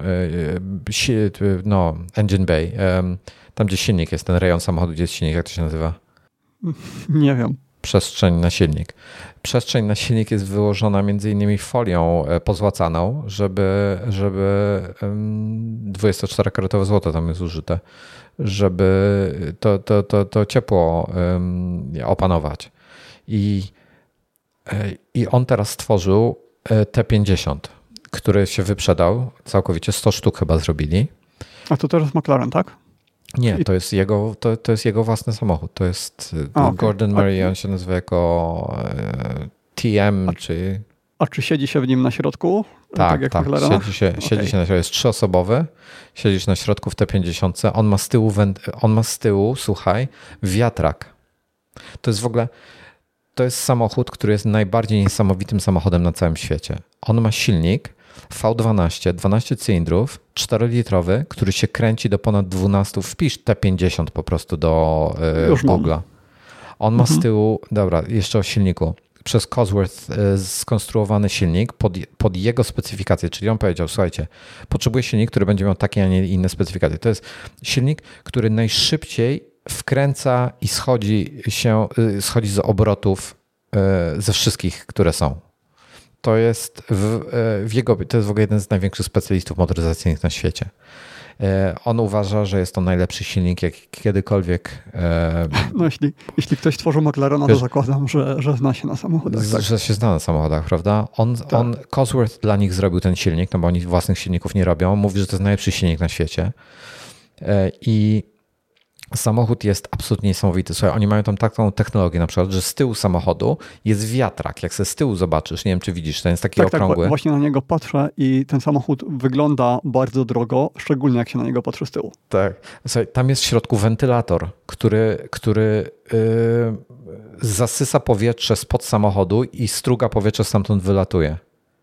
no, Engine Bay, tam gdzie silnik jest, ten rejon samochodu, gdzie jest silnik, jak to się nazywa? Nie wiem. Przestrzeń na silnik. Przestrzeń na silnik jest wyłożona między innymi folią pozłacaną, żeby, żeby dwudziestoczterokaratowe złoto tam jest użyte, żeby to, to, to, to ciepło opanować. I, I on teraz stworzył T pięćdziesiąt, który się wyprzedał całkowicie, sto sztuk chyba zrobili. A to teraz McLaren, tak? Nie, to jest jego, to, to jest jego własny samochód. To jest A, Gordon okay. Murray, on się nazywa jako T M, a, czy... A czy siedzi się w nim na środku? Tak, tak, tak. Siedzi, się, okay. siedzi się na środku. Jest trzyosobowy, siedzisz na środku w T pięćdziesiąt. On ma z tyłu, on ma z tyłu, słuchaj, wiatrak. To jest w ogóle... to jest samochód, który jest najbardziej niesamowitym samochodem na całym świecie. On ma silnik V dwanaście, dwanaście cylindrów, czterolitrowy, który się kręci do ponad dwanaście. Wpisz T pięćdziesiąt po prostu do yy, Google'a. On ma mhm. z tyłu, dobra, jeszcze o silniku. Przez Cosworth skonstruowany silnik pod, pod jego specyfikację, czyli on powiedział, słuchajcie, potrzebuję silnik, który będzie miał takie, a nie inne specyfikacje. To jest silnik, który najszybciej wkręca i schodzi się, schodzi z obrotów ze wszystkich, które są. To jest w, w jego, to jest w ogóle jeden z największych specjalistów motoryzacyjnych na świecie. On uważa, że jest to najlepszy silnik, jaki kiedykolwiek. No jeśli, jeśli ktoś tworzył McLarena, to zakładam, że, że zna się na samochodach. Z, tak. Że się zna na samochodach, prawda? On, tak. on, Cosworth dla nich zrobił ten silnik, no bo oni własnych silników nie robią. Mówi, że to jest najlepszy silnik na świecie. I samochód jest absolutnie niesamowity. Słuchaj, oni mają tam taką technologię na przykład, że z tyłu samochodu jest wiatrak. Jak se z tyłu zobaczysz, nie wiem czy widzisz, ten jest taki tak, okrągły. Tak, właśnie na niego patrzę i ten samochód wygląda bardzo drogo, szczególnie jak się na niego patrzy z tyłu. Tak. Słuchaj, tam jest w środku wentylator, który, który yy, zasysa powietrze spod samochodu i struga powietrze stamtąd wylatuje.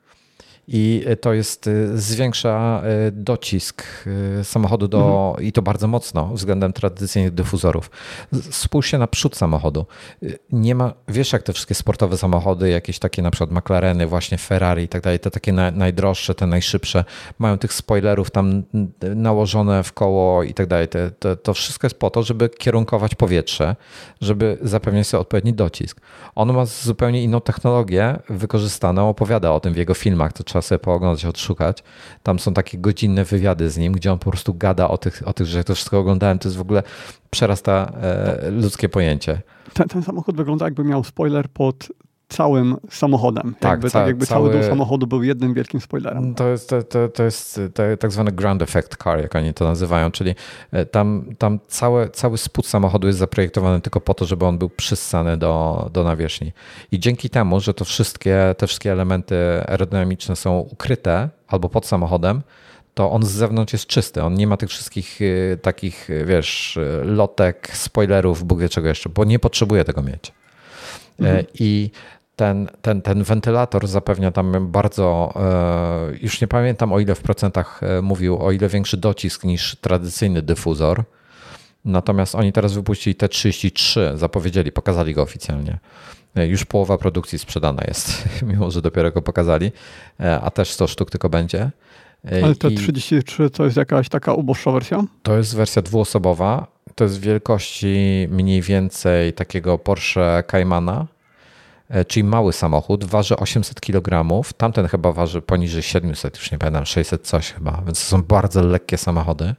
I to jest, zwiększa docisk samochodu do, mhm. i to bardzo mocno względem tradycyjnych dyfuzorów. Spójrzcie na przód samochodu. Nie ma, wiesz jak te wszystkie sportowe samochody, jakieś takie na przykład McLareny, właśnie Ferrari i tak dalej, te takie na, najdroższe, te najszybsze, mają tych spoilerów tam nałożone w koło i tak dalej. To, to, to wszystko jest po to, żeby kierunkować powietrze, żeby zapewniać sobie odpowiedni docisk. On ma zupełnie inną technologię wykorzystaną, opowiada o tym w jego filmach, to trzeba sobie pooglądać, odszukać. Tam są takie godzinne wywiady z nim, gdzie on po prostu gada o tych, o tych rzeczach. To wszystko oglądałem, to jest w ogóle przerasta e, ludzkie pojęcie. Ten, ten samochód wygląda jakby miał spoiler pod całym samochodem. Tak, jakby, ca- tak jakby cały... cały dół samochodu był jednym wielkim spoilerem. To jest, to, to, to jest to tak zwany ground effect car, jak oni to nazywają, czyli tam, tam całe, cały spód samochodu jest zaprojektowany tylko po to, żeby on był przyssany do, do nawierzchni. I dzięki temu, że to wszystkie, te wszystkie elementy aerodynamiczne są ukryte albo pod samochodem, to on z zewnątrz jest czysty. On nie ma tych wszystkich takich, wiesz, lotek, spoilerów, Bóg wie czego jeszcze, bo nie potrzebuje tego mieć. Mhm. I Ten, ten, ten wentylator zapewnia tam bardzo, już nie pamiętam o ile w procentach mówił, o ile większy docisk niż tradycyjny dyfuzor. Natomiast oni teraz wypuścili T trzydzieści trzy, zapowiedzieli, pokazali go oficjalnie. Już połowa produkcji sprzedana jest, mimo że dopiero go pokazali, a też sto sztuk tylko będzie. Ale T trzydzieści trzy to jest jakaś taka uboższa wersja? To jest wersja dwuosobowa, to jest wielkości mniej więcej takiego Porsche Caymana, czyli mały samochód, waży osiemset kilogramów, tamten chyba waży poniżej siedemset, już nie pamiętam, sześćset coś chyba, więc to są bardzo lekkie samochody.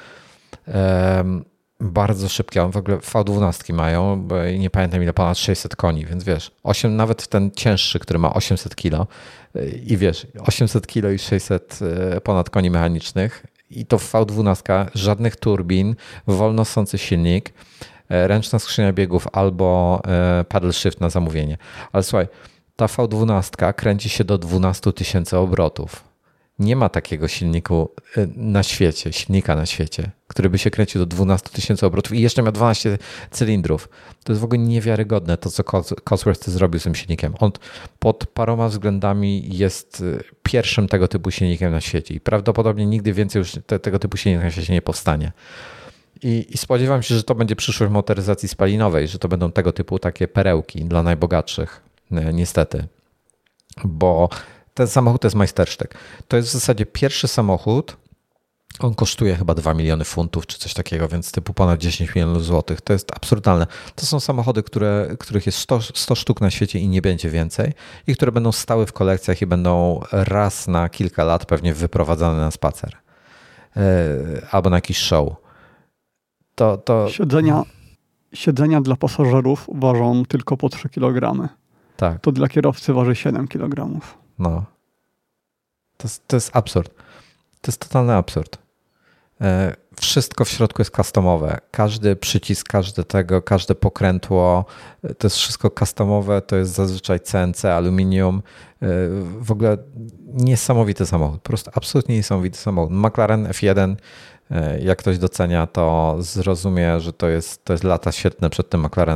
Um, bardzo szybkie, on w ogóle V dwanaście mają, bo nie pamiętam ile, ponad sześćset koni, więc wiesz, osiem, nawet ten cięższy, który ma osiemset kilo i wiesz, osiemset kilo i sześćset ponad koni mechanicznych i to w V dwanaście, żadnych turbin, wolno ssący silnik, ręczna skrzynia biegów albo paddle shift na zamówienie. Ale słuchaj, ta V dwanaście kręci się do dwanaście tysięcy obrotów. Nie ma takiego silniku na świecie, silnika na świecie, który by się kręcił do dwanaście tysięcy obrotów i jeszcze miał dwanaście cylindrów. To jest w ogóle niewiarygodne to, co Cosworth zrobił z tym silnikiem. On pod paroma względami jest pierwszym tego typu silnikiem na świecie i prawdopodobnie nigdy więcej już te, tego typu silnik na świecie nie powstanie. I, I spodziewam się, że to będzie przyszłość motoryzacji spalinowej, że to będą tego typu takie perełki dla najbogatszych, niestety. Bo ten samochód to jest majstersztyk. To jest w zasadzie pierwszy samochód, on kosztuje chyba dwa miliony funtów czy coś takiego, więc typu ponad dziesięć milionów złotych. To jest absurdalne. To są samochody, które, których jest sto, sto sztuk na świecie i nie będzie więcej i które będą stały w kolekcjach i będą raz na kilka lat pewnie wyprowadzane na spacer yy, albo na jakiś show. To, to... Siedzenia, siedzenia dla pasażerów ważą tylko po trzy kilogramy. Tak. To dla kierowcy waży siedem kilogramów. No. To, to jest absurd. To jest totalny absurd. Wszystko w środku jest customowe. Każdy przycisk, każde tego, każde pokrętło, to jest wszystko customowe, to jest zazwyczaj C N C, aluminium. W ogóle niesamowity samochód. Po prostu absolutnie niesamowity samochód. McLaren F jeden, jak ktoś docenia, to zrozumie, że to jest, to jest lata świetne przed tym McLarenem.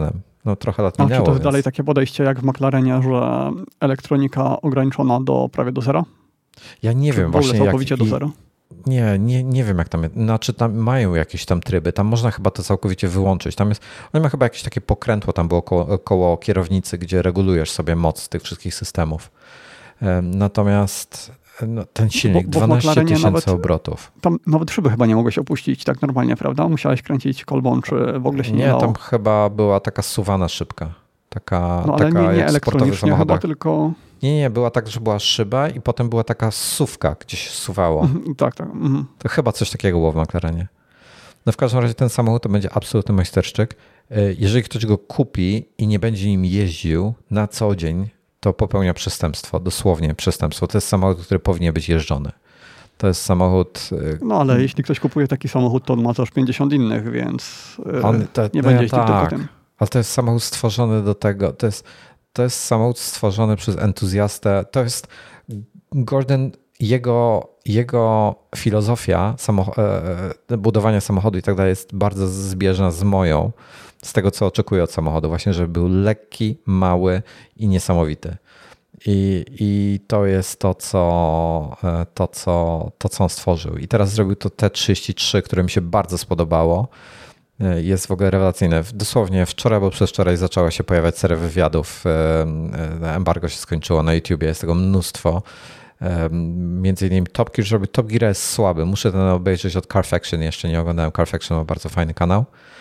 no trochę lat A minęło. czy to jest więc... dalej takie podejście jak w McLarenie, że elektronika ograniczona do prawie do zera? Ja nie czy wiem w ogóle właśnie całkowicie jak... do zera? Nie, nie, nie wiem jak tam jest. Znaczy tam mają jakieś tam tryby, tam można chyba to całkowicie wyłączyć. Tam jest, oni ma chyba jakieś takie pokrętło tam było koło, koło kierownicy, gdzie regulujesz sobie moc tych wszystkich systemów. Natomiast no, ten silnik, bo, bo dwanaście tysięcy obrotów. Tam nawet szyby chyba nie mogłeś opuścić tak normalnie, prawda? Musiałeś kręcić kolbą, czy w ogóle się nie, nie dało? Nie, tam chyba była taka suwana szybka. Taka, no ale taka nie, nie jak w sportowych elektronicznie samochodach. chyba, tylko... Nie, nie, była tak, że była szyba i potem była taka suwka, gdzie się suwało. Mhm, tak, tak. Mhm. To chyba coś takiego było w McLarenie. No w każdym razie ten samochód to będzie absolutny majsterszczyk. Jeżeli ktoś go kupi i nie będzie nim jeździł na co dzień, to popełnia przestępstwo, dosłownie przestępstwo. To jest samochód, który powinien być jeżdżony. To jest samochód... No ale jeśli ktoś kupuje taki samochód, to on ma też pięćdziesiąt innych, więc On, to, nie no będzie ja tak, tylko tym. Ale to jest samochód stworzony do tego. To jest, to jest samochód stworzony przez entuzjastę. To jest Gordon, jego, jego filozofia samoch- budowania samochodu i tak dalej jest bardzo zbieżna z moją. Z tego, co oczekuję od samochodu. Właśnie, żeby był lekki, mały i niesamowity. I, i to jest to co, to, co, to, co on stworzył. I teraz zrobił to T trzydzieści trzy, które mi się bardzo spodobało. Jest w ogóle rewelacyjne. Dosłownie wczoraj albo przedwczoraj zaczęła się pojawiać seria wywiadów. Embargo się skończyło na YouTubie, jest tego mnóstwo. Między innymi Top Gear, żeby Top Gear jest słaby. Muszę ten obejrzeć od Carfaction. Jeszcze nie oglądałem. Carfaction ma bardzo fajny kanał.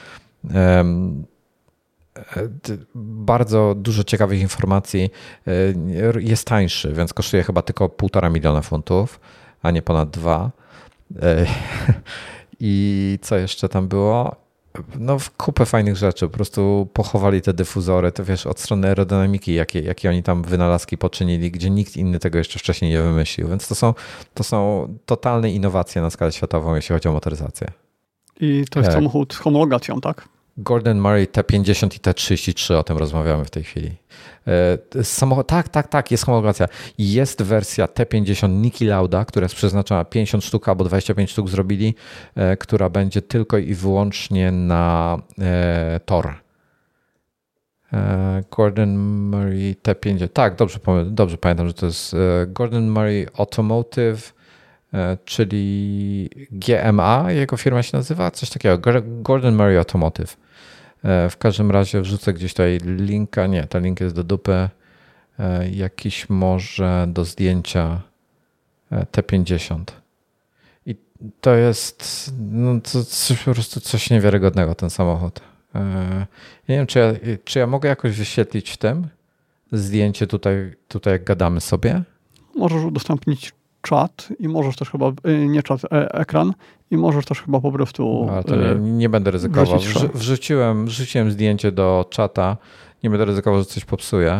Bardzo dużo ciekawych informacji. Jest tańszy, więc kosztuje chyba tylko półtora miliona funtów, a nie ponad dwa. I co jeszcze tam było? No kupę fajnych rzeczy. Po prostu pochowali te dyfuzory, to wiesz, od strony aerodynamiki, jakie, jakie oni tam wynalazki poczynili, gdzie nikt inny tego jeszcze wcześniej nie wymyślił. Więc to są, to są totalne innowacje na skalę światową, jeśli chodzi o motoryzację. I to jest tak. samochód z homologacją, tak? Gordon Murray T pięćdziesiąt i T trzydzieści trzy, o tym rozmawiamy w tej chwili. Samochód, tak, tak, tak, jest homologacja. Jest wersja T pięćdziesiąt Niki Lauda, która jest przeznaczona pięćdziesiąt sztuk albo dwadzieścia pięć sztuk zrobili, która będzie tylko i wyłącznie na e, tor. E, Gordon Murray T pięćdziesiąt, tak, dobrze, dobrze pamiętam, że to jest e, Gordon Murray Automotive, e, czyli G M A, jego firma się nazywa, coś takiego, Gordon Murray Automotive. W każdym razie wrzucę gdzieś tutaj linka, nie, ten link jest do dupy, jakiś może do zdjęcia T pięćdziesiąt. I to jest no, to, to po prostu coś niewiarygodnego ten samochód. Nie wiem, czy ja, czy ja mogę jakoś wyświetlić w tym zdjęcie tutaj, tutaj jak gadamy sobie? Możesz udostępnić czat i możesz też chyba, nie czat, e, ekran i możesz też chyba po prostu... A, to nie, nie będę ryzykował. Wrzu- wrzuciłem, wrzuciłem zdjęcie do czata, nie będę ryzykował, że coś popsuję,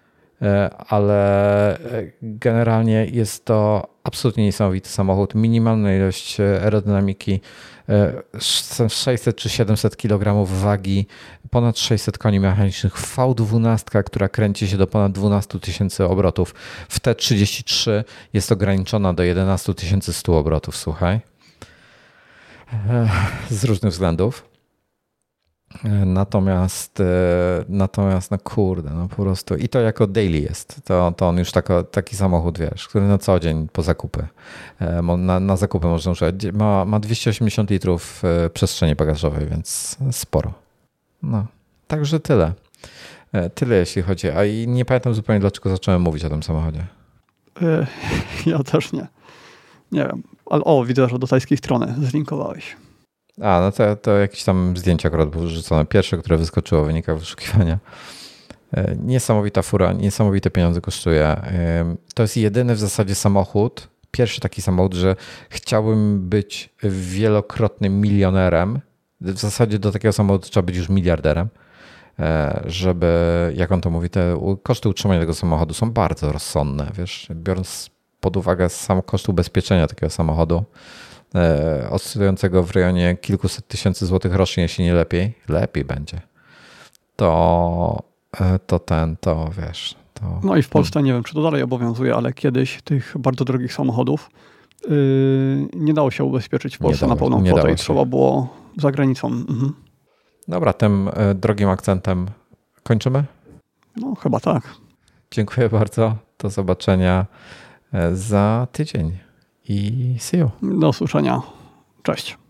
ale generalnie jest to absolutnie niesamowity samochód. Minimalna ilość aerodynamiki, sześćset czy siedemset kilogramów wagi, ponad sześćset koni mechanicznych, V dwanaście, która kręci się do ponad dwanaście tysięcy obrotów. W T trzydzieści trzy jest ograniczona do jedenaście tysięcy sto obrotów, słuchaj. Z różnych względów. Natomiast, natomiast no kurde, no po prostu i to jako daily jest, to, to on już tako, taki samochód, wiesz, który na co dzień po zakupy, na, na zakupy można używać, ma, ma dwieście osiemdziesiąt litrów przestrzeni bagażowej, więc sporo. No, także tyle. Tyle jeśli chodzi, a i nie pamiętam zupełnie dlaczego zacząłem mówić o tym samochodzie. Ja też nie. Nie wiem, ale o, widzę, że do tajskiej strony zlinkowałeś. A, no to, to jakieś tam zdjęcia akurat były wrzucone. Pierwsze, które wyskoczyło w wynikach wyszukiwania. Niesamowita fura, niesamowite pieniądze kosztuje. To jest jedyny w zasadzie samochód, pierwszy taki samochód, że chciałbym być wielokrotnym milionerem. W zasadzie do takiego samochodu trzeba być już miliarderem, żeby, jak on to mówi, te koszty utrzymania tego samochodu są bardzo rozsądne, wiesz, biorąc pod uwagę sam koszt ubezpieczenia takiego samochodu, oscylującego w rejonie kilkuset tysięcy złotych rocznie, jeśli nie lepiej, lepiej będzie, to, to ten, to wiesz. To... No i w Polsce nie wiem, czy to dalej obowiązuje, ale kiedyś tych bardzo drogich samochodów yy, nie dało się ubezpieczyć w Polsce na pełną kwotę i trzeba było za granicą. Mhm. Dobra, tym drogim akcentem Kończymy? No, chyba tak. Dziękuję bardzo. Do zobaczenia za tydzień i see you. Do usłyszenia. Cześć.